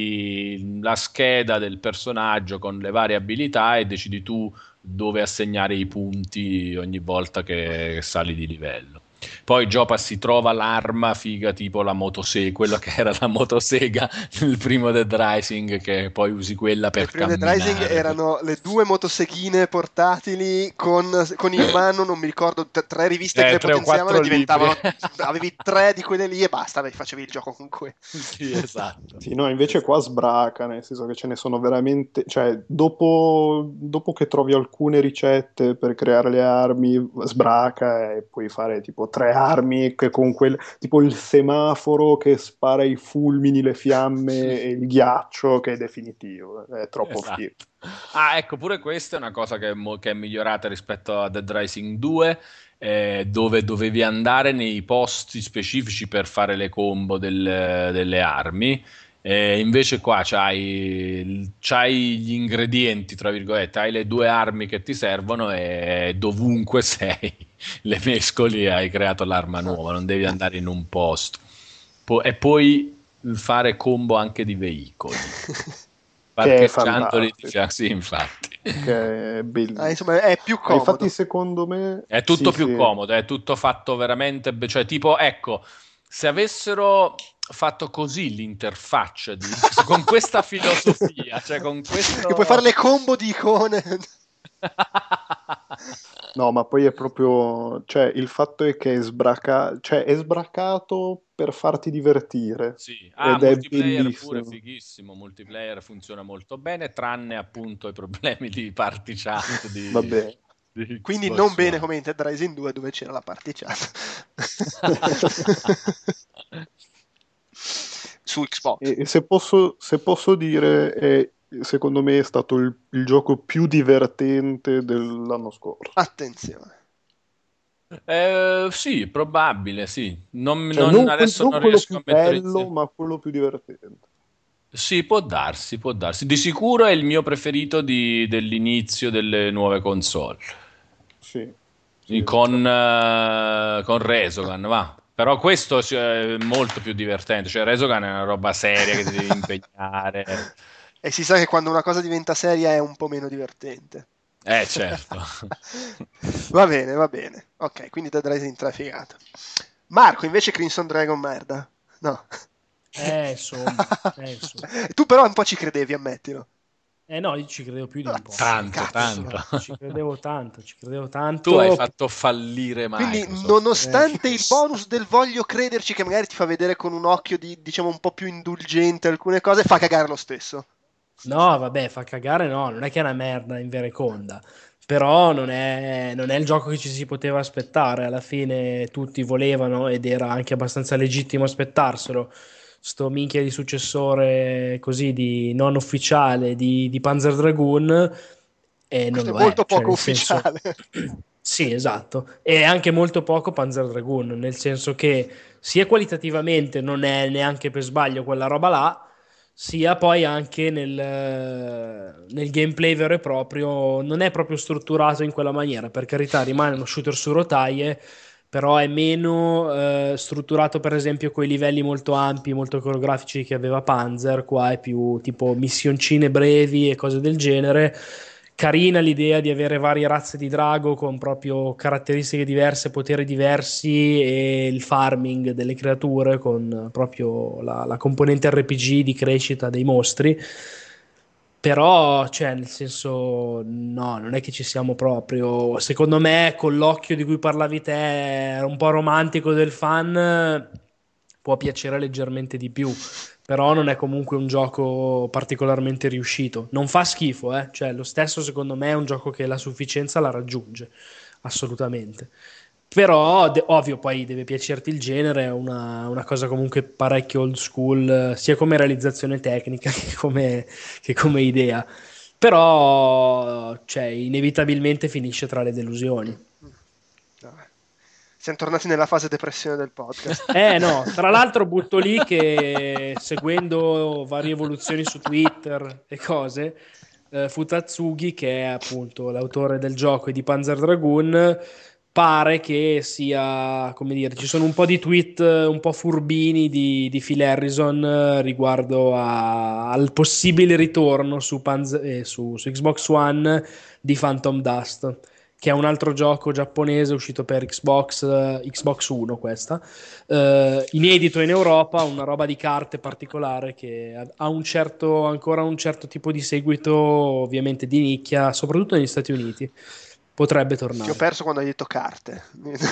Speaker 8: hai la scheda del personaggio con le varie abilità e decidi tu dove assegnare i punti ogni volta che sali di livello. Poi Giopa si trova l'arma figa tipo la motosega, quello che era la motosega nel primo Dead Rising, che poi usi quella
Speaker 2: Nel
Speaker 8: per
Speaker 2: primo Dead Rising
Speaker 8: camminare.
Speaker 2: erano le due motoseghine portatili con, con in mano, non mi ricordo, t- tre riviste
Speaker 8: Eh,
Speaker 2: che le
Speaker 8: tre o
Speaker 2: potenziavano e
Speaker 8: quattro libri.
Speaker 2: diventavano. Avevi tre di quelle lì e basta, beh, facevi il gioco con quelle.
Speaker 8: Sì, esatto.
Speaker 5: sì, no, invece qua sbraca, nel senso che ce ne sono veramente, cioè dopo, dopo che trovi alcune ricette per creare le armi, sbraca e puoi fare tipo tre armi che con quel, tipo il semaforo che spara i fulmini, le fiamme e il ghiaccio che è definitivo, è troppo
Speaker 8: Esatto.
Speaker 5: figo.
Speaker 8: Ah, ecco, pure questa è una cosa che è, mo- che è migliorata rispetto a Dead Rising due, eh, dove dovevi andare nei posti specifici per fare le combo del- delle armi. Eh, invece qua c'hai, c'hai gli ingredienti, tra virgolette, hai le due armi che ti servono e dovunque sei le mescoli e hai creato l'arma nuova, non devi andare in un posto. Po- e poi fare combo anche di veicoli.
Speaker 5: Che è
Speaker 8: Parcheggiandoli di
Speaker 5: fantastico,
Speaker 8: fianco, sì, infatti.
Speaker 5: che è bellissimo.
Speaker 2: Ah, insomma, è più
Speaker 5: Ah,
Speaker 2: comodo.
Speaker 5: infatti secondo me
Speaker 8: È tutto
Speaker 5: sì,
Speaker 8: più
Speaker 5: sì.
Speaker 8: comodo, è tutto fatto veramente, be- cioè tipo, ecco, se avessero fatto così l'interfaccia di- con questa filosofia, cioè con questo...
Speaker 2: Che puoi fare le combo di icone.
Speaker 5: No, ma poi è proprio, cioè, il fatto è che è sbracato, cioè, è sbracato per farti divertire.
Speaker 8: Sì, ah,
Speaker 5: Ed è
Speaker 8: multiplayer pure
Speaker 5: bellissimo.
Speaker 8: fighissimo, multiplayer funziona molto bene, tranne appunto i problemi di party chat di,
Speaker 5: Vabbè.
Speaker 8: di
Speaker 2: Quindi
Speaker 8: Xbox
Speaker 2: non bene
Speaker 8: One.
Speaker 2: come in Dead Rising due dove c'era la party chat. Su Xbox.
Speaker 5: E, e se posso, se posso dire, è, secondo me è stato il, il gioco più divertente dell'anno scorso.
Speaker 2: Attenzione.
Speaker 8: Eh, sì, probabile, sì. Non,
Speaker 5: Cioè,
Speaker 8: non-
Speaker 5: non, quel-
Speaker 8: adesso
Speaker 5: non
Speaker 8: non
Speaker 5: quello
Speaker 8: riesco
Speaker 5: più
Speaker 8: a mettere
Speaker 5: bello,
Speaker 8: insieme.
Speaker 5: ma quello più divertente.
Speaker 8: Sì, può darsi, può darsi. Di sicuro è il mio preferito di- dell'inizio delle nuove console.
Speaker 5: Sì,
Speaker 8: Sì,
Speaker 5: sì,
Speaker 8: con, eh, con Resogun, va. Però questo cioè, è molto più divertente. Cioè, Resogun è una roba seria che ti devi impegnare.
Speaker 2: E si sa che quando una cosa diventa seria è un po' meno divertente.
Speaker 8: Eh, certo.
Speaker 2: Va bene, va bene. Ok, quindi Dead Rising tre figata. Marco, invece Crimson Dragon merda. No.
Speaker 6: Eh, insomma, eh, insomma.
Speaker 2: Tu però un po' ci credevi, ammettilo.
Speaker 6: Eh no, io ci credevo più di un po'.
Speaker 8: Tanto,
Speaker 2: Cazzo.
Speaker 8: tanto.
Speaker 6: Ci credevo tanto, ci credevo tanto.
Speaker 8: Tu hai fatto fallire
Speaker 2: Quindi,
Speaker 8: Microsoft.
Speaker 2: nonostante
Speaker 6: Eh.
Speaker 2: il bonus del voglio crederci, che magari ti fa vedere con un occhio di, diciamo, un po' più indulgente alcune cose, fa cagare lo stesso.
Speaker 6: No, vabbè, fa cagare, no, non è che è una merda in vereconda, però non è, non è il gioco che ci si poteva aspettare, alla fine tutti volevano ed era anche abbastanza legittimo aspettarselo, sto minchia di successore così di non ufficiale di, di Panzer Dragoon e non
Speaker 2: Questo è
Speaker 6: lo
Speaker 2: molto
Speaker 6: è, cioè,
Speaker 2: poco
Speaker 6: nel senso-
Speaker 2: ufficiale.
Speaker 6: Sì, esatto, e anche molto poco Panzer Dragoon, nel senso che sia qualitativamente non è neanche per sbaglio quella roba là, sia poi anche nel, nel gameplay vero e proprio non è proprio strutturato in quella maniera, per carità rimane uno shooter su rotaie, però è meno eh, strutturato per esempio con i livelli molto ampi, molto coreografici che aveva Panzer, qua è più tipo missioncine brevi e cose del genere. Carina l'idea di avere varie razze di drago con proprio caratteristiche diverse, poteri diversi e il farming delle creature con proprio la, la componente R P G di crescita dei mostri. Però, cioè, nel senso, no, non è che ci siamo proprio. Secondo me, con l'occhio di cui parlavi te, un po' romantico del fan, può piacere leggermente di più. Però non è comunque un gioco particolarmente riuscito. Non fa schifo, eh? Cioè, lo stesso secondo me è un gioco che la sufficienza la raggiunge, assolutamente. Però, de- ovvio, poi deve piacerti il genere, è una, una cosa comunque parecchio old school, eh, sia come realizzazione tecnica che come, che come idea. Però, cioè, inevitabilmente finisce tra le delusioni.
Speaker 2: Vabbè. Siamo tornati nella fase depressione del podcast.
Speaker 6: Eh no, tra l'altro butto lì che seguendo varie evoluzioni su Twitter e cose, eh, Futatsugi, che è appunto l'autore del gioco e di Panzer Dragoon, pare che sia, come dire, ci sono un po' di tweet eh, un po' furbini di, di Phil Harrison eh, riguardo a- al possibile ritorno su, Panzer- eh, su, su Xbox One di Phantom Dust, che è un altro gioco giapponese uscito per Xbox, eh, Xbox One questa, eh, inedito in Europa, una roba di carte particolare che ha- ha un certo, ancora un certo tipo di seguito ovviamente di nicchia, soprattutto negli Stati Uniti. Potrebbe
Speaker 2: Ti ho
Speaker 6: tornare.
Speaker 2: perso quando hai detto carte.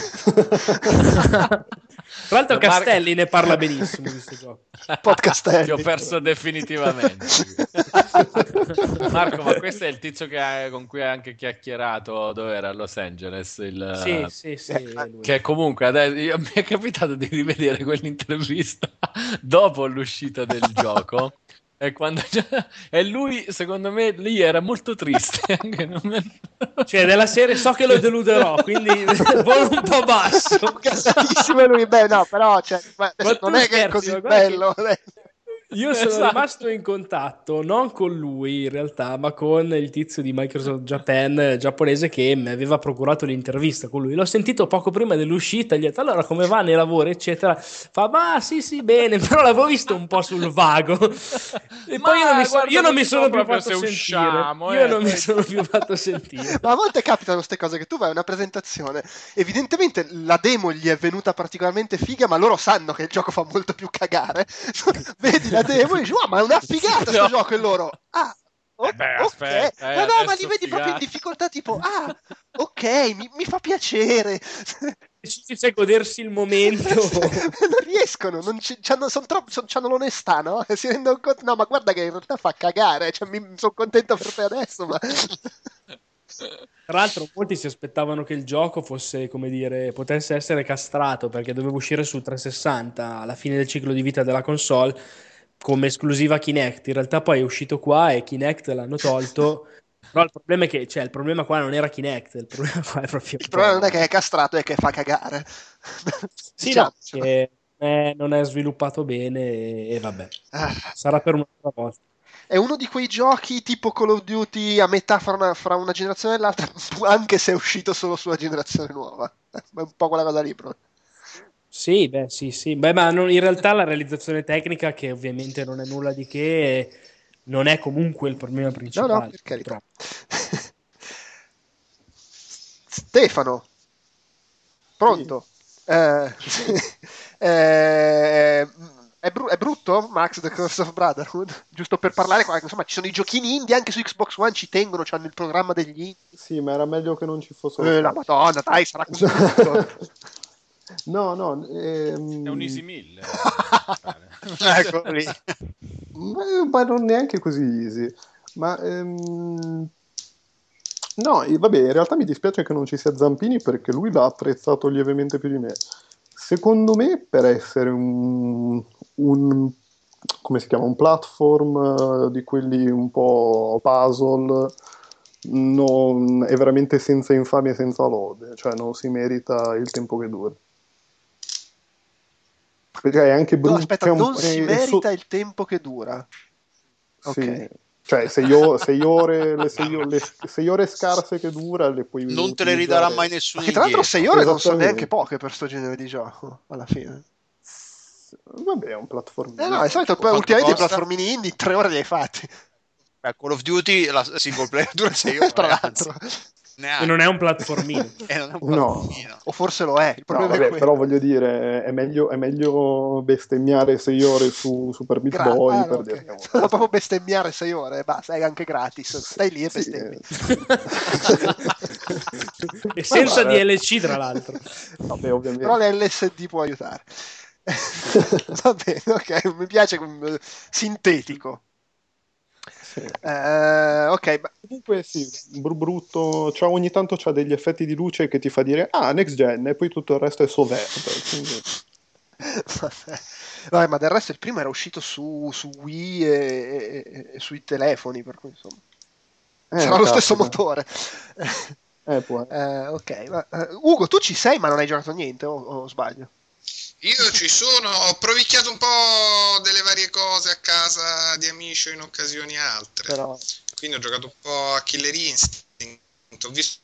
Speaker 6: Tra l'altro
Speaker 8: Mar-
Speaker 6: Castelli ne parla benissimo di questo gioco.
Speaker 2: Podcastelli.
Speaker 8: Ti ho perso definitivamente. Marco, ma questo è il tizio che ha- con cui hai anche chiacchierato, dove era? A Los Angeles? Il,
Speaker 6: Sì, sì, sì, è lui.
Speaker 8: Che comunque adesso, io- mi è capitato di rivedere quell'intervista dopo l'uscita del gioco. E, quando, e lui, secondo me, lì era molto triste. Anche non me-
Speaker 6: Cioè, della serie so che lo deluderò, quindi volo un po' basso.
Speaker 2: Gasatissimo lui, beh no, però cioè, ma
Speaker 6: Ma
Speaker 2: non
Speaker 6: tu
Speaker 2: è che è
Speaker 6: scherzi,
Speaker 2: così
Speaker 6: ma guarda
Speaker 2: bello.
Speaker 6: Io sono
Speaker 8: Esatto.
Speaker 6: rimasto in contatto non con lui in realtà, ma con il tizio di Microsoft Japan eh, giapponese che mi aveva procurato l'intervista con lui. L'ho sentito poco prima dell'uscita, gli ho detto allora come va nei lavori, eccetera. Fa, ma sì, sì, bene, però l'avevo visto un po' sul vago. E
Speaker 8: Ma
Speaker 6: poi io non mi, so-
Speaker 8: guarda,
Speaker 6: io non
Speaker 8: non
Speaker 6: mi
Speaker 8: so
Speaker 6: sono più
Speaker 8: proprio
Speaker 6: fatto
Speaker 8: se
Speaker 6: sentire.
Speaker 8: usciamo,
Speaker 6: Io
Speaker 8: eh,
Speaker 6: non mi
Speaker 8: poi-
Speaker 6: sono più fatto sentire.
Speaker 2: Ma a volte capitano queste cose che tu vai a una presentazione, evidentemente la demo gli è venuta particolarmente figa, ma loro sanno che il gioco fa molto più cagare. Vedi la demo e dici, oh, ma è una figata sto
Speaker 8: No.
Speaker 2: gioco, e loro, ah, o-
Speaker 8: Eh beh,
Speaker 2: ok.
Speaker 8: aspetta, eh,
Speaker 2: no, no, ma
Speaker 8: adesso
Speaker 2: li vedi proprio in
Speaker 8: figata.
Speaker 2: difficoltà, tipo, ah, ok, mi, mi fa piacere.
Speaker 6: C'è godersi il momento.
Speaker 2: Non riescono, non ci, c'hanno, son troppo, son, c'hanno l'onestà, no? Si rendono conto, no, ma guarda che in realtà fa cagare, cioè, mi sono contento per te adesso, ma...
Speaker 6: Tra l'altro molti si aspettavano che il gioco fosse, come dire, potesse essere castrato perché doveva uscire su trecentosessanta alla fine del ciclo di vita della console come esclusiva Kinect. In realtà poi è uscito qua e Kinect l'hanno tolto. Però il problema è che, cioè, il problema qua non era Kinect, il problema qua è proprio
Speaker 2: Il problema non è che è castrato, è che fa cagare.
Speaker 6: Sì,
Speaker 2: Diciamo.
Speaker 6: no, che eh, non è sviluppato bene e, e vabbè,
Speaker 2: Ah.
Speaker 6: sarà per un'altra volta.
Speaker 2: È uno di quei giochi tipo Call of Duty a metà fra una, fra una generazione e l'altra, anche se è uscito solo sulla generazione nuova. È un po' quella cosa lì, però.
Speaker 6: Sì, beh, sì, sì. Beh, ma non- in realtà la realizzazione tecnica, che ovviamente non è nulla di che, non è comunque il problema
Speaker 2: No,
Speaker 6: principale.
Speaker 2: no, per carità.
Speaker 6: purtroppo.
Speaker 2: Stefano, pronto? Eh, eh, è, bru- è brutto Max The Curse of Brotherhood? Giusto per parlare, qua, insomma, ci sono i giochini indie anche su Xbox One, ci tengono, hanno il programma degli indie.
Speaker 5: Sì, ma era meglio che non ci fossero
Speaker 2: Eh, la
Speaker 5: stati.
Speaker 2: madonna, dai, sarà così tutto.
Speaker 5: No, no, ehm...
Speaker 8: È un easy mille.
Speaker 2: Ecco lì.
Speaker 5: ma, ma non neanche così easy. Ma ehm... no, e vabbè, in realtà mi dispiace che non ci sia Zampini perché lui l'ha apprezzato lievemente più di me. Secondo me, per essere un, un come si chiama, un platform eh, di quelli un po' puzzle, non, è veramente senza infamia e senza lode, cioè non si merita il tempo che dura. Perché è anche
Speaker 2: No,
Speaker 5: brutto.
Speaker 2: aspetta,
Speaker 5: cioè un-
Speaker 2: non si
Speaker 5: è- è so-
Speaker 2: merita il tempo che dura.
Speaker 5: Sì.
Speaker 2: Ok.
Speaker 5: Cioè, sei, o- sei ore, le, sei, o- le sei ore scarse che dura le puoi
Speaker 3: Non te le ridarà
Speaker 5: utilizzare.
Speaker 3: mai
Speaker 2: Ma
Speaker 3: nessuno
Speaker 2: che tra l'altro
Speaker 3: indietro.
Speaker 2: sei ore non sono
Speaker 5: Esattamente.
Speaker 2: neanche poche per sto genere di gioco, alla fine.
Speaker 5: Vabbè, è un platform.
Speaker 2: Eh no, di solito
Speaker 3: Quanto
Speaker 2: ultimamente i
Speaker 3: costa?
Speaker 2: platformini indie tre ore li hai fatti.
Speaker 3: Beh, Call of Duty, la single player dura sei ore,
Speaker 2: Tra
Speaker 3: anzi.
Speaker 2: l'altro.
Speaker 6: E
Speaker 3: Neanche.
Speaker 6: non è un platformino.
Speaker 3: E non è un
Speaker 5: No.
Speaker 3: platformino.
Speaker 2: O forse lo è, il
Speaker 5: No,
Speaker 2: problema è
Speaker 5: vabbè,
Speaker 2: quello.
Speaker 5: però voglio dire, è meglio, è meglio bestemmiare sei ore su Super Meat
Speaker 2: Gra-
Speaker 5: Boy
Speaker 2: ah, no,
Speaker 5: per
Speaker 2: ok.
Speaker 5: dirne una.
Speaker 2: Solo proprio bestemmiare sei ore, basta, è anche gratis. Stai lì e
Speaker 5: Sì,
Speaker 2: bestemmi.
Speaker 6: E senza
Speaker 5: guarda.
Speaker 6: D L C, tra l'altro.
Speaker 5: Vabbè, ovviamente.
Speaker 2: Però l'L S D può aiutare. Va bene, ok, mi piace come sintetico.
Speaker 5: Sì.
Speaker 2: Eh, ok, ma-
Speaker 5: Comunque sì, br- brutto, cioè, ogni tanto c'ha degli effetti di luce che ti fa dire ah, next gen, e poi tutto il resto è so verde. Quindi...
Speaker 2: Vabbè. Vabbè, ma del resto il primo era uscito su, su Wii e, e- e sui telefoni, per cui insomma
Speaker 5: Eh,
Speaker 2: sarà lo stesso
Speaker 5: caspita.
Speaker 2: motore.
Speaker 5: Eh, può.
Speaker 2: Eh, ok, ma, eh, Ugo, tu ci sei ma non hai giocato niente, o, o sbaglio?
Speaker 7: Io ci sono, ho provicchiato un po' delle varie cose a casa di amici o in occasioni altre.
Speaker 2: Però...
Speaker 7: Quindi ho giocato un po' a Killer Instinct, ho visto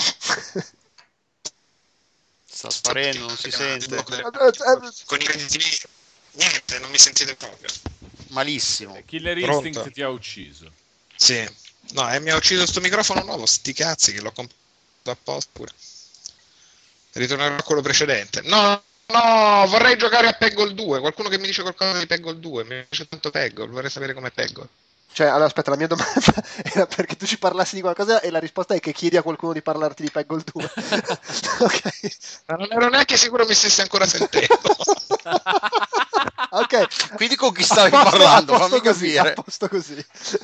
Speaker 3: Sta sparendo, non si sente.
Speaker 7: con i crediti. Niente, non mi sentite proprio.
Speaker 3: Malissimo.
Speaker 8: Killer
Speaker 7: Pronto?
Speaker 8: Instinct ti ha ucciso.
Speaker 7: Sì. No, e mi ha ucciso sto microfono nuovo, sti cazzi che l'ho comprato apposta pure. Ritornerò a quello precedente. No, no, vorrei giocare a Peggle due. Qualcuno che mi dice qualcosa di Peggle due. Mi piace tanto Peggle, vorrei sapere com'è Peggle.
Speaker 2: Cioè, allora aspetta, la mia domanda era perché tu ci parlassi di qualcosa e la risposta è che chiedi a qualcuno di parlarti di Peggle due. Ok.
Speaker 7: Ma non ero neanche sicuro mi stesse ancora sentendo.
Speaker 2: Ok.
Speaker 3: Quindi con chi stavi
Speaker 2: A posto-
Speaker 3: parlando?
Speaker 2: a posto
Speaker 3: Fammi
Speaker 2: così,
Speaker 3: capire.
Speaker 2: a posto così.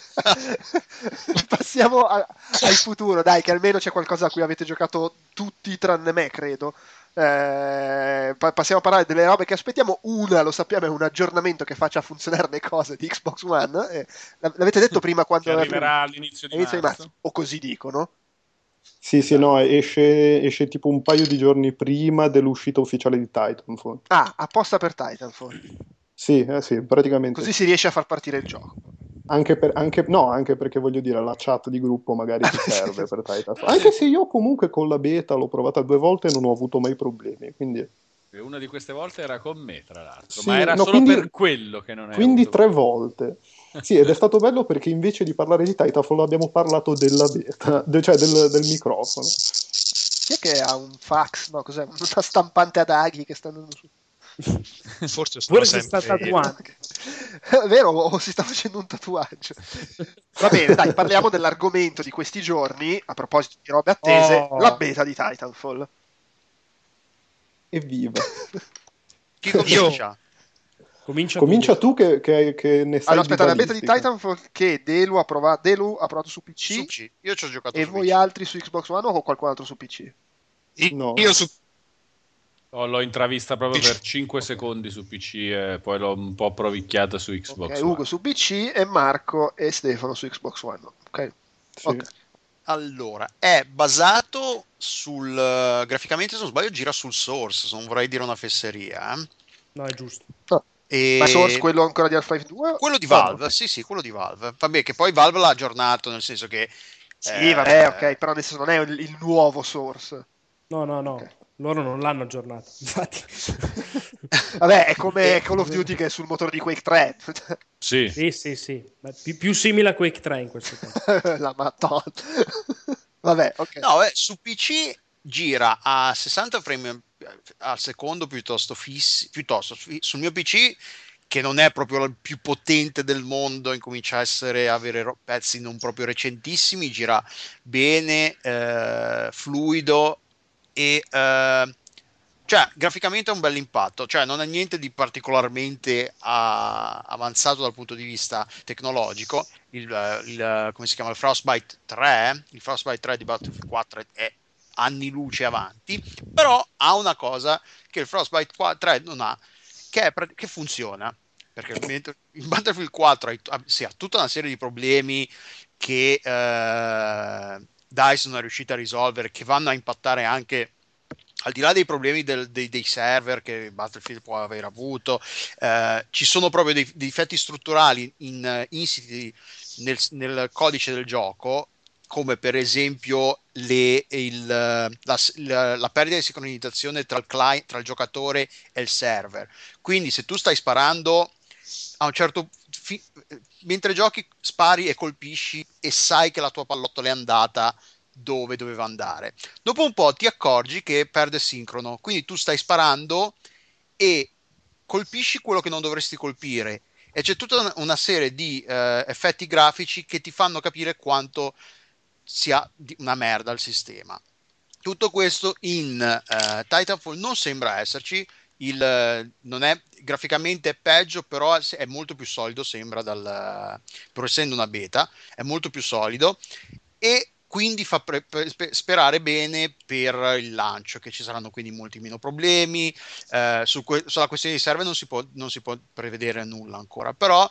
Speaker 2: Passiamo a- al futuro, dai, che almeno c'è qualcosa a cui avete giocato tutti tranne me, credo. Eh, pa- passiamo a parlare delle robe che aspettiamo. Una, lo sappiamo, è un aggiornamento che faccia funzionare le cose di Xbox One. Eh, l'av- l'avete detto prima quando
Speaker 8: Che arriverà all'inizio di
Speaker 2: all'inizio
Speaker 8: marzo.
Speaker 2: o così dicono.
Speaker 5: Sì, sì, no, esce, esce tipo un paio di giorni prima dell'uscita ufficiale di Titanfall.
Speaker 2: Ah, apposta per Titanfall.
Speaker 5: Sì, eh, sì, praticamente.
Speaker 2: Così si riesce a far partire il gioco.
Speaker 5: Anche, per, anche, no, anche perché voglio dire, la chat di gruppo magari ti serve per Titanfall. Anche se io comunque con la beta l'ho provata due volte e non ho avuto mai problemi, quindi...
Speaker 8: E una di queste volte era con me, tra l'altro,
Speaker 5: Sì,
Speaker 8: ma era
Speaker 5: no,
Speaker 8: solo
Speaker 5: quindi-
Speaker 8: per quello che non è
Speaker 5: Quindi tre volte. Sì, ed è stato bello perché invece di parlare di Titanfall abbiamo parlato della beta, de- cioè del, del microfono.
Speaker 2: Chi è che ha un fax? No, cos'è? Una stampante ad aghi che sta andando su.
Speaker 7: Forse sono
Speaker 6: Forse sta
Speaker 7: sempre io.
Speaker 6: tatuando.
Speaker 2: È vero, o si sta facendo un tatuaggio. Va bene, dai, parliamo dell'argomento di questi giorni, a proposito di robe attese,
Speaker 6: Oh.
Speaker 2: la beta di Titanfall.
Speaker 5: Evviva.
Speaker 3: Chi comincia?
Speaker 6: Comincia,
Speaker 5: Comincia
Speaker 6: tu.
Speaker 5: tu che, che- che ne sai
Speaker 2: Allora, aspetta,
Speaker 5: di
Speaker 2: la beta di
Speaker 5: balistica.
Speaker 2: Titanfall che Delu ha provato, Delu ha provato su P C
Speaker 3: Su P C. Io ci ho giocato
Speaker 2: e
Speaker 3: su
Speaker 2: voi
Speaker 3: P C.
Speaker 2: altri su Xbox One o qualcun altro su P C?
Speaker 5: No.
Speaker 7: Io su
Speaker 8: Oh, l'ho intravista proprio per cinque secondi su P C e poi l'ho un po' provicchiata su Xbox
Speaker 2: Ok,
Speaker 8: One.
Speaker 2: Ugo su P C e Marco e Stefano su Xbox One. Ok.
Speaker 5: Sì.
Speaker 2: Ok.
Speaker 3: Allora, è basato sul... uh, graficamente, se non sbaglio, gira sul Source, se non vorrei dire una fesseria. eh.
Speaker 6: No, è giusto.
Speaker 3: E...
Speaker 2: Ma Source quello ancora di Half-Life due?
Speaker 3: Quello di
Speaker 2: Oh, no,
Speaker 3: Valve,
Speaker 2: ok.
Speaker 3: sì, sì, quello di Valve. Vabbè, che poi Valve l'ha aggiornato, nel senso che...
Speaker 2: Sì,
Speaker 3: eh,
Speaker 2: vabbè, ok, però nel senso non è il, il nuovo Source.
Speaker 6: No, no, no.
Speaker 2: Ok.
Speaker 6: Loro non l'hanno aggiornato. Infatti.
Speaker 2: Vabbè, è come
Speaker 3: E-
Speaker 2: Call of Duty che è sul motore di Quake tre.
Speaker 8: Sì.
Speaker 6: Sì, sì, sì. Ma pi- più simile a Quake tre in questo caso.
Speaker 2: La madonna. Vabbè, ok.
Speaker 3: No, eh, su P C gira a sessanta frame al secondo piuttosto fissi, piuttosto fi- sul mio P C, che non è proprio il più potente del mondo, incomincia a essere avere ro- pezzi non proprio recentissimi, gira bene, eh, fluido e eh, cioè graficamente è un bel impatto, cioè non è niente di particolarmente ah, avanzato dal punto di vista tecnologico. Il, il- come si chiama, il Frostbite tre, il Frostbite tre di Battlefield quattro è, è anni luce avanti, però ha una cosa che il Frostbite tre non ha, che, è, pra- che funziona, perché mentre in Battlefield quattro hai, ha, sì, ha tutta una serie di problemi che eh, DICE non è riuscita a risolvere, che vanno a impattare anche al di là dei problemi del, dei, dei server che Battlefield può aver avuto, eh, ci sono proprio dei, dei difetti strutturali in, insiti nel, nel codice del gioco, come per esempio le, il, la, la, la perdita di sincronizzazione tra il, client, tra il giocatore e il server. Quindi se tu stai sparando a un certo fi, mentre giochi spari e colpisci e sai che la tua pallottola è andata dove doveva andare. Dopo un po' ti accorgi che perde sincrono, quindi tu stai sparando e colpisci quello che non dovresti colpire. E c'è tutta una serie di eh, effetti grafici che ti fanno capire quanto sia una merda il sistema. Tutto questo in eh, Titanfall non sembra esserci. Il, non è graficamente peggio, però è molto più solido. Sembra, dal, pur essendo una beta, è molto più solido e quindi fa pre- pre- sperare bene per il lancio, che ci saranno quindi molti meno problemi. Eh, su que- sulla questione di server non si può, non si può prevedere nulla ancora, però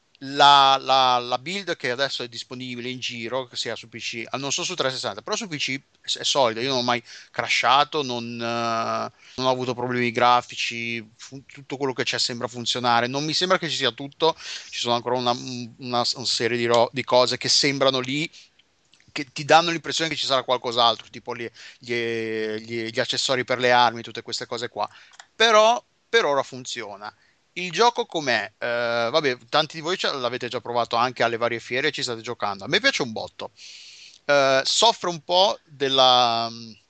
Speaker 3: la, la, la build che adesso è disponibile in giro, sia su P C, non so su trecentosessanta, però su P C è solida. Io non ho mai crashato, non, uh, non ho avuto problemi grafici, fu- tutto quello che c'è sembra funzionare. Non mi sembra che ci sia tutto, ci sono ancora una, una, una serie di, ro- di cose che sembrano lì, che ti danno l'impressione che ci sarà qualcos'altro, tipo gli, gli, gli, gli accessori per le armi, tutte queste cose qua. Però per ora funziona. Il gioco com'è? Eh, vabbè, tanti di voi l'avete già provato anche alle varie fiere e ci state giocando. A me piace un botto. Eh, soffre un po' della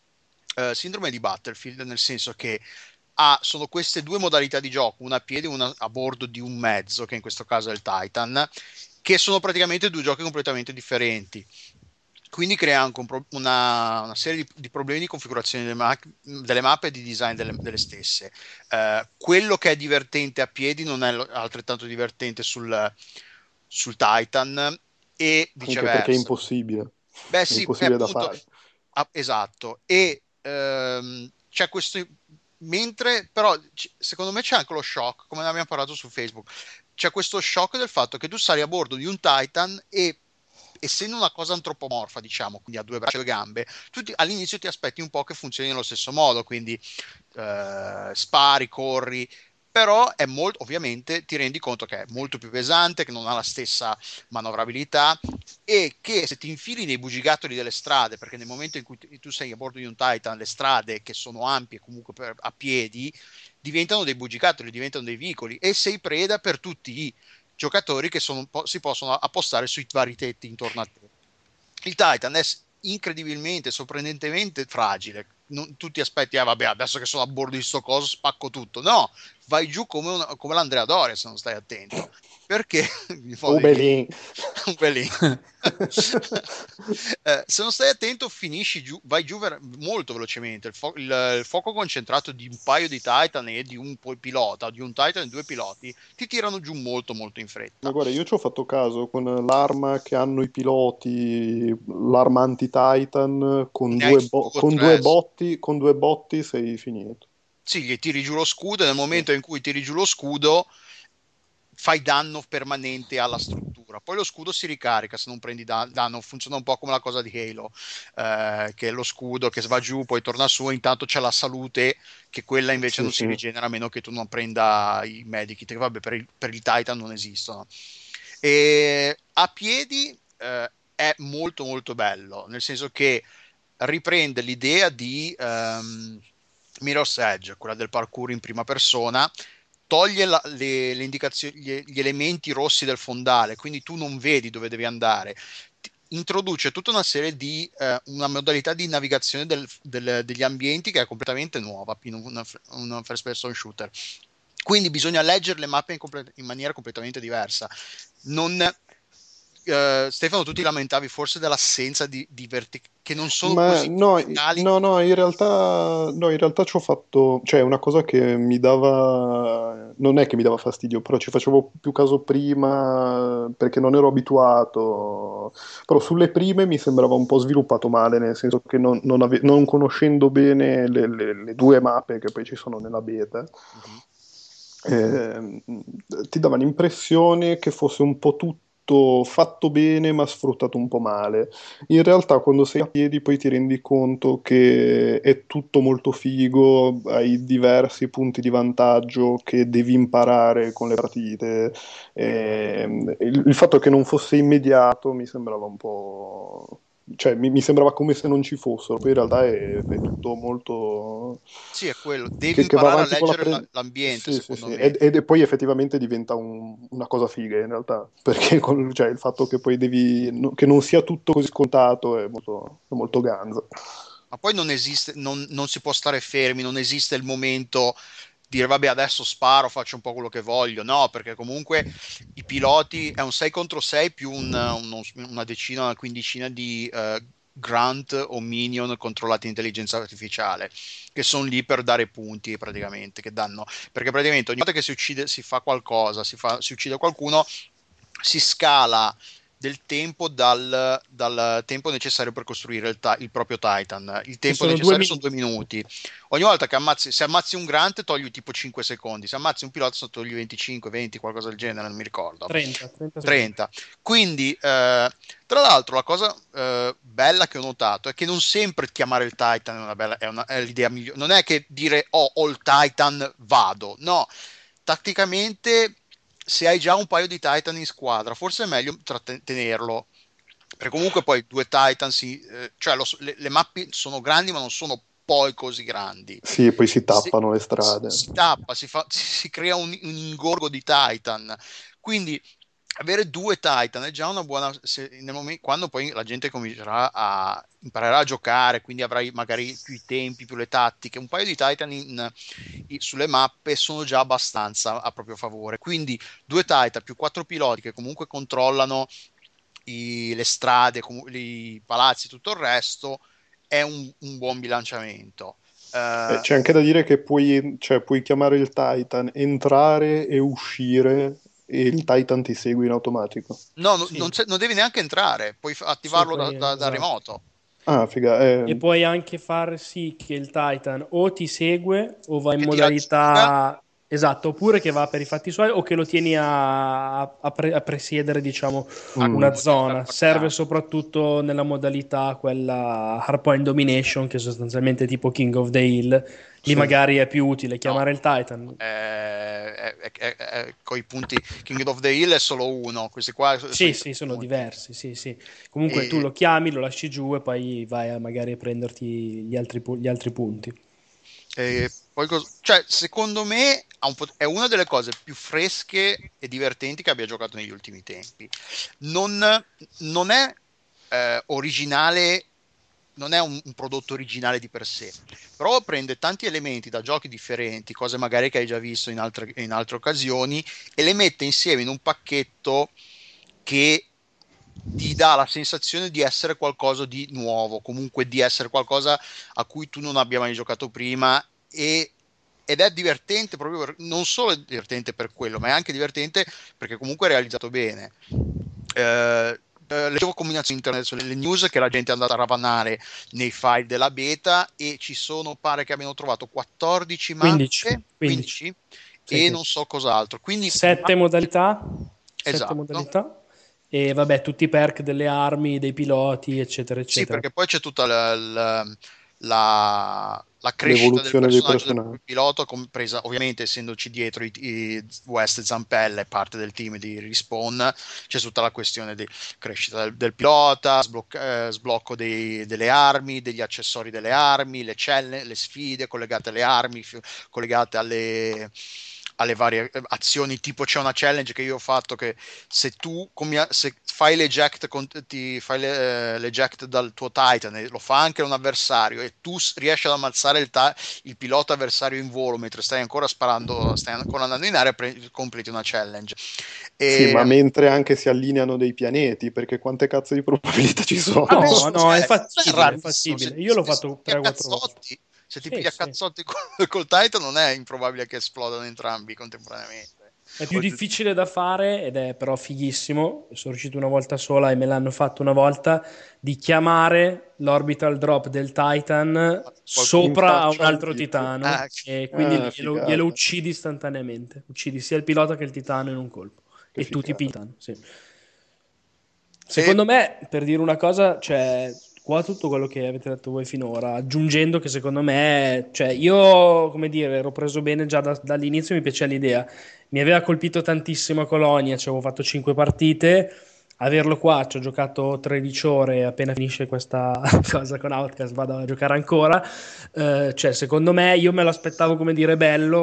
Speaker 3: eh, sindrome di Battlefield, nel senso che ha, sono queste due modalità di gioco, una a piedi e una a bordo di un mezzo, che in questo caso è il Titan, che sono praticamente due giochi completamente differenti. Quindi crea anche un pro- una, una serie di, di problemi di configurazione delle, ma- delle mappe e di design delle, delle stesse. Eh, quello che è divertente a piedi non è lo- altrettanto divertente sul, sul Titan e
Speaker 5: Anche perché è
Speaker 3: viceversa.
Speaker 5: impossibile.
Speaker 3: Beh
Speaker 5: È
Speaker 3: sì, è
Speaker 5: impossibile da
Speaker 3: appunto,
Speaker 5: fare.
Speaker 3: ah, esatto. E ehm, c'è questo, mentre però c- secondo me c'è anche lo shock, come ne abbiamo parlato su Facebook, c'è questo shock del fatto che tu sali a bordo di un Titan e essendo una cosa antropomorfa, diciamo, quindi ha due braccia e due gambe, tu ti- all'inizio ti aspetti un po' che funzioni nello stesso modo, quindi eh, spari, corri, però è molto, ovviamente ti rendi conto che è molto più pesante, che non ha la stessa manovrabilità e che se ti infili nei bugigattoli delle strade, perché nel momento in cui tu sei a bordo di un Titan, le strade che sono ampie comunque per, a piedi diventano dei bugigattoli, diventano dei vicoli e sei preda per tutti i giocatori che sono, si possono appostare sui vari tetti intorno a te. Il Titan è incredibilmente, sorprendentemente fragile. Non, tu ti aspetti, ah, vabbè, adesso che sono a bordo di sto coso spacco tutto. No, vai giù come, una, come l'Andrea Doria se non stai attento, perché
Speaker 5: un belin.
Speaker 3: un belin. eh, se non stai attento finisci giù, vai giù ver- molto velocemente. Il, fo- il, il fuoco concentrato di un paio di Titan e di un poi pilota, di un Titan e due piloti, ti tirano giù molto molto in fretta.
Speaker 5: Ma guarda, io ci ho fatto caso con l'arma che hanno i piloti, l'arma anti-Titan, con,
Speaker 3: Ne
Speaker 5: due,
Speaker 3: hai
Speaker 5: bo-
Speaker 3: due o
Speaker 5: con,
Speaker 3: tre,
Speaker 5: due
Speaker 3: sì.
Speaker 5: botti, con due botti sei finito.
Speaker 3: Sì, gli tiri giù lo scudo e nel momento in cui tiri giù lo scudo fai danno permanente alla struttura. Poi lo scudo si ricarica se non prendi da- danno, funziona un po' come la cosa di Halo, eh, che è lo scudo che va giù, poi torna su, intanto c'è la salute, che quella invece
Speaker 5: Sì,
Speaker 3: non
Speaker 5: sì.
Speaker 3: si rigenera a meno che tu non prenda i medikit, che vabbè per il, per il Titan non esistono. E a piedi eh, è molto molto bello, nel senso che riprende l'idea di ehm, Mirror's Edge, quella del parkour in prima persona, toglie la- le, le indicazioni, gli, gli elementi rossi del fondale, quindi tu non vedi dove devi andare. Ti- Introduce tutta una serie di eh, una modalità di navigazione del- del- degli ambienti che è completamente nuova in una, una first person shooter. Quindi bisogna leggere le mappe in, comple- in maniera completamente diversa. Non, eh, Stefano, tu ti lamentavi forse dell'assenza di, di vertic- che non sono
Speaker 5: Ma
Speaker 3: così
Speaker 5: no,
Speaker 3: verticali.
Speaker 5: no, no, in realtà, no, in realtà ci ho fatto, cioè una cosa che mi dava, non è che mi dava fastidio, però ci facevo più caso prima perché non ero abituato, però sulle prime mi sembrava un po' sviluppato male, nel senso che non, non ave- non conoscendo bene le, le- le due mappe che poi ci sono nella beta,
Speaker 3: Mhm.
Speaker 5: eh, ti dava l'impressione che fosse un po' tutto fatto bene ma sfruttato un po' male. In realtà quando sei a piedi poi ti rendi conto che è tutto molto figo, hai diversi punti di vantaggio che devi imparare con le partite. Ehm, il, il fatto che non fosse immediato mi sembrava un po'... cioè mi, mi sembrava come se non ci fossero, poi in realtà è, è tutto molto...
Speaker 3: Sì, è quello, devi
Speaker 5: che, che va
Speaker 3: imparare a
Speaker 5: avanti con la
Speaker 3: leggere la-
Speaker 5: pre...
Speaker 3: l'ambiente,
Speaker 5: Sì, sì,
Speaker 3: secondo
Speaker 5: sì.
Speaker 3: me.
Speaker 5: Ed, ed poi effettivamente diventa un- una cosa figa in realtà, perché con- cioè, il fatto che poi devi, no- che non sia tutto così scontato è molto, è molto ganzo.
Speaker 3: Ma poi non esiste, non, non si può stare fermi, non esiste il momento di dire vabbè adesso sparo, faccio un po' quello che voglio, no, perché comunque i piloti è un sei contro sei più un- uno- una decina, una quindicina di eh, grunt o minion controllati in intelligenza artificiale, che sono lì per dare punti praticamente, che danno, perché praticamente ogni volta che si uccide, si fa qualcosa, si, fa, si uccide qualcuno, si scala del tempo dal, dal tempo necessario per costruire il, ta- il proprio Titan. Il tempo
Speaker 6: sono due
Speaker 3: necessario sono due minuti. Ogni volta che ammazzi, se ammazzi un Grant togli tipo cinque secondi, se ammazzi un pilota togli venticinque, venti, qualcosa del genere, non mi ricordo.
Speaker 6: trenta, trenta secondi.
Speaker 3: trenta. Quindi, eh, tra l'altro, la cosa eh, bella che ho notato è che non sempre chiamare il Titan è, una bella, è, una, è l'idea migliore. Non è che dire oh, ho il Titan, vado. No, tatticamente se hai già un paio di Titan in squadra, forse è meglio tratte- tenerlo. Perché comunque poi due Titan, si, eh, cioè lo- le, le mappe sono grandi, ma non sono poi così grandi.
Speaker 5: Sì, poi si
Speaker 3: Si,
Speaker 5: tappano le
Speaker 3: si-
Speaker 5: strade.
Speaker 3: si tappa, si, fa, si, si crea un, un ingorgo di Titan. Quindi avere due Titan è già una buona. Se, nel momento, quando poi la gente comincerà a imparare a giocare, quindi avrai magari più i tempi, più le tattiche, un paio di Titan in, in, sulle mappe sono già abbastanza a proprio favore. Quindi due Titan più quattro piloti che comunque controllano i, le strade, comu- i palazzi e tutto il resto è un, un buon bilanciamento.
Speaker 5: Eh,
Speaker 3: Eh,
Speaker 5: c'è anche da dire che puoi, cioè, puoi chiamare il Titan, entrare e uscire e il Titan ti segue in automatico.
Speaker 3: no, no- non,
Speaker 6: Sì,
Speaker 3: c'è- non devi neanche entrare, puoi f-
Speaker 6: sì,
Speaker 3: attivarlo da,
Speaker 6: poi,
Speaker 3: da- da
Speaker 6: esatto.
Speaker 3: remoto.
Speaker 5: Ah, figa,
Speaker 6: E
Speaker 5: eh,
Speaker 6: puoi anche far sì che il Titan o ti segue o va in
Speaker 3: Che ti raggiunga.
Speaker 6: modalità esatto, oppure che va per i fatti suoi o che lo tieni a, a pre- a presiedere, diciamo,
Speaker 3: a
Speaker 5: mm,
Speaker 6: una
Speaker 3: modalità
Speaker 6: zona. Serve
Speaker 3: guardiano.
Speaker 6: soprattutto nella modalità quella Hardpoint Domination, che è sostanzialmente tipo King of the Hill. Lì
Speaker 5: sì.
Speaker 6: magari è più utile
Speaker 3: No,
Speaker 6: chiamare il Titan.
Speaker 3: eh, è, è- è- è- coi punti King of the Hill è solo uno, questi qua sono
Speaker 6: Sì,
Speaker 3: i tre
Speaker 6: sì, sono
Speaker 3: punti.
Speaker 6: diversi, sì, sì. Comunque tu
Speaker 3: E,
Speaker 6: lo chiami, lo lasci giù e poi vai a magari a prenderti gli altri, pu- gli altri punti.
Speaker 3: e poi cos- cioè, secondo me ha un pot- è una delle cose più fresche e divertenti che abbia giocato negli ultimi tempi. Non, non è eh, originale non è un, un prodotto originale di per sé, però prende tanti elementi da giochi differenti, cose magari che hai già visto in altre, in altre occasioni, e le mette insieme in un pacchetto che ti dà la sensazione di essere qualcosa di nuovo, comunque di essere qualcosa a cui tu non abbia mai giocato prima, e, ed è divertente proprio per, non solo è divertente per quello, ma è anche divertente perché comunque è realizzato bene. Eh, eh, leggevo combinazioni internet sulle news che la gente è andata a ravanare nei file della beta, e ci sono, pare che abbiano trovato quattordici
Speaker 6: quindici,
Speaker 3: mappe,
Speaker 6: quindici.
Speaker 3: quindici,
Speaker 6: Sì,
Speaker 3: e
Speaker 6: sì.
Speaker 3: non so cos'altro, quindi
Speaker 6: Sette modalità, sette
Speaker 3: esatto.
Speaker 6: modalità, e vabbè, tutti i perk delle armi, dei piloti, eccetera,
Speaker 3: Sì,
Speaker 6: eccetera.
Speaker 3: perché poi c'è tutta la, la, la, la crescita del
Speaker 5: L'evoluzione dei
Speaker 3: personaggio del
Speaker 5: personaggi.
Speaker 3: pilota, compresa ovviamente essendoci dietro i, i West Zampella, parte del team di Respawn, c'è tutta la questione di crescita del, del pilota, sbloc- eh, sblocco dei, delle armi, degli accessori delle armi, le celle, le sfide collegate alle armi, fi- collegate alle alle varie azioni. Tipo c'è una challenge che io ho fatto che se tu com- se fai l'eject, con- ti fai le- eh, l'eject dal tuo Titan, e lo fa anche un avversario, e tu s- riesci ad ammazzare il, ta- il pilota avversario in volo mentre stai ancora sparando, stai ancora andando in aria, pre- completi una challenge.
Speaker 5: Sì, ma
Speaker 3: E
Speaker 5: mentre anche si allineano dei pianeti, perché quante cazzo di probabilità ci sono?
Speaker 6: No,
Speaker 3: adesso,
Speaker 6: no, è
Speaker 3: cioè, non
Speaker 6: fattibile, è
Speaker 3: rarissimo.
Speaker 6: fattibile.
Speaker 3: Se,
Speaker 6: Io l'ho
Speaker 3: se- se ti
Speaker 6: fatto
Speaker 3: pigli a
Speaker 6: tre quattro volte.
Speaker 3: cazzotti, se ti
Speaker 6: Sì,
Speaker 3: pigli a
Speaker 6: sì.
Speaker 3: cazzotti col, col Titan, non è improbabile che esplodano entrambi contemporaneamente.
Speaker 6: È più difficile da fare, ed è però fighissimo. Sono riuscito una volta sola, e me l'hanno fatto una volta, di chiamare l'orbital drop del Titan sopra a un
Speaker 5: faccia al
Speaker 6: altro
Speaker 5: tizio.
Speaker 6: titano,
Speaker 3: Ah,
Speaker 6: e quindi
Speaker 5: Ah,
Speaker 6: glielo,
Speaker 5: figata.
Speaker 6: glielo uccidi istantaneamente. Uccidi sia il pilota che il titano in un colpo.
Speaker 5: Che
Speaker 6: E tu ti
Speaker 5: figata.
Speaker 6: pitano, sì. Secondo me, per dire una cosa, cioè, qua tutto quello che avete detto voi finora, aggiungendo che secondo me, cioè, io, come dire, ero preso bene già da- dall'inizio, mi piaceva l'idea. Mi aveva colpito tantissimo a Colonia, ci avevo fatto cinque partite. Averlo qua, ci ho giocato tredici ore, appena finisce questa cosa con Outcast vado a giocare ancora. Eh, cioè, secondo me, io me lo aspettavo, come dire, bello,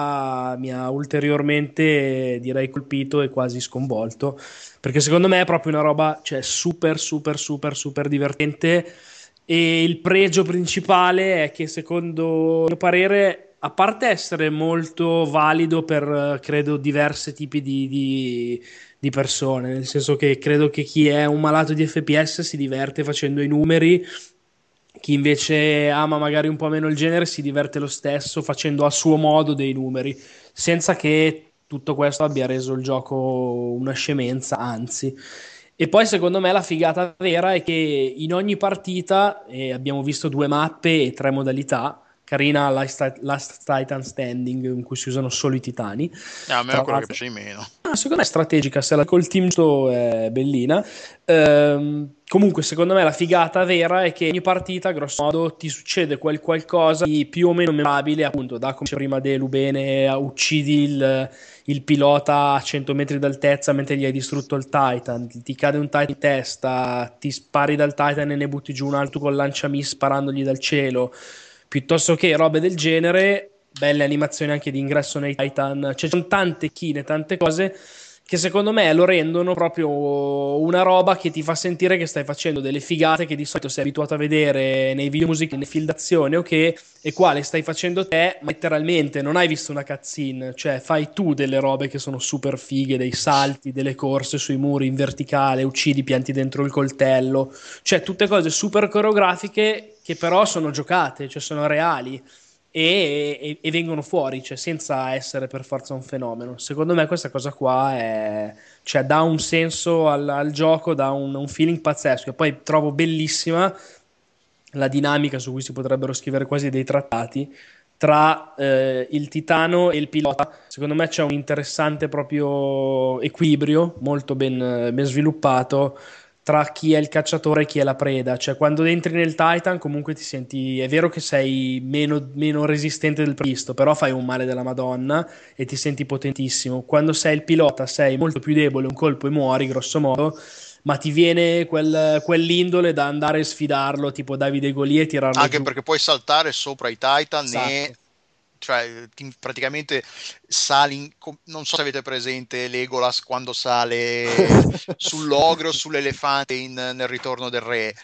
Speaker 6: ma mi ha ulteriormente, direi, colpito e quasi sconvolto, perché secondo me è proprio una roba, cioè, super, super, super, super divertente. E il pregio principale è che, secondo il mio parere, a parte essere molto valido per, eh, credo, diversi tipi di, di- di persone, nel senso che credo che chi è un malato di F P S si diverte facendo i numeri, chi invece ama magari un po' meno il genere si diverte lo stesso facendo a suo modo dei numeri, senza che tutto questo abbia reso il gioco una scemenza, anzi. E poi secondo me la figata vera è che in ogni partita, e abbiamo visto due mappe e tre modalità, carina Last, Last Titan Standing in cui si usano solo i titani,
Speaker 3: a me
Speaker 6: tra
Speaker 3: è quello che
Speaker 6: l'altro.
Speaker 3: piace di meno.
Speaker 6: Ah, secondo me è strategica, se la col team giusto è bellina. Ehm, comunque, secondo me la figata vera è che ogni partita, grosso modo, ti succede quel qualcosa di più o meno memorabile, appunto, da come diceva prima Delu, bene, uccidi il, il pilota a cento metri d'altezza mentre gli hai distrutto il Titan, ti cade un Titan in testa, ti spari dal Titan e ne butti giù un altro con lanciamis sparandogli dal cielo, piuttosto che robe del genere. Belle animazioni anche di ingresso nei Titan, cioè, ci sono tante chine, tante cose che secondo me lo rendono proprio una roba che ti fa sentire che stai facendo delle figate che di solito sei abituato a vedere nei video music, nei film d'azione, ok, e qua le stai facendo te, ma letteralmente non hai visto una cutscene, cioè fai tu delle robe che sono super fighe, dei salti, delle corse sui muri in verticale, uccidi, pianti dentro il coltello, cioè tutte cose super coreografiche che però sono giocate, cioè sono reali. E, e- e vengono fuori, cioè senza essere per forza un fenomeno. Secondo me questa cosa qua è, cioè, dà un senso al, al gioco, dà un, un feeling pazzesco. E poi trovo bellissima la dinamica su cui si potrebbero scrivere quasi dei trattati tra eh, il titano e il pilota. Secondo me c'è un interessante proprio equilibrio molto ben, ben sviluppato tra chi è il cacciatore e chi è la preda. Cioè, quando entri nel Titan, comunque ti senti. È vero che sei meno, meno resistente del previsto, però fai un male della Madonna e ti senti potentissimo. Quando sei il pilota, sei molto più debole, un colpo e muori, grosso modo. Ma ti viene quel, quell'indole da andare a sfidarlo, tipo Davide Golia, e tirarlo
Speaker 3: Anche
Speaker 6: giù.
Speaker 3: perché puoi saltare sopra i Titan e
Speaker 6: Esatto.
Speaker 3: cioè ti- praticamente sali in- com- non so se avete presente Legolas quando sale sull'ogro, sull'elefante in- nel Ritorno del Re.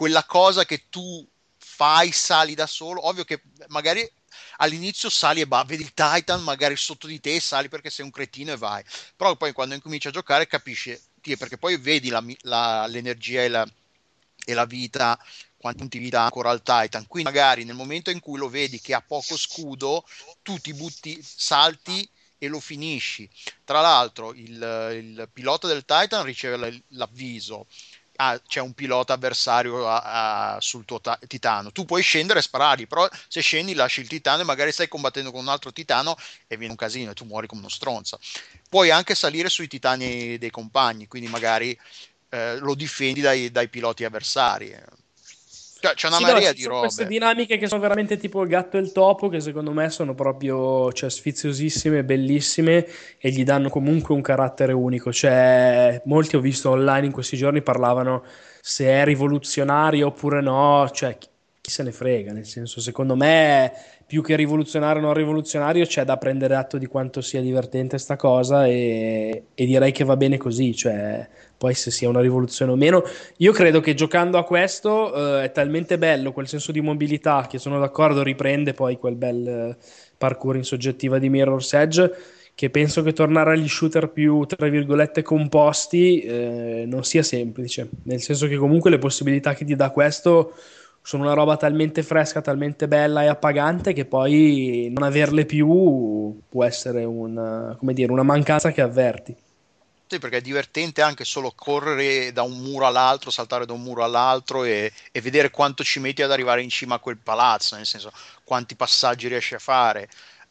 Speaker 3: quella cosa che tu fai, sali da solo, ovvio che magari all'inizio sali e bah, vedi il Titan magari sotto di te, sali perché sei un cretino e vai, però poi quando incominci a giocare capisci, perché poi vedi la, la, l'energia e la, e la vita, quanti punti vita ha ancora al Titan, quindi magari nel momento in cui lo vedi che ha poco scudo, tu ti butti, salti e lo finisci. Tra l'altro il, il pilota del Titan riceve l'avviso, ah, c'è un pilota avversario a, a, sul tuo ta- titano, tu puoi scendere e sparargli, però se scendi lasci il titano e magari stai combattendo con un altro titano e viene un casino e tu muori come uno stronzo. Puoi anche salire sui titani dei compagni, quindi magari eh, lo difendi dai, dai piloti avversari. Cioè, c'è una
Speaker 6: Sì,
Speaker 3: marea
Speaker 6: no,
Speaker 3: di
Speaker 6: sono
Speaker 3: robe.
Speaker 6: queste dinamiche che sono veramente tipo il gatto e il topo, che secondo me sono proprio, cioè, sfiziosissime, bellissime e gli danno comunque un carattere unico. Cioè, molti ho visto online in questi giorni parlavano se è rivoluzionario oppure no, cioè chi, chi se ne frega, nel senso, secondo me più che rivoluzionario o non rivoluzionario c'è da prendere atto di quanto sia divertente sta cosa e, e direi che va bene così, cioè poi se sia una rivoluzione o meno. Io credo che giocando a questo eh, è talmente bello quel senso di mobilità che sono d'accordo riprende poi quel bel eh, parkour in soggettiva di Mirror's Edge, che penso che tornare agli shooter più tra virgolette composti eh, non sia semplice, nel senso che comunque le possibilità che ti dà questo sono una roba talmente fresca, talmente bella e appagante che poi non averle più può essere una, come dire, una mancanza che avverti.
Speaker 3: Sì, perché è divertente anche solo correre da un muro all'altro, saltare da un muro all'altro e, e vedere quanto ci metti ad arrivare in cima a quel palazzo, nel senso quanti passaggi riesci a fare.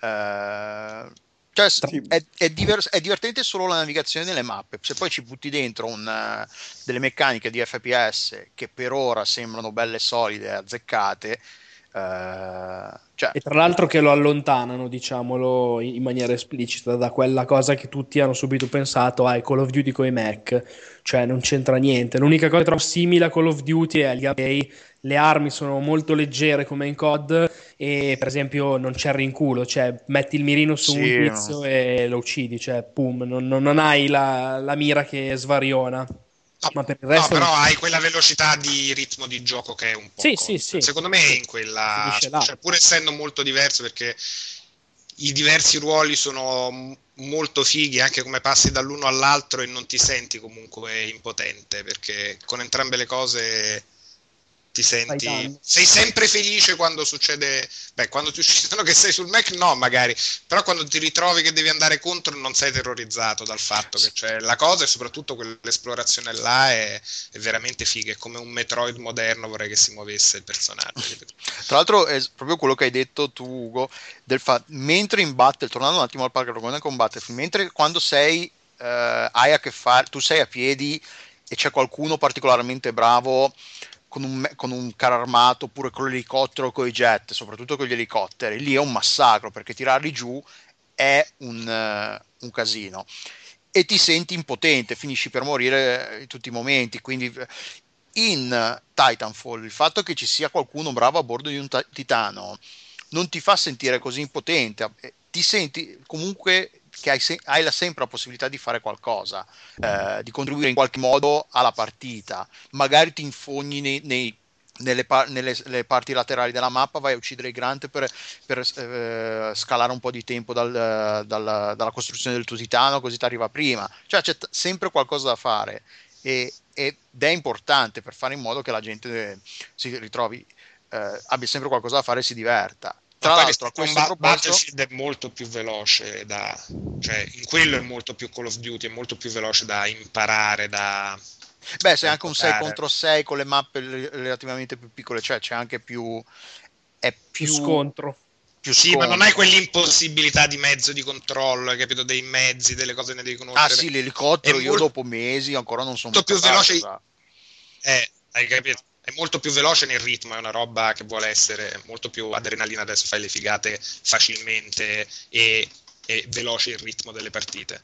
Speaker 3: Eh, cioè,
Speaker 5: Sì.
Speaker 3: è, è, divers- è divertente solo la navigazione delle mappe. Se poi ci butti dentro un, uh, delle meccaniche di F P S che per ora sembrano belle, solide e azzeccate, eh, cioè,
Speaker 6: E tra l'altro che lo allontanano, diciamolo in maniera esplicita, da quella cosa che tutti hanno subito pensato, ah, è Call of Duty con i Mac, cioè non c'entra niente. L'unica cosa che trovo simile a Call of Duty è gli gameplay, le armi sono molto leggere come in C O D e per esempio non c'è il rinculo, cioè metti il mirino su un
Speaker 3: sì, no.
Speaker 6: tizio e lo uccidi, cioè pum, non, non- non hai la, la mira che svariona.
Speaker 7: No,
Speaker 6: Ma per il
Speaker 7: no,
Speaker 6: resto
Speaker 7: però
Speaker 6: non-
Speaker 7: hai quella velocità di ritmo di gioco che è un po'
Speaker 6: Sì, sì,
Speaker 7: constant.
Speaker 6: sì.
Speaker 7: Secondo me è in quella,
Speaker 6: Finisce là.
Speaker 7: cioè, pur essendo molto diverso, perché i diversi ruoli sono m- molto fighi, anche come passi dall'uno all'altro e non ti senti comunque impotente, perché con entrambe le cose ti senti,
Speaker 6: danno.
Speaker 7: sei sempre felice quando succede, beh, quando ti uccidono che sei sul Mac no magari, però quando ti ritrovi che devi andare contro non sei terrorizzato dal fatto che c'è la cosa, e soprattutto quell'esplorazione là è, è veramente figa, è come un Metroid moderno, vorrei che si muovesse il personaggio.
Speaker 3: Tra l'altro è proprio quello che hai detto tu, Ugo, del fatto, mentre in battle, tornando un attimo al parkour con Battlefield, mentre quando sei eh, hai a che fare, tu sei a piedi e c'è qualcuno particolarmente bravo con un, con un carro armato oppure con l'elicottero o con i jet, soprattutto con gli elicotteri, lì è un massacro perché tirarli giù è un, uh, un casino e ti senti impotente, finisci per morire in tutti i momenti. Quindi in Titanfall il fatto che ci sia qualcuno bravo a bordo di un t- titano non ti fa sentire così impotente, ti senti comunque che hai, se- hai la, sempre la possibilità di fare qualcosa, eh, di contribuire in qualche modo alla partita, magari ti infogni nei, nei nelle, par- nelle le parti laterali della mappa, vai a uccidere i Grant per, per eh, scalare un po' di tempo dal, dal, dalla costruzione del tuo titano, così ti arriva prima, cioè c'è t- sempre qualcosa da fare e, ed è importante per fare in modo che la gente si ritrovi, eh, abbia sempre qualcosa da fare e si diverta. Tra
Speaker 7: Ma
Speaker 3: l'altro a
Speaker 7: poi
Speaker 3: questo
Speaker 7: ba-
Speaker 3: proposito
Speaker 7: Battlefield è molto più veloce da, cioè in quello è molto più Call of Duty, è molto più veloce da imparare, da,
Speaker 3: beh, se
Speaker 7: da
Speaker 3: anche un sei
Speaker 7: imparare.
Speaker 3: contro sei con le mappe relativamente più piccole, cioè c'è anche più è
Speaker 6: più
Speaker 3: più,
Speaker 6: scontro.
Speaker 3: più
Speaker 7: Sì, ma non hai
Speaker 3: scontro.
Speaker 7: quell'impossibilità di mezzo di controllo, hai capito? Dei mezzi, delle cose ne devi
Speaker 3: Ah
Speaker 7: conoscere.
Speaker 3: sì,
Speaker 7: È
Speaker 3: l'elicottero io
Speaker 7: molto
Speaker 3: dopo mesi ancora non sono mai
Speaker 7: più
Speaker 3: passato,
Speaker 7: veloce,
Speaker 3: sa.
Speaker 7: eh, hai capito? È molto più veloce nel ritmo, è una roba che vuole essere molto più adrenalina, adesso fai le figate facilmente e è veloce il ritmo delle partite.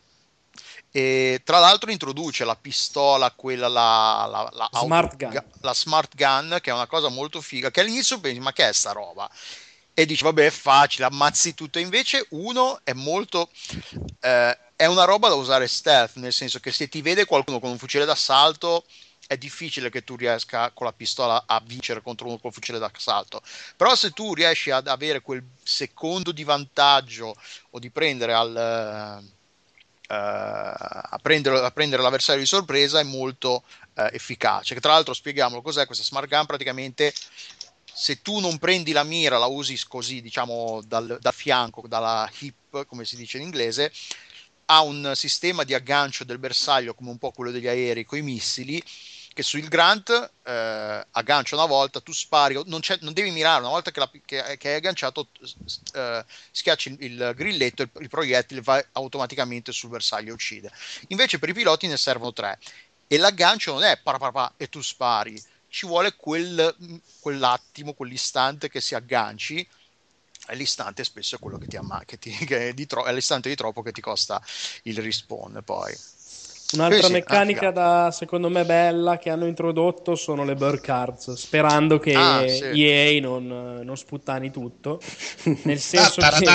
Speaker 3: E tra l'altro introduce la pistola, quella la, la, la, auto,
Speaker 6: Smart gun.
Speaker 3: la smart gun, che è una cosa molto figa, che all'inizio pensi ma che è sta roba? E dici vabbè è facile, ammazzi tutto, invece uno è molto eh, è una roba da usare stealth, nel senso che se ti vede qualcuno con un fucile d'assalto è difficile che tu riesca con la pistola a vincere contro uno col fucile d'assalto. Però se tu riesci ad avere quel secondo di vantaggio o di prendere al Uh, a, prendere, a prendere l'avversario di sorpresa, è molto uh, efficace. Che tra l'altro, spieghiamolo cos'è questa smart gun. Praticamente, se tu non prendi la mira, la usi così, diciamo dal, dal fianco, dalla hip, come si dice in inglese, ha un sistema di aggancio del bersaglio come un po' quello degli aerei con i missili, che sul Grant eh, aggancia una volta, tu spari, non, c'è, non devi mirare, una volta che, la, che, che hai agganciato eh, schiacci il, il grilletto, il, il proiettile va automaticamente sul bersaglio e uccide. Invece per i piloti ne servono tre, e l'aggancio non è para para pa, e tu spari, ci vuole quel, quell'attimo, quell'istante che si agganci, e l'istante spesso è quello che ti amma, che ti, che di tro- è l'istante di troppo che ti costa il respawn poi.
Speaker 6: Un'altra
Speaker 3: sì, sì,
Speaker 6: meccanica
Speaker 3: ah,
Speaker 6: da secondo me bella che hanno introdotto sono le bird cards, sperando che
Speaker 3: ah, sì.
Speaker 6: E A non, non sputtani tutto, nel senso che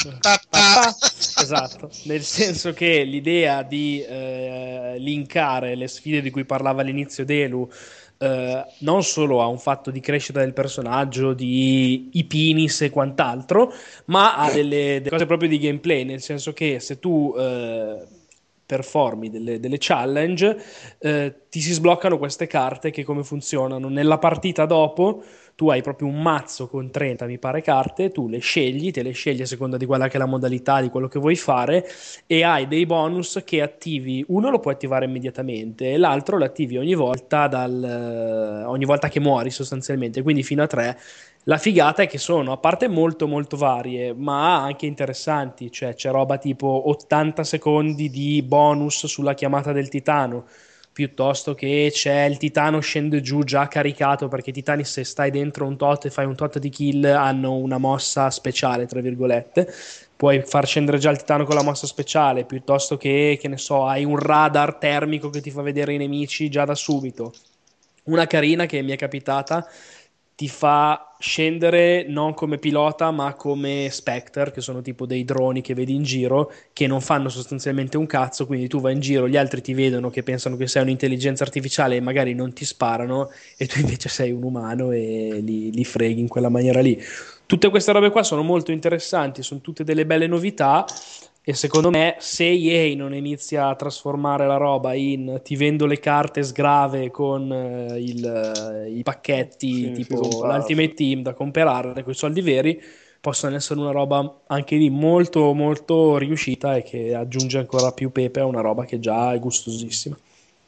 Speaker 6: esatto, nel senso che l'idea di eh, linkare le sfide di cui parlava all'inizio Delu eh, non solo ha un fatto di crescita del personaggio, di i pinis e quant'altro, ma ha delle, delle cose proprio di gameplay, nel senso che se tu eh, performi delle, delle challenge, eh, ti si sbloccano queste carte che come funzionano? Nella partita dopo tu hai proprio un mazzo con trenta, mi pare, carte, tu le scegli, te le scegli a seconda di quella che è la modalità, di quello che vuoi fare, e hai dei bonus che attivi. Uno lo puoi attivare immediatamente e l'altro lo attivi ogni volta, dal, ogni volta che muori sostanzialmente, quindi fino a tre. La figata è che sono, a parte molto molto varie, ma anche interessanti, cioè c'è roba tipo ottanta secondi di bonus sulla chiamata del titano, piuttosto che c'è il titano scende giù già caricato, perché i titani, se stai dentro un tot e fai un tot di kill, hanno una mossa speciale, tra virgolette. Puoi far scendere già il titano con la mossa speciale, piuttosto che, che ne so, hai un radar termico che ti fa vedere i nemici già da subito. Una carina che mi è capitata ti fa scendere non come pilota ma come Spectre, che sono tipo dei droni che vedi in giro, che non fanno sostanzialmente un cazzo, quindi tu vai in giro, gli altri ti vedono che pensano che sei un'intelligenza artificiale e magari non ti sparano, e tu invece sei un umano e li, li freghi in quella maniera lì. Tutte queste robe qua sono molto interessanti, sono tutte delle belle novità. E secondo me, se E A non inizia a trasformare la roba in ti vendo le carte sgrave con eh, il, eh, i pacchetti
Speaker 5: Sì,
Speaker 6: tipo
Speaker 5: Season Pass.
Speaker 6: l'Ultimate Team da comprare con i soldi veri, possono essere una roba anche lì molto molto riuscita e che aggiunge ancora più pepe a una roba che già è gustosissima.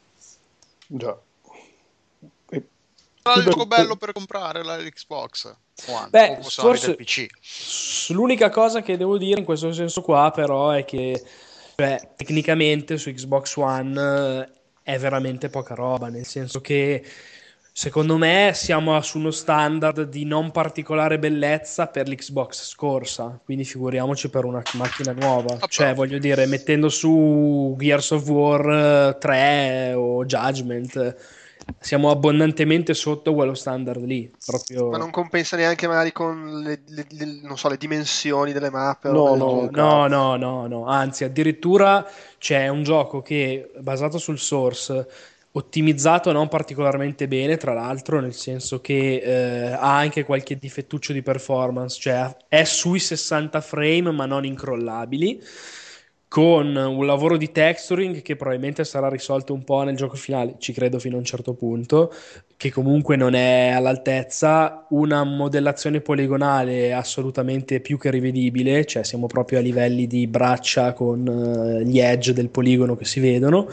Speaker 5: Già. E
Speaker 3: Qual è il
Speaker 5: chiudo-
Speaker 3: gioco bello per comprare la Xbox One?
Speaker 6: Beh,
Speaker 3: O possiamo avere
Speaker 6: forse
Speaker 3: il P C?
Speaker 6: s- l'unica cosa che devo dire in questo senso qua però è che, cioè, tecnicamente su Xbox One eh, è veramente poca roba, nel senso che secondo me siamo su uno standard di non particolare bellezza per l'Xbox scorsa, quindi figuriamoci per una macchina nuova.
Speaker 3: Ah,
Speaker 6: Cioè,
Speaker 3: però.
Speaker 6: voglio dire, mettendo su Gears of War eh, tre o Judgment, eh, siamo abbondantemente sotto quello standard lì, proprio.
Speaker 2: Ma non compensa neanche magari con le, le- le- non so, le dimensioni delle mappe o roba
Speaker 5: No,
Speaker 2: del
Speaker 5: no,
Speaker 2: genere.
Speaker 5: un
Speaker 6: No,
Speaker 5: cazzo.
Speaker 6: no, no, no, anzi, addirittura c'è un gioco che è basato sul Source, ottimizzato non particolarmente bene, tra l'altro, nel senso che eh, ha anche qualche difettuccio di performance, cioè è sui sessanta frame ma non incrollabili, con un lavoro di texturing che probabilmente sarà risolto un po' nel gioco finale, ci credo fino a un certo punto, che comunque non è all'altezza, una modellazione poligonale assolutamente più che rivedibile, cioè siamo proprio a livelli di braccia con eh, gli edge del poligono che si vedono,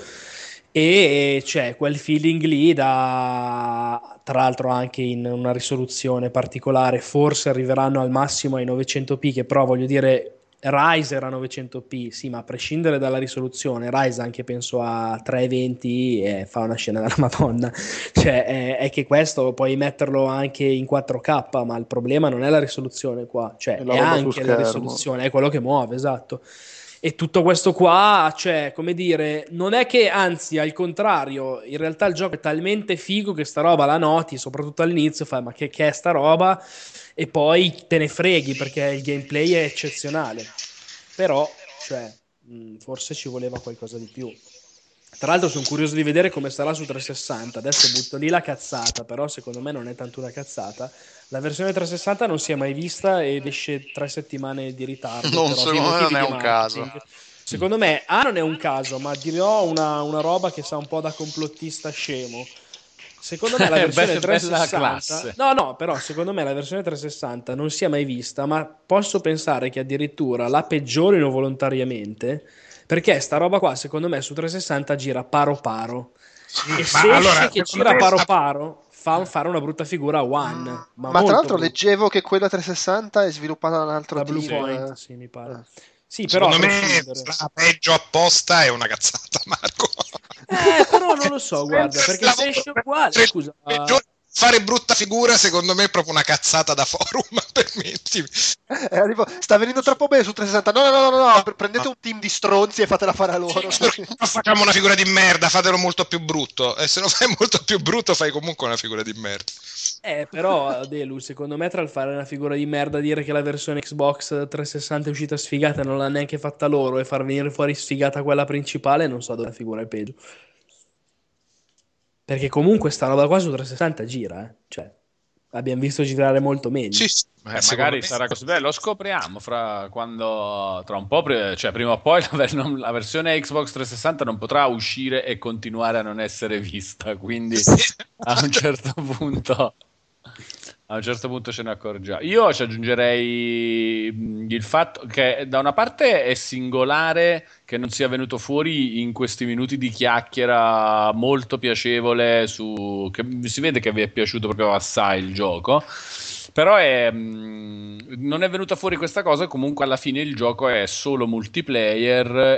Speaker 6: e c'è quel feeling lì da, tra l'altro anche in una risoluzione particolare, forse arriveranno al massimo ai novecento p, che però voglio dire Rise era novecento p, sì, ma a prescindere dalla risoluzione, Rise anche penso a trecentoventi e fa una scena della Madonna. Cioè, è, è che questo puoi metterlo anche in quattro K, ma il problema non è la risoluzione qua, cioè
Speaker 5: È la
Speaker 6: è
Speaker 5: roba su
Speaker 6: anche la
Speaker 5: schermo.
Speaker 6: risoluzione, è quello che muove, esatto. E tutto questo qua, cioè, come dire, non è che, anzi, al contrario, in realtà il gioco è talmente figo che sta roba la noti, soprattutto all'inizio, fai, ma che, che è sta roba? E poi te ne freghi perché il gameplay è eccezionale. Però, cioè, mh, forse ci voleva qualcosa di più. Tra l'altro sono curioso di vedere come sarà su trecentosessanta. Adesso butto lì la cazzata, però secondo me non è tanto una cazzata. La versione trecentosessanta non si è mai vista ed esce tre settimane di ritardo
Speaker 3: Non,
Speaker 6: per ovvi
Speaker 3: secondo me non
Speaker 6: motivi
Speaker 3: è
Speaker 6: di
Speaker 3: un caso.
Speaker 6: marketing. Secondo me, A, non è un caso, ma dirò una, una roba che sa un po' da complottista scemo. Secondo me la versione
Speaker 8: Be- bella
Speaker 6: trecentosessanta,
Speaker 8: classe.
Speaker 6: no, no, però secondo me la versione trecentosessanta non si è mai vista, ma posso pensare che addirittura la peggiorino volontariamente, perché sta roba qua, secondo me, su trecentosessanta gira paro paro.
Speaker 9: Sì,
Speaker 6: E
Speaker 9: ma
Speaker 6: se
Speaker 9: allora,
Speaker 6: esce che
Speaker 9: secondo
Speaker 6: gira
Speaker 9: me
Speaker 6: paro
Speaker 9: sta-
Speaker 6: paro, fa fare una brutta figura a One,
Speaker 2: Mm,
Speaker 6: ma,
Speaker 2: ma tra
Speaker 6: molto
Speaker 2: l'altro
Speaker 6: brutta.
Speaker 2: leggevo che quella trecentosessanta è sviluppata da un altro
Speaker 6: Da Blue
Speaker 2: team.
Speaker 6: Point,
Speaker 2: eh.
Speaker 6: sì, mi pare.
Speaker 2: Eh.
Speaker 6: Sì, però a
Speaker 9: secondo me
Speaker 6: prescindere.
Speaker 9: la peggio apposta è una cazzata, Marco.
Speaker 6: Eh, però non lo so, guarda, perché se esce uguale, scusa,
Speaker 9: Peggiore- fare brutta figura secondo me è proprio una cazzata da forum, permettimi.
Speaker 2: Eh, arrivo- sta venendo troppo bene su trecentosessanta. No, no, no, no, no, pre- prendete un team di stronzi e fatela fare a loro.
Speaker 9: Sì, perché non facciamo una figura di merda, fatelo molto più brutto, e se lo fai molto più brutto fai comunque una figura di merda.
Speaker 6: Eh, però, Delu, secondo me tra il fare una figura di merda, dire che la versione Xbox trecentosessanta è uscita sfigata e non l'ha neanche fatta loro, e far venire fuori sfigata quella principale, non so dove la figura è peggio. Perché comunque sta roba qua su trecentosessanta gira, eh. Cioè, abbiamo visto girare molto meglio.
Speaker 9: Sì, sì,
Speaker 8: Eh,
Speaker 9: secondo
Speaker 8: magari
Speaker 9: me-
Speaker 8: sarà così. Beh, lo scopriamo fra quando, tra un po', pre- cioè prima o poi la, ver- non- la versione Xbox trecentosessanta non potrà uscire e continuare a non essere vista, quindi a un certo punto, a un certo punto ce ne accorgiamo. Io ci aggiungerei mh, il fatto che da una parte è singolare che non sia venuto fuori in questi minuti di chiacchiera molto piacevole su, che si vede che vi è piaciuto proprio assai il gioco. Però è, mh, non è venuta fuori questa cosa, comunque alla fine il gioco è solo multiplayer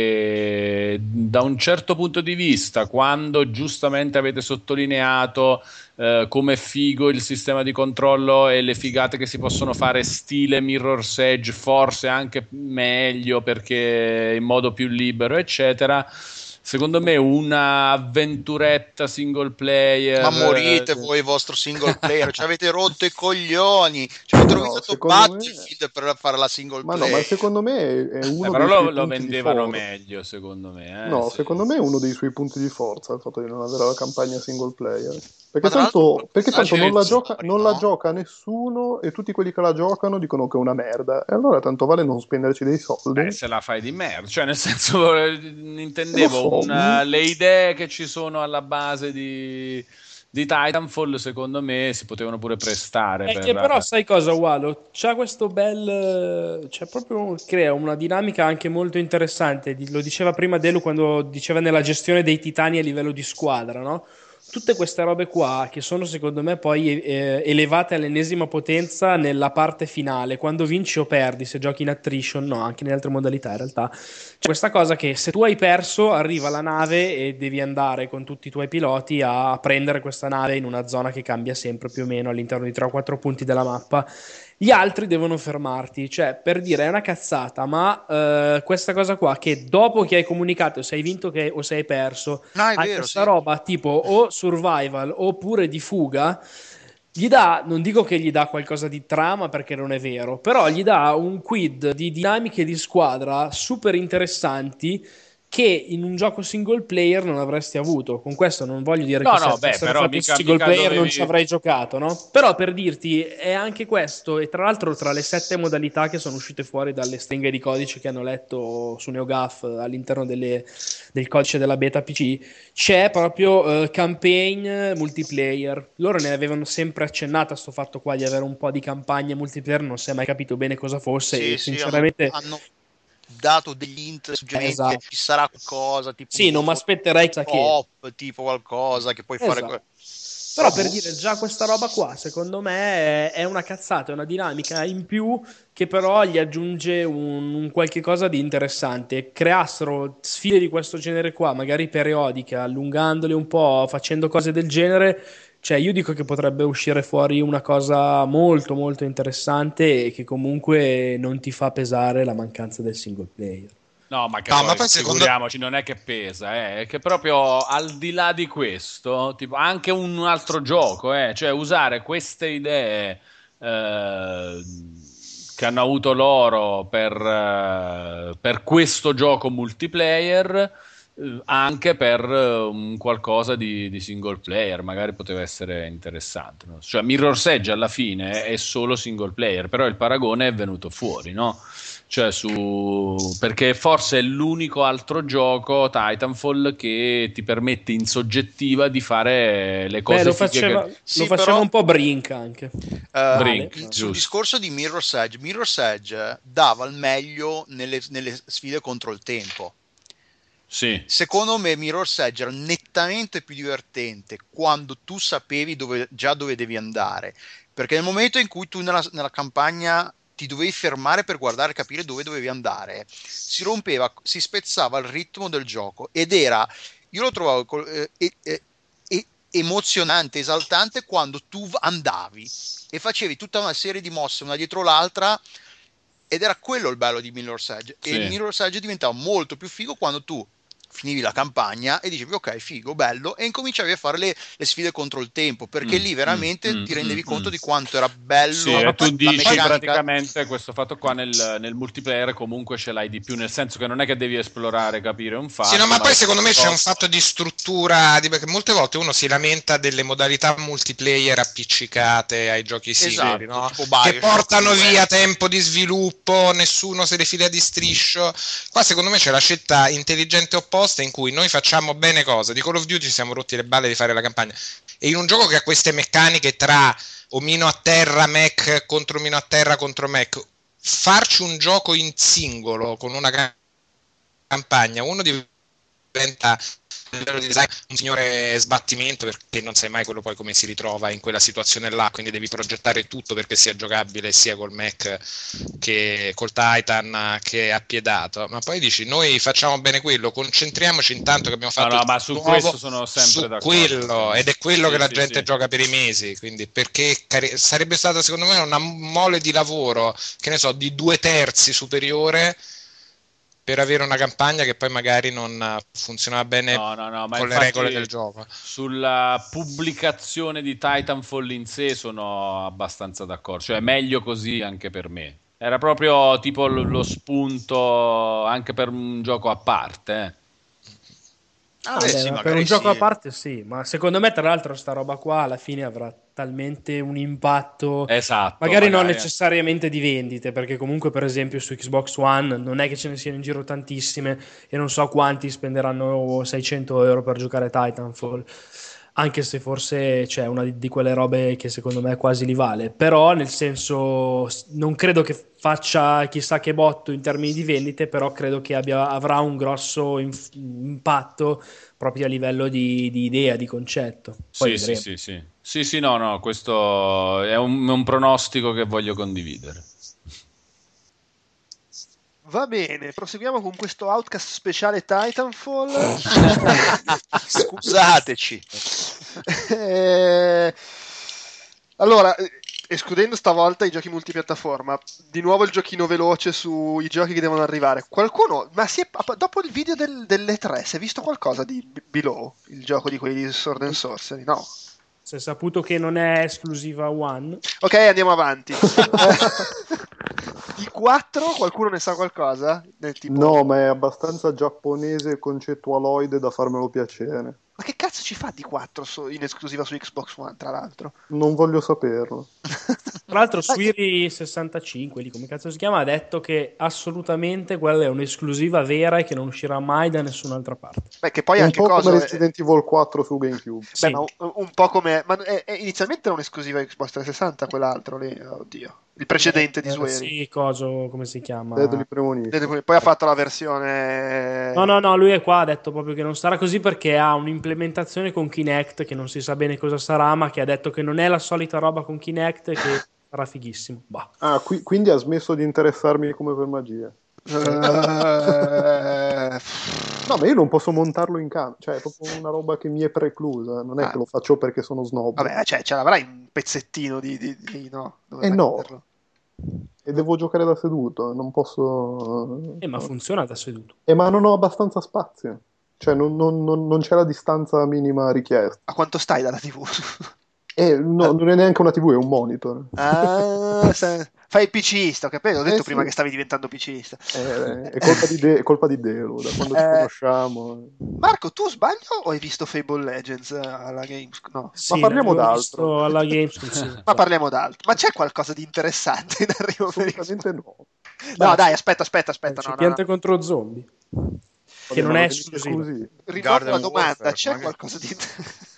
Speaker 8: e da un certo punto di vista, quando giustamente avete sottolineato eh, come è figo il sistema di controllo e le figate che si possono fare stile Mirror's Edge, forse anche meglio perché in modo più libero, eccetera. Secondo me una avventuretta single player.
Speaker 3: Ma morite
Speaker 8: eh,
Speaker 3: voi, il vostro single player, ci avete rotto i coglioni, ci avete
Speaker 5: No,
Speaker 3: rovinato
Speaker 5: secondo me-
Speaker 3: Battlefield per fare la single
Speaker 5: Ma no,
Speaker 3: player.
Speaker 5: ma secondo me è- è
Speaker 8: eh,
Speaker 5: uno
Speaker 8: però
Speaker 5: dei
Speaker 8: lo,
Speaker 5: suoi
Speaker 8: lo
Speaker 5: punti di
Speaker 8: vendevano
Speaker 5: forza.
Speaker 8: meglio, secondo me. eh,
Speaker 5: No,
Speaker 8: sì.
Speaker 5: secondo me è uno dei suoi punti di forza il fatto di non avere la campagna single player. Perché
Speaker 3: Ma tra
Speaker 5: tanto,
Speaker 3: l'altro,
Speaker 5: perché tanto
Speaker 3: personaggi
Speaker 5: non, la
Speaker 3: del
Speaker 5: gioca,
Speaker 3: Zori,
Speaker 5: non la
Speaker 3: no?
Speaker 5: gioca nessuno e tutti quelli che la giocano dicono che è una merda. E allora tanto vale non spenderci dei soldi.
Speaker 8: Beh, se la fai di merda, cioè nel senso eh, intendevo
Speaker 5: Lo so.
Speaker 8: una- le idee che ci sono alla base di, di Titanfall, secondo me si potevano pure prestare
Speaker 6: È
Speaker 8: per
Speaker 6: che però sai cosa, Walo? C'ha questo bel... C'è proprio... crea una dinamica anche molto interessante. Di- Lo diceva prima Delu quando diceva nella gestione dei titani a livello di squadra, no? Tutte queste robe qua che sono secondo me poi eh, elevate all'ennesima potenza nella parte finale, quando vinci o perdi, se giochi in attrition, no, anche nelle altre modalità in realtà. C'è questa cosa che se tu hai perso, arriva la nave e devi andare con tutti i tuoi piloti a prendere questa nave in una zona che cambia sempre più o meno all'interno di tre o quattro punti della mappa. Gli altri devono fermarti, cioè per dire è una cazzata, ma eh, questa cosa qua che dopo che hai comunicato se hai vinto che, o se hai perso,
Speaker 3: No, è
Speaker 6: hai
Speaker 3: vero,
Speaker 6: questa
Speaker 3: sì.
Speaker 6: roba tipo o survival oppure di fuga, gli dà, non dico che gli dà qualcosa di trama perché non è vero, però gli dà un quid di dinamiche di squadra super interessanti che in un gioco single player non avresti avuto. Con questo non voglio dire
Speaker 8: No,
Speaker 6: che se
Speaker 8: no, beh,
Speaker 6: fossero
Speaker 8: però
Speaker 6: fatti in
Speaker 8: mica,
Speaker 6: single
Speaker 8: mica
Speaker 6: player non
Speaker 8: dovevi...
Speaker 6: ci avrei giocato, no? Però per dirti, è anche questo, e tra l'altro tra le sette modalità che sono uscite fuori dalle stringhe di codice che hanno letto su NeoGAF all'interno delle, del codice della beta P C, c'è proprio uh, campaign multiplayer. Loro ne avevano sempre accennato a sto fatto qua di avere un po' di campagne multiplayer, non si è mai capito bene cosa fosse
Speaker 3: Sì,
Speaker 6: e
Speaker 3: sì, hanno,
Speaker 6: sinceramente...
Speaker 3: hanno dato degli int suggerimenti
Speaker 6: Esatto.
Speaker 3: che ci sarà qualcosa, tipo
Speaker 6: Sì,
Speaker 3: un
Speaker 6: non mi
Speaker 3: modo
Speaker 6: aspetterei che...
Speaker 3: pop, tipo qualcosa che puoi fare...
Speaker 6: Esatto.
Speaker 3: que-
Speaker 6: Però
Speaker 3: Però
Speaker 6: per
Speaker 3: boh.
Speaker 6: dire, già questa roba qua, secondo me, è è una cazzata, è una dinamica in più che però gli aggiunge un, un qualche cosa di interessante. Creassero sfide di questo genere qua, magari periodiche, allungandole un po', facendo cose del genere, cioè io dico che potrebbe uscire fuori una cosa molto molto interessante e che comunque non ti fa pesare la mancanza del single player.
Speaker 8: No, ma che
Speaker 9: No,
Speaker 8: poi,
Speaker 9: ma poi secondo-
Speaker 8: figuriamoci, non è che pesa, eh, è che proprio al di là di questo, tipo anche un altro gioco, eh, cioè usare queste idee eh, che hanno avuto loro per, eh, per questo gioco multiplayer eh, anche per eh, un qualcosa di, di single player, magari poteva essere interessante, no? Cioè Mirror's Edge alla fine è solo single player, però il paragone è venuto fuori, no? Cioè su perché forse è l'unico altro gioco Titanfall che ti permette in soggettiva di fare le cose
Speaker 6: Beh, lo
Speaker 8: fighe
Speaker 6: faceva,
Speaker 8: che...
Speaker 6: lo
Speaker 3: Sì,
Speaker 6: faceva
Speaker 3: però
Speaker 6: un po' Brink anche.
Speaker 3: eh,
Speaker 8: Brink,
Speaker 3: sul
Speaker 8: giusto.
Speaker 3: discorso di Mirror's Edge, Mirror's Edge dava il meglio nelle, nelle sfide contro il tempo.
Speaker 8: Sì.
Speaker 3: Secondo me Mirror's Edge era nettamente più divertente quando tu sapevi dove, già dove devi andare, perché nel momento in cui tu nella, nella campagna ti dovevi fermare per guardare e capire dove dovevi andare, si rompeva, si spezzava il ritmo del gioco ed era, io lo trovavo col- eh, eh, eh, eh, emozionante, esaltante quando tu andavi e facevi tutta una serie di mosse una dietro l'altra, ed era quello il bello di Mirror's Edge. E il
Speaker 8: Sì.
Speaker 3: Mirror's Edge diventava molto più figo quando tu finivi la campagna e dicevi ok, figo, bello, e incominciavi a fare le, le sfide contro il tempo, perché
Speaker 8: Mm,
Speaker 3: lì veramente
Speaker 8: mm,
Speaker 3: ti
Speaker 8: mm,
Speaker 3: rendevi
Speaker 8: mm,
Speaker 3: conto
Speaker 8: mm.
Speaker 3: di quanto era bello.
Speaker 8: Sì,
Speaker 6: No,
Speaker 8: e
Speaker 6: ma
Speaker 8: tu
Speaker 6: poi-
Speaker 3: la
Speaker 8: dici
Speaker 3: meccanica.
Speaker 8: praticamente questo fatto qua nel, nel multiplayer comunque ce l'hai di più, nel senso che non è che devi esplorare, capire un fatto.
Speaker 9: Sì, no, ma poi secondo me c'è un
Speaker 8: fatto
Speaker 9: fatto di struttura, di- perché molte volte uno si lamenta delle modalità multiplayer appiccicate ai giochi singoli,
Speaker 3: Esatto,
Speaker 9: no?
Speaker 3: tipo
Speaker 9: Che
Speaker 3: Bioshock
Speaker 9: portano
Speaker 3: due.
Speaker 9: via tempo di sviluppo, nessuno se le fila di striscio. Qua secondo me c'è la scelta intelligente opposta in cui noi facciamo bene cose. Di Call of Duty ci siamo rotti le balle di fare la campagna. E in un gioco che ha queste meccaniche tra omino a terra, mech contro omino a terra contro mech, farci un gioco in singolo con una ca- campagna, uno diventa a livello di design un signore sbattimento, perché non sai mai quello poi come si ritrova in quella situazione là, quindi devi progettare tutto perché sia giocabile sia col Mac che col Titan che è appiedato, ma poi dici noi facciamo bene quello, concentriamoci intanto che abbiamo
Speaker 8: No,
Speaker 9: fatto
Speaker 8: no,
Speaker 9: il
Speaker 8: ma su
Speaker 9: nuovo
Speaker 8: questo sono sempre
Speaker 9: su
Speaker 8: d'accordo.
Speaker 9: quello, ed è quello
Speaker 8: Sì,
Speaker 9: che la
Speaker 8: sì,
Speaker 9: gente
Speaker 8: sì.
Speaker 9: gioca per i mesi, quindi perché cari- sarebbe stata secondo me una mole di lavoro, che ne so, di due terzi superiore per avere una campagna che poi magari non eh, funzionava bene
Speaker 8: No, no, no, ma
Speaker 9: con le
Speaker 8: infatti
Speaker 9: regole del gioco.
Speaker 8: sulla pubblicazione di Titanfall in sé sono abbastanza d'accordo, cioè è meglio così anche per me. Era proprio tipo lo, lo spunto anche per un gioco a parte. eh.
Speaker 3: Ah,
Speaker 6: Ah,
Speaker 3: beh,
Speaker 6: beh,
Speaker 3: sì,
Speaker 6: ma per
Speaker 3: magari
Speaker 6: un gioco a
Speaker 3: sì.
Speaker 6: parte sì, ma secondo me tra l'altro sta roba qua alla fine avrà talmente un impatto,
Speaker 8: Esatto,
Speaker 6: magari non
Speaker 8: magari.
Speaker 6: necessariamente di vendite, perché comunque per esempio su Xbox One non è che ce ne siano in giro tantissime e non so quanti spenderanno seicento euro per giocare Titanfall, anche se forse c'è una di, di quelle robe che secondo me quasi li vale, però nel senso s- non credo che faccia chissà che botto in termini di vendite, però credo che abbia, avrà un grosso inf- impatto proprio a livello di, di idea, di concetto. Poi
Speaker 8: Sì, sì,
Speaker 6: vedremo.
Speaker 8: sì, sì. Sì, sì, no, no, questo è un, è un pronostico che voglio condividere.
Speaker 2: Va bene, proseguiamo con questo outcast speciale Titanfall.
Speaker 3: Scusateci.
Speaker 2: Eh, allora, eh, escludendo stavolta i giochi multipiattaforma, di nuovo il giochino veloce sui giochi che devono arrivare. Qualcuno, ma si è, dopo il video del, delle tre, si è visto qualcosa di B- Below, il gioco di quelli di Sword and Sorcery? No.
Speaker 6: Si è saputo che non è esclusiva One.
Speaker 2: Ok, andiamo avanti. Di quattro, qualcuno ne sa qualcosa? Del tipo...
Speaker 5: No, ma è abbastanza giapponese e concettualoide da farmelo piacere.
Speaker 2: Ma che cazzo ci fa di quattro su- in esclusiva su Xbox One, tra l'altro?
Speaker 5: Non voglio saperlo.
Speaker 6: Tra l'altro
Speaker 2: Dai,
Speaker 6: Suiri sessantacinque, lì come cazzo si chiama, ha detto che assolutamente quella è un'esclusiva vera e che non uscirà mai da nessun'altra parte.
Speaker 2: beh, che poi
Speaker 5: Un
Speaker 2: anche
Speaker 5: po' come
Speaker 2: cosa...
Speaker 5: Resident Evil quattro su GameCube.
Speaker 2: Beh,
Speaker 6: Sì.
Speaker 2: ma un, un po' come... Ma è, è inizialmente era un'esclusiva Xbox trecentosessanta, quell'altro lì, oddio. Il precedente di
Speaker 6: Eh,
Speaker 2: Sueri.
Speaker 6: sì, coso, come si chiama?
Speaker 5: Deadly Premonition.
Speaker 2: Poi ha fatto la versione...
Speaker 6: No, no, no, lui è qua, ha detto proprio che non sarà così perché ha un'implementazione con Kinect che non si sa bene cosa sarà, ma che ha detto che non è la solita roba con Kinect e che sarà fighissimo. Bah.
Speaker 5: Ah, qui- quindi ha smesso di interessarmi come per magia.
Speaker 2: Eh,
Speaker 5: No, ma io non posso montarlo in campo, cioè è proprio una roba che mi è preclusa, non è
Speaker 2: Ah.
Speaker 5: che lo faccio perché sono snob.
Speaker 2: Vabbè, cioè, ce l'avrai un pezzettino di... di, di no? Dove
Speaker 5: Eh no.
Speaker 2: metterlo?
Speaker 5: E devo giocare da seduto, non posso...
Speaker 6: Eh, ma funziona da seduto.
Speaker 5: Eh, ma non ho abbastanza spazio, cioè non, non- non- non c'è la distanza minima richiesta.
Speaker 2: A quanto stai dalla tivù?
Speaker 5: Eh, no, non è neanche una tivù, è un monitor.
Speaker 2: Ah, sa- fai il PCista, ho capito? Ho detto
Speaker 5: Eh,
Speaker 2: prima
Speaker 5: sì.
Speaker 2: che stavi diventando PCista.
Speaker 5: Eh, è colpa di, De- è colpa di Delo, da quando ci
Speaker 2: Eh,
Speaker 5: conosciamo.
Speaker 2: Marco, tu sbaglio o hai visto Fable Legends alla Gamescom? No,
Speaker 6: Sì,
Speaker 5: parliamo
Speaker 6: l'avevo
Speaker 5: d'altro.
Speaker 6: visto alla Gamescom, sì.
Speaker 2: ma parliamo d'altro. Ma c'è qualcosa di interessante in arrivo per
Speaker 5: Assolutamente no.
Speaker 2: Xbox?
Speaker 6: Beh,
Speaker 2: No, dai,
Speaker 6: c'è-
Speaker 2: aspetta, aspetta,
Speaker 6: eh,
Speaker 2: aspetta.
Speaker 6: c'è
Speaker 2: No, no,
Speaker 6: Piante
Speaker 2: no.
Speaker 6: contro zombie, che
Speaker 5: Vabbè,
Speaker 6: non
Speaker 5: ma
Speaker 6: è
Speaker 5: lo
Speaker 6: esclusivo.
Speaker 5: esclusivo.
Speaker 2: Rinnovo
Speaker 3: Garden
Speaker 2: la domanda,
Speaker 3: Warfare,
Speaker 2: c'è
Speaker 3: magari.
Speaker 2: qualcosa di interessante?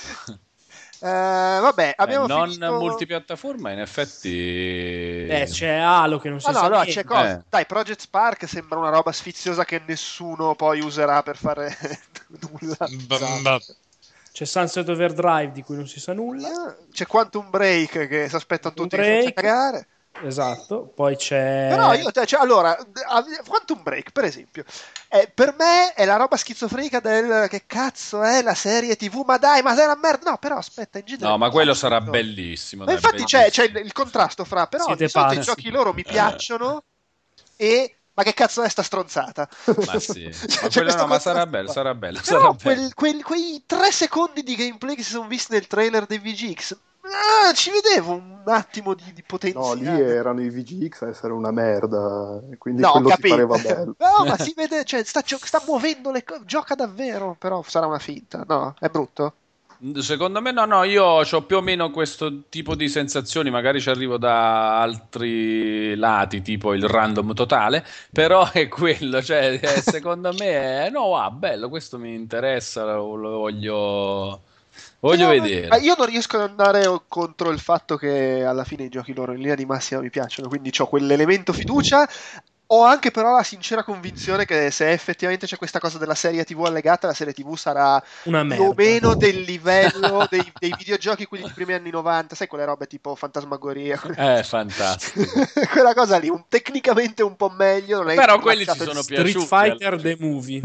Speaker 2: Eh, vabbè,
Speaker 8: Eh,
Speaker 2: abbiamo
Speaker 8: non
Speaker 2: finito...
Speaker 8: multipiattaforma, in effetti.
Speaker 6: Eh, c'è Halo che non si
Speaker 2: Ah no,
Speaker 6: sa
Speaker 2: allora
Speaker 6: niente.
Speaker 2: c'è cosa?
Speaker 8: Eh.
Speaker 2: Dai, Project Spark sembra una roba sfiziosa che nessuno poi userà per fare nulla.
Speaker 9: B- b-
Speaker 6: C'è Sunset Overdrive di cui non si sa nulla.
Speaker 2: C'è Quantum Break che si aspettano
Speaker 6: Quantum
Speaker 2: tutti che faccia
Speaker 6: Break.
Speaker 2: cagare.
Speaker 6: Esatto, poi c'è...
Speaker 2: Però io, cioè, allora, a- Quantum Break, per esempio, eh, per me è la roba schizofrenica del che cazzo è la serie tivù, ma dai, ma sei una merda. No, però aspetta, in genere
Speaker 8: No, ma
Speaker 2: mi
Speaker 8: quello
Speaker 2: piace
Speaker 8: sarà
Speaker 2: tutto.
Speaker 8: bellissimo.
Speaker 2: Ma
Speaker 8: dai,
Speaker 2: infatti c'è,
Speaker 8: bellissimo.
Speaker 2: c'è il, il contrasto fra, però
Speaker 6: Siete
Speaker 2: di solito i
Speaker 6: pazzi.
Speaker 2: giochi loro mi piacciono e... Ma che cazzo è sta stronzata?
Speaker 8: Ma sì,
Speaker 2: C'è
Speaker 8: ma, quello
Speaker 2: questo
Speaker 8: no, ma sarà
Speaker 2: contrasto
Speaker 8: bello,
Speaker 2: qua.
Speaker 8: sarà bello.
Speaker 2: Però
Speaker 8: sarà
Speaker 2: quel-
Speaker 8: bello.
Speaker 2: quel- quei tre secondi di gameplay che si sono visti nel trailer dei V G X, ah, ci vedevo un attimo di, di
Speaker 5: No,
Speaker 2: potenziale.
Speaker 5: lì erano i V G X a essere una merda, e quindi
Speaker 2: No, ho
Speaker 5: quello ti
Speaker 2: capito.
Speaker 5: pareva bello.
Speaker 2: No, ma si vede, cioè, sta, gio- sta muovendo le cose, gioca davvero, però sarà una finta. No, è brutto.
Speaker 8: Secondo me no, no, io ho più o meno questo tipo di sensazioni, magari ci arrivo da altri lati, tipo il random totale, però è quello, cioè eh, secondo me è, no, ah, bello, questo mi interessa, lo, lo voglio, voglio
Speaker 2: Però,
Speaker 8: vedere.
Speaker 2: ma io non riesco ad andare contro il fatto che alla fine i giochi loro in linea di massima mi piacciono, quindi ho quell'elemento fiducia. Ho anche però la sincera convinzione che se effettivamente c'è questa cosa della serie tivù allegata, la serie tivù sarà
Speaker 6: Una
Speaker 2: più o
Speaker 6: merda.
Speaker 2: meno del livello dei, dei videogiochi, quelli dei primi anni novanta, sai quelle robe tipo Fantasmagoria.
Speaker 8: È fantastico.
Speaker 2: Quella cosa lì, un- tecnicamente un po' meglio. Non è
Speaker 8: Però
Speaker 2: che
Speaker 8: quelli ci
Speaker 2: lasciate
Speaker 8: sono
Speaker 2: il-
Speaker 6: Street
Speaker 8: piaciuti.
Speaker 6: Fighter
Speaker 8: alla
Speaker 6: The Movie.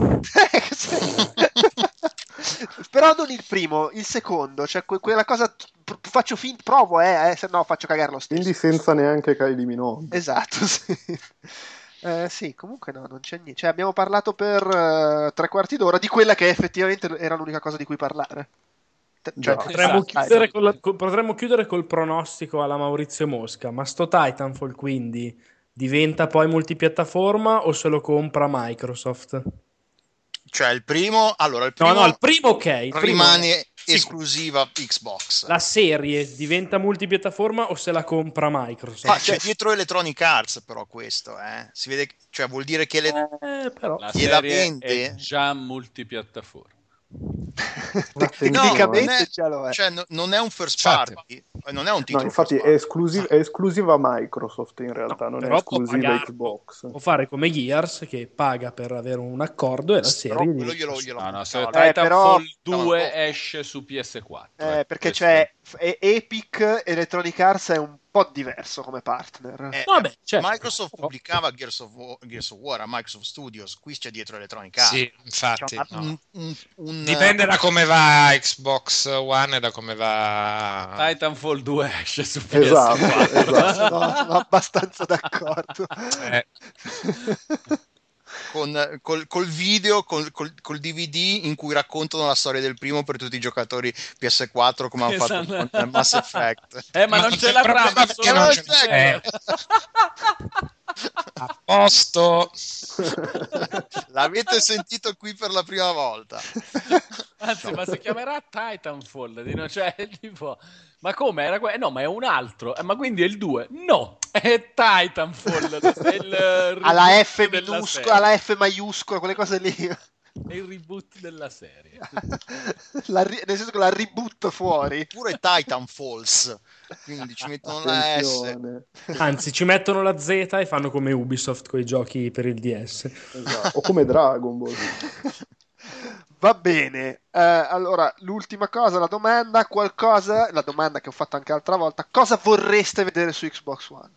Speaker 2: Però non il primo, il secondo, cioè que- quella cosa pr- faccio finta, provo, eh, eh, se no faccio cagare lo stesso.
Speaker 5: Quindi senza neanche Kylie Minogue.
Speaker 2: Esatto, sì. Eh, sì, comunque no, non c'è niente. Cioè, abbiamo parlato per eh, tre quarti d'ora di quella che effettivamente era l'unica cosa di cui parlare. T- Cioè,
Speaker 5: Già.
Speaker 6: Potremmo,
Speaker 8: Esatto.
Speaker 6: chiudere con la- co- potremmo chiudere col pronostico alla Maurizio Mosca, ma sto Titanfall quindi diventa poi multipiattaforma o se lo compra Microsoft?
Speaker 3: Cioè il primo, allora il
Speaker 6: No,
Speaker 3: primo
Speaker 6: no, il primo ok. il primo
Speaker 3: rimane
Speaker 6: è- sì,
Speaker 3: esclusiva Xbox.
Speaker 6: la serie diventa multipiattaforma o se la compra Microsoft?
Speaker 3: Ah, c'è dietro Electronic Arts però questo, eh. Si vede, cioè vuol dire che le...
Speaker 6: Eh, però.
Speaker 8: La
Speaker 3: gliela
Speaker 8: serie
Speaker 3: vende?
Speaker 8: è già multipiattaforma.
Speaker 2: tecnicamente
Speaker 3: non è,
Speaker 2: già lo è.
Speaker 3: cioè, no- non è un first
Speaker 9: Infatti.
Speaker 3: party, non è un
Speaker 5: No,
Speaker 3: titolo
Speaker 5: infatti
Speaker 3: first
Speaker 5: è,
Speaker 3: party.
Speaker 5: esclusiva, è esclusiva Microsoft in realtà,
Speaker 6: No,
Speaker 5: non è
Speaker 6: però può
Speaker 5: esclusiva
Speaker 6: pagare-
Speaker 5: Xbox.
Speaker 6: Può fare come Gears che paga per avere un accordo e la
Speaker 3: Però
Speaker 6: serie
Speaker 3: quello
Speaker 6: diventa-
Speaker 3: glielo, glielo
Speaker 8: No, no, se
Speaker 3: buttava.
Speaker 2: Eh,
Speaker 8: Titanfall
Speaker 2: però-
Speaker 8: due esce su P S quattro.
Speaker 2: Eh,
Speaker 8: eh,
Speaker 2: perché
Speaker 8: questo
Speaker 2: c'è e- Epic Electronic Arts è un po' diverso come partner.
Speaker 3: Eh,
Speaker 6: Vabbè,
Speaker 3: eh,
Speaker 6: certo.
Speaker 3: Microsoft pubblicava Gears of, War, Gears of War a Microsoft Studios, qui c'è dietro Electronic Arts.
Speaker 9: Sì, infatti.
Speaker 3: C'è
Speaker 9: no.
Speaker 3: un- un- un-
Speaker 9: Dipende da come va Xbox One e da come va...
Speaker 8: Titanfall due esce su P S
Speaker 5: Esatto,
Speaker 8: quattro.
Speaker 5: esatto.
Speaker 2: No, sono abbastanza d'accordo.
Speaker 9: Eh,
Speaker 3: con, col, col video, col, col, col D V D in cui raccontano la storia del primo per tutti i giocatori P S quattro come hanno fatto
Speaker 8: Esatto.
Speaker 3: con Mass Effect.
Speaker 8: Eh, ma,
Speaker 9: Ma
Speaker 8: non
Speaker 9: non
Speaker 8: c'è
Speaker 9: c'è
Speaker 8: la
Speaker 9: problema
Speaker 8: trama,
Speaker 9: perché
Speaker 8: solo
Speaker 9: non
Speaker 8: il
Speaker 9: c'è-
Speaker 8: trailer.
Speaker 9: a posto.
Speaker 3: L'avete sentito qui per la prima volta.
Speaker 8: Anzi, ma si chiamerà Titanfall, di no? Cioè, tipo, ma come? Era que- eh, no, ma è un altro. Eh, ma quindi è il due? No, è Titanfall. È il reboot
Speaker 2: alla F
Speaker 8: della
Speaker 2: minuscola,
Speaker 8: serie.
Speaker 2: alla F maiuscola, quelle cose lì.
Speaker 8: È il reboot della serie.
Speaker 2: La ri- nel senso che la ributto fuori.
Speaker 3: Oppure Titanfalls, quindi ci mettono la S.
Speaker 5: Attenzione.
Speaker 6: Anzi, ci mettono la Z e fanno come Ubisoft con i giochi per il D S.
Speaker 5: Esatto. O come Dragon Ball.
Speaker 2: Va bene, eh, allora l'ultima cosa, la domanda, qualcosa, la domanda che ho fatto anche l'altra volta, cosa vorreste vedere su Xbox One?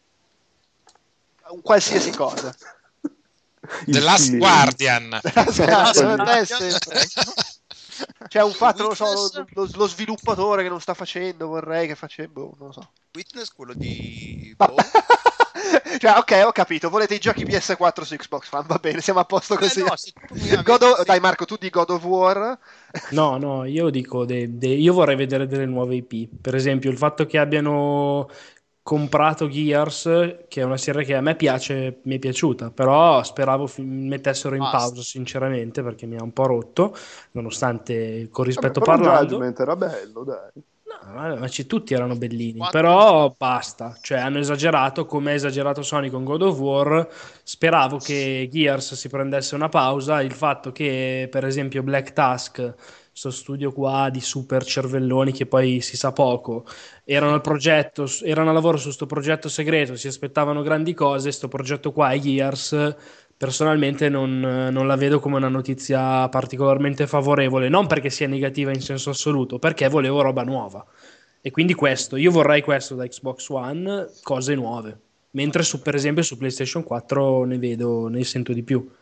Speaker 2: Un qualsiasi cosa.
Speaker 5: Il
Speaker 9: The Last
Speaker 5: film.
Speaker 9: Guardian.
Speaker 2: Non è sempre. C'è un fatto, non lo so,
Speaker 3: Witness?
Speaker 2: lo, lo- lo sviluppatore che non sta facendo, vorrei che facesse, boh, non lo so.
Speaker 3: Witness, quello di...
Speaker 2: Ma-
Speaker 3: boh.
Speaker 2: Cioè, ok, ho capito, volete i giochi P S quattro su Xbox One, va bene, siamo a posto così.
Speaker 3: Eh, no, se tu mi avessi-
Speaker 2: God of- Dai Marco, tu di God of War.
Speaker 6: No, no, io dico, de- de- io vorrei vedere delle nuove I P. Per esempio, il fatto che abbiano comprato Gears, che è una serie che a me piace, mi è piaciuta, però speravo fi- mettessero in
Speaker 3: Basta.
Speaker 6: pausa, sinceramente, perché mi ha un po' rotto, nonostante, con
Speaker 5: Vabbè,
Speaker 6: rispetto
Speaker 5: però
Speaker 6: parlando.
Speaker 5: Judgment era bello, dai.
Speaker 6: No, ma ma ci- tutti erano bellini,
Speaker 3: Quattro-
Speaker 6: però basta, cioè hanno esagerato come ha esagerato Sony con God of War. Speravo che Gears si prendesse una pausa. Il fatto che, per esempio, Black Tusk, sto studio qua di super cervelloni che poi si sa poco, erano al progetto, erano a lavoro su sto progetto segreto, si aspettavano grandi cose. Sto progetto qua è Gears. Personalmente non, non la vedo come una notizia particolarmente favorevole, non perché sia negativa in senso assoluto, perché volevo roba nuova. E quindi questo, io vorrei questo da Xbox One, cose nuove. Mentre su, per esempio su PlayStation quattro ne vedo, ne sento di più.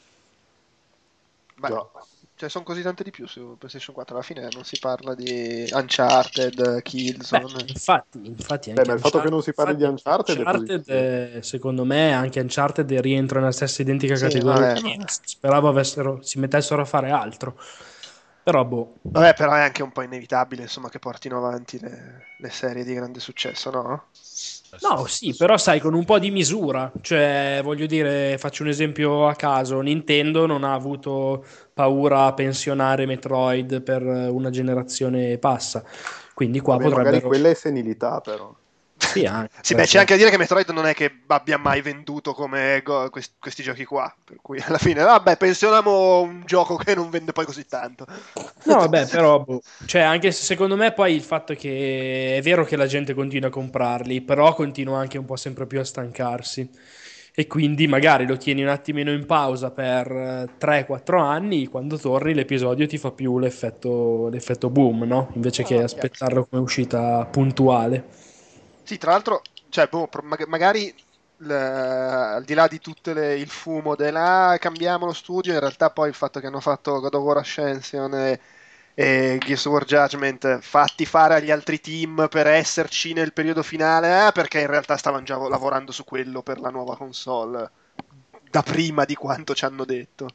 Speaker 2: Beh,
Speaker 5: Già.
Speaker 2: cioè, sono così tante di più su PlayStation quattro. Alla fine non si parla di Uncharted, Killzone.
Speaker 6: Beh, infatti, infatti
Speaker 5: Beh,
Speaker 6: anche
Speaker 5: ma il fatto che non si parli di
Speaker 6: infatti
Speaker 5: Uncharted è
Speaker 6: Uncharted,
Speaker 5: positivo.
Speaker 6: eh, secondo me anche Uncharted rientra nella stessa identica
Speaker 2: Sì,
Speaker 6: categoria.
Speaker 2: vabbè, ma-
Speaker 6: Speravo avessero, si mettessero a fare altro. Però boh.
Speaker 2: Vabbè, però è anche un po' inevitabile, insomma, che portino avanti le, le serie di grande successo, no?
Speaker 6: No, sì, però sai, con un po' di misura, cioè voglio dire, faccio un esempio a caso, Nintendo non ha avuto paura a pensionare Metroid per una generazione e passa, quindi qua
Speaker 5: Vabbè, magari
Speaker 6: potrebbero...
Speaker 5: quella è senilità, però.
Speaker 6: Sì, anche,
Speaker 2: Sì,
Speaker 6: per
Speaker 2: beh, c'è anche
Speaker 6: esempio.
Speaker 2: da dire che Metroid non è che abbia mai venduto come go- quest- questi giochi qua, per cui alla fine, vabbè, pensioniamo un gioco che non vende poi così tanto.
Speaker 6: No, vabbè, però, boh, cioè, anche se secondo me poi il fatto che è vero che la gente continua a comprarli, però continua anche un po' sempre più a stancarsi. E quindi magari lo tieni un attimino in pausa per tre quattro anni, quando torni l'episodio ti fa più l'effetto, l'effetto boom, no? Invece
Speaker 2: No,
Speaker 6: che
Speaker 2: no, chiaro.
Speaker 6: aspettarlo come uscita puntuale.
Speaker 2: Sì, tra l'altro, cioè, boh, pro- mag- magari l- al di là di tutto le- il fumo della cambiamo lo studio, in realtà poi il fatto che hanno fatto God of War Ascension e, e Gears of War Judgment fatti fare agli altri team per esserci nel periodo finale, eh, perché in realtà stavano già lavorando su quello per la nuova console da prima di quanto ci hanno detto.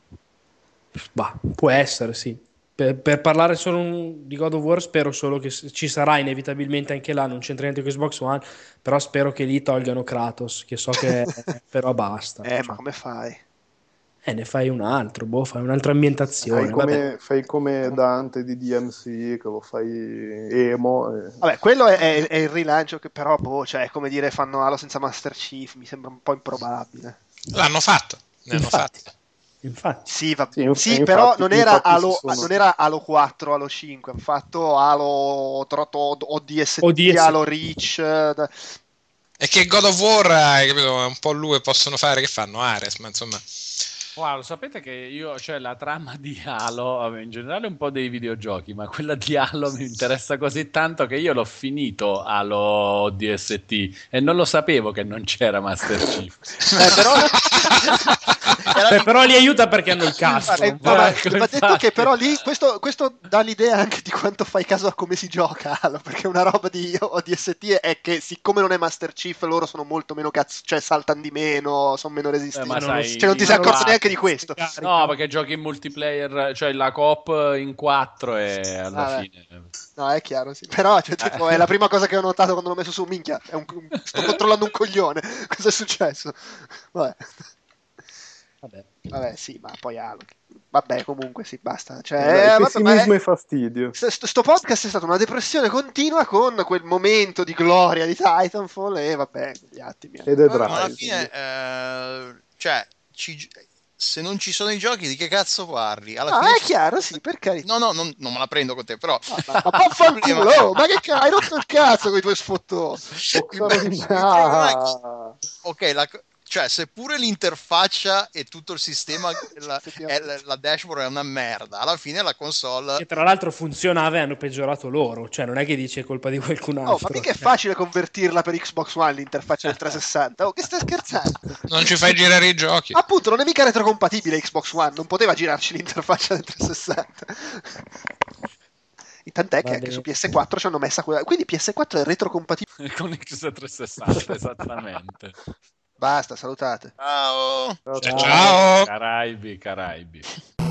Speaker 6: Bah, può essere, sì. Per, per parlare solo un- di God of War, spero solo che s- ci sarà inevitabilmente anche là, non c'entra niente con Xbox One, però spero che lì tolgano Kratos, che so che però basta.
Speaker 2: Eh, ma
Speaker 6: Cioè,
Speaker 2: come fai?
Speaker 6: e ne fai un altro, boh, fai un'altra
Speaker 5: Fai
Speaker 6: ambientazione. Vabbè.
Speaker 5: come, fai come Dante di D M C, che lo fai emo. E...
Speaker 2: Vabbè, quello è, è- è il rilancio che però, boh, cioè, è come dire fanno Halo senza Master Chief, mi sembra un po' improbabile.
Speaker 9: L'hanno fatto, ne hanno
Speaker 6: Infatti,
Speaker 9: fatto.
Speaker 6: infatti.
Speaker 2: Sì, va-
Speaker 5: Sì, inf-
Speaker 2: sì,
Speaker 5: infatti-
Speaker 2: però non era,
Speaker 5: infatti
Speaker 2: Halo,
Speaker 5: si sono-
Speaker 2: non era Halo quattro, Halo cinque, hanno fatto Halo trotto, O D S T,
Speaker 6: O D S T.
Speaker 2: Halo Reach. eh, da-
Speaker 9: E che God of War, hai capito, è un po' lui possono fare, che fanno Ares, ma insomma...
Speaker 8: Wow, lo sapete che io, cioè la trama di Halo, vabbè, in generale un po' dei videogiochi, ma quella di Halo mi interessa così tanto che io l'ho finito Halo D S T e non lo sapevo che non c'era Master Chief.
Speaker 2: Eh, però... Era
Speaker 6: Beh,
Speaker 2: di-
Speaker 6: però li aiuta perché hanno il castro.
Speaker 2: Eh,
Speaker 6: un po'.
Speaker 2: no, ma
Speaker 8: Ecco,
Speaker 2: va detto
Speaker 8: infatti.
Speaker 2: che però lì questo, questo dà l'idea anche di quanto fai caso a come si gioca Halo, perché una roba di O D S T è che siccome non è Master Chief loro sono molto meno cazzo, cioè saltano di meno, sono meno resistenti.
Speaker 8: Eh, ma
Speaker 6: non lo
Speaker 8: sai,
Speaker 2: Cioè non ti
Speaker 8: in
Speaker 2: sei accorto
Speaker 8: quattro-
Speaker 2: neanche di questo.
Speaker 8: No, perché giochi in multiplayer, cioè la coop in quattro e alla
Speaker 2: Vabbè.
Speaker 8: fine...
Speaker 2: No, è chiaro, sì. Però cioè, tipo,
Speaker 8: Eh.
Speaker 2: è la prima cosa che ho notato quando l'ho messo su, minchia, è un- sto controllando un coglione. Cosa è successo? Vabbè.
Speaker 6: Vabbè.
Speaker 2: Vabbè, sì, ma poi Halo. Vabbè, comunque sì, basta. Cioè,
Speaker 5: Dai,
Speaker 2: eh, vabbè, ma
Speaker 5: pessimismo
Speaker 2: è-
Speaker 5: e fastidio.
Speaker 2: st- st- sto podcast è stata una depressione continua con quel momento di gloria di Titanfall e vabbè, gli attimi. eh.
Speaker 5: Ed è
Speaker 3: Vabbè, ma alla
Speaker 5: Rising.
Speaker 3: fine, eh, cioè, ci- se non ci sono i giochi, di che cazzo parli? Alla
Speaker 2: Ah,
Speaker 3: fine
Speaker 2: è
Speaker 3: ci-
Speaker 2: chiaro, sì, per carità.
Speaker 3: No, no, non, non me la prendo con te, però...
Speaker 2: Ah, ma, ma vaffanculo, oh, ma che cazzo, hai rotto il cazzo con i tuoi sfottosi.
Speaker 3: Il
Speaker 5: Boxaro
Speaker 3: il
Speaker 5: di-
Speaker 3: problema è-
Speaker 5: Ah.
Speaker 3: ok, la, cioè, seppure l'interfaccia e tutto il sistema, la, è- la dashboard è una merda, alla fine la console...
Speaker 6: Che tra l'altro funzionava e hanno peggiorato loro, cioè non è che dice colpa di qualcun altro.
Speaker 2: Oh, ma mica è facile convertirla per Xbox One l'interfaccia del trecentosessanta. Oh, che stai scherzando?
Speaker 9: Non ci fai girare i giochi.
Speaker 2: Appunto, non è mica retrocompatibile Xbox One, non poteva girarci l'interfaccia del trecentosessanta. Tant'è che
Speaker 6: Va
Speaker 2: anche su
Speaker 6: bene.
Speaker 2: P S quattro ci hanno messa quella. Quindi P S quattro è retrocompatibile.
Speaker 8: Con X trecentosessanta, esattamente.
Speaker 2: Basta, salutate.
Speaker 3: Ciao.
Speaker 9: Ciao, ciao.
Speaker 8: Caraibi, Caraibi.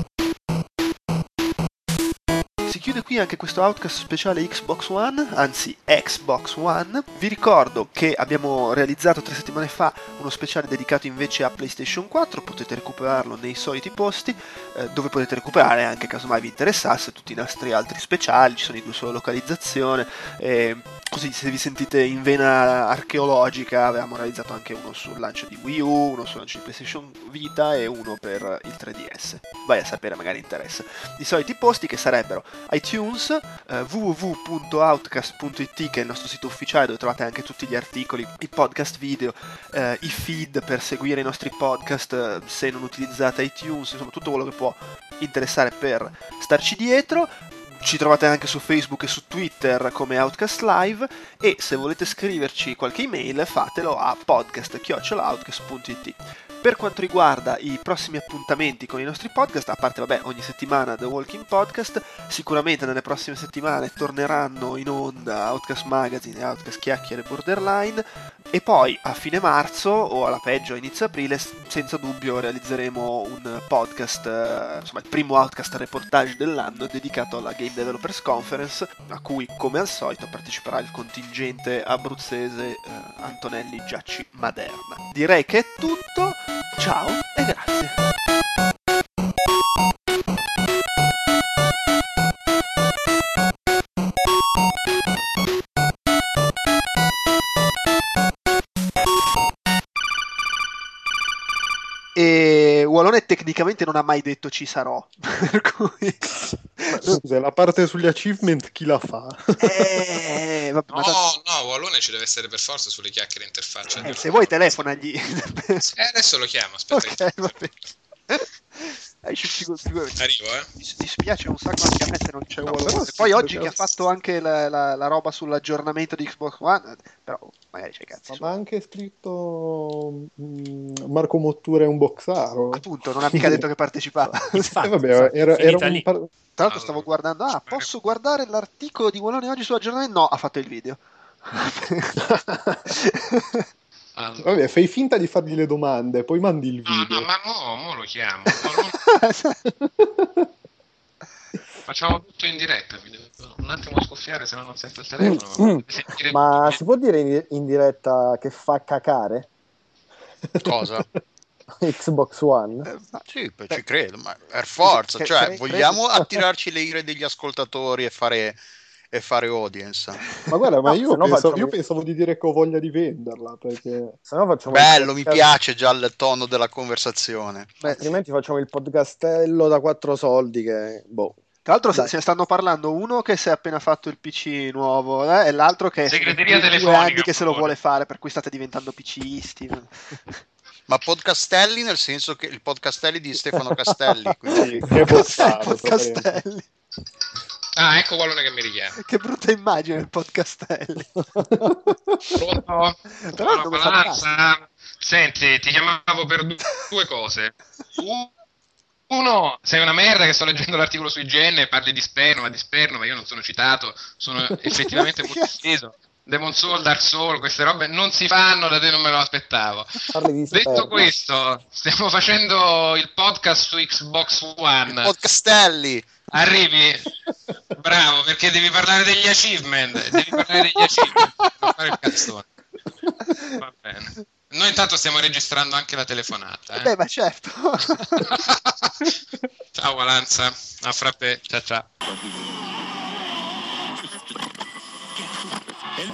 Speaker 2: Si chiude qui anche questo Outcast speciale Xbox One, anzi Xbox One. Vi ricordo che abbiamo realizzato tre settimane fa uno speciale dedicato invece a PlayStation quattro, potete recuperarlo nei soliti posti, eh, dove potete recuperare anche, casomai vi interessasse, tutti i nostri altri speciali, ci sono i due sulla localizzazione, eh, così se vi sentite in vena archeologica avevamo realizzato anche uno sul lancio di Wii U, uno sul lancio di PlayStation Vita e uno per il tre D S. Vai a sapere, magari interessa. I soliti posti che sarebbero iTunes, eh, w w w punto outcast punto i t, che è il nostro sito ufficiale dove trovate anche tutti gli articoli, i podcast video, eh, i feed per seguire i nostri podcast eh, se non utilizzate iTunes, insomma tutto quello che può interessare per starci dietro. Ci trovate anche su Facebook e su Twitter come Outcast Live, e se volete scriverci qualche email fatelo a podcast chiocciola outcast punto i t. Per quanto riguarda i prossimi appuntamenti con i nostri podcast, a parte vabbè ogni settimana The Walking Podcast, sicuramente nelle prossime settimane torneranno in onda Outcast Magazine e Outcast Chiacchiere Borderline, e poi a fine marzo o alla peggio a inizio aprile senza dubbio realizzeremo un podcast, eh, insomma il primo Outcast reportage dell'anno dedicato alla Game Developers Conference, a cui come al solito parteciperà il contingente abruzzese eh, Antonelli Giacci Maderna. Direi che è tutto. Ciao e grazie. E Wallone tecnicamente non ha mai detto ci sarò, per cui...
Speaker 5: Scusa, la parte sugli achievement chi la fa?
Speaker 2: Eh, vabbè, ma
Speaker 7: No,
Speaker 2: tanto-
Speaker 7: no, Wallone ci deve essere per forza sulle chiacchiere interfaccia.
Speaker 2: eh, se vuoi telefonagli.
Speaker 7: Eh, adesso lo chiamo, aspetta.
Speaker 2: Ok,
Speaker 7: che-
Speaker 2: va bene. Eh, ci- ci- ci-
Speaker 7: Arrivo, eh.
Speaker 2: Mi mi spiace un sacco anche a me se non c'è
Speaker 5: No,
Speaker 2: Wallone.
Speaker 5: però sì,
Speaker 2: Poi oggi
Speaker 5: perché-
Speaker 2: che ha fatto anche la, la- la roba sull'aggiornamento di Xbox One, però magari c'è cazzi.
Speaker 5: Ma
Speaker 2: su.
Speaker 5: ha anche scritto mm, Marco Mottura è un boxaro.
Speaker 2: Appunto, non ha mica detto che partecipava.
Speaker 6: Infatti,
Speaker 5: Eh, vabbè,
Speaker 6: infatti,
Speaker 5: era, era
Speaker 6: finita
Speaker 5: un
Speaker 6: lì.
Speaker 5: par-
Speaker 2: Tra l'altro stavo guardando, ah, posso guardare l'articolo di Wallone oggi sull'aggiornamento? No, ha fatto il video.
Speaker 7: Allora.
Speaker 5: Vabbè, fai finta di fargli le domande, poi mandi il
Speaker 7: No,
Speaker 5: video.
Speaker 7: no, ma no, mo lo chiamo. Mo lo- Facciamo tutto in diretta. Mi devo un attimo scoffiare, se no non sento il telefono. ma potete sentire
Speaker 4: Ma
Speaker 7: tutto.
Speaker 4: si può dire in, in diretta che fa cacare
Speaker 3: Cosa?
Speaker 4: Xbox One?
Speaker 2: Eh, ma-
Speaker 3: Sì, beh, ci credo, ma per forza,
Speaker 2: Cre-
Speaker 3: cioè
Speaker 2: cre-
Speaker 3: vogliamo
Speaker 2: credo-
Speaker 3: attirarci le ire degli ascoltatori e fare, e fare audience.
Speaker 5: Ma guarda, ma
Speaker 4: No,
Speaker 5: io,
Speaker 4: se no
Speaker 5: pensavo,
Speaker 4: facciamo-
Speaker 5: io pensavo di dire che ho voglia di venderla, perché...
Speaker 4: Se no facciamo il
Speaker 3: Bello, mi
Speaker 4: podcast-
Speaker 3: piace già il tono della conversazione.
Speaker 2: beh,
Speaker 4: Altrimenti facciamo il podcastello da quattro soldi che... Boh.
Speaker 2: Tra l'altro se,
Speaker 4: Dai.
Speaker 2: se ne stanno parlando uno che si è appena fatto il P C nuovo eh, e l'altro che
Speaker 7: Segreteria
Speaker 2: sono due
Speaker 7: telefonica,
Speaker 2: anni che se lo
Speaker 7: per
Speaker 2: vuole
Speaker 7: favore.
Speaker 2: fare, per cui state diventando PCisti.
Speaker 3: Ma podcastelli nel senso che il podcastelli di Stefano Castelli, quindi
Speaker 5: Che boxaro,
Speaker 2: Podcastelli.
Speaker 7: Ah, ecco Wallone che mi richiama.
Speaker 2: Che brutta immagine il Podcastelli.
Speaker 7: Pronto?
Speaker 2: Però è un nome
Speaker 7: Palazza? Senti, ti chiamavo per du- due cose. U- Uno, sei una merda che sto leggendo l'articolo su I G N e parli di Sperno, ma di Sperno, ma io non sono citato, sono effettivamente molto offeso. Demon Soul, Dark Soul, queste robe non si fanno, da te non me lo aspettavo.
Speaker 4: Parli di
Speaker 7: Detto
Speaker 4: sperma.
Speaker 7: questo, stiamo facendo il podcast su Xbox One.
Speaker 3: podcastelli.
Speaker 7: Arrivi? Bravo, perché devi parlare degli achievement. Devi parlare degli achievement. Non fare il cazzone. Va bene. Noi intanto stiamo registrando anche la telefonata. Eh?
Speaker 2: Beh, ma certo.
Speaker 7: Ciao Valanza, a frappè, ciao ciao.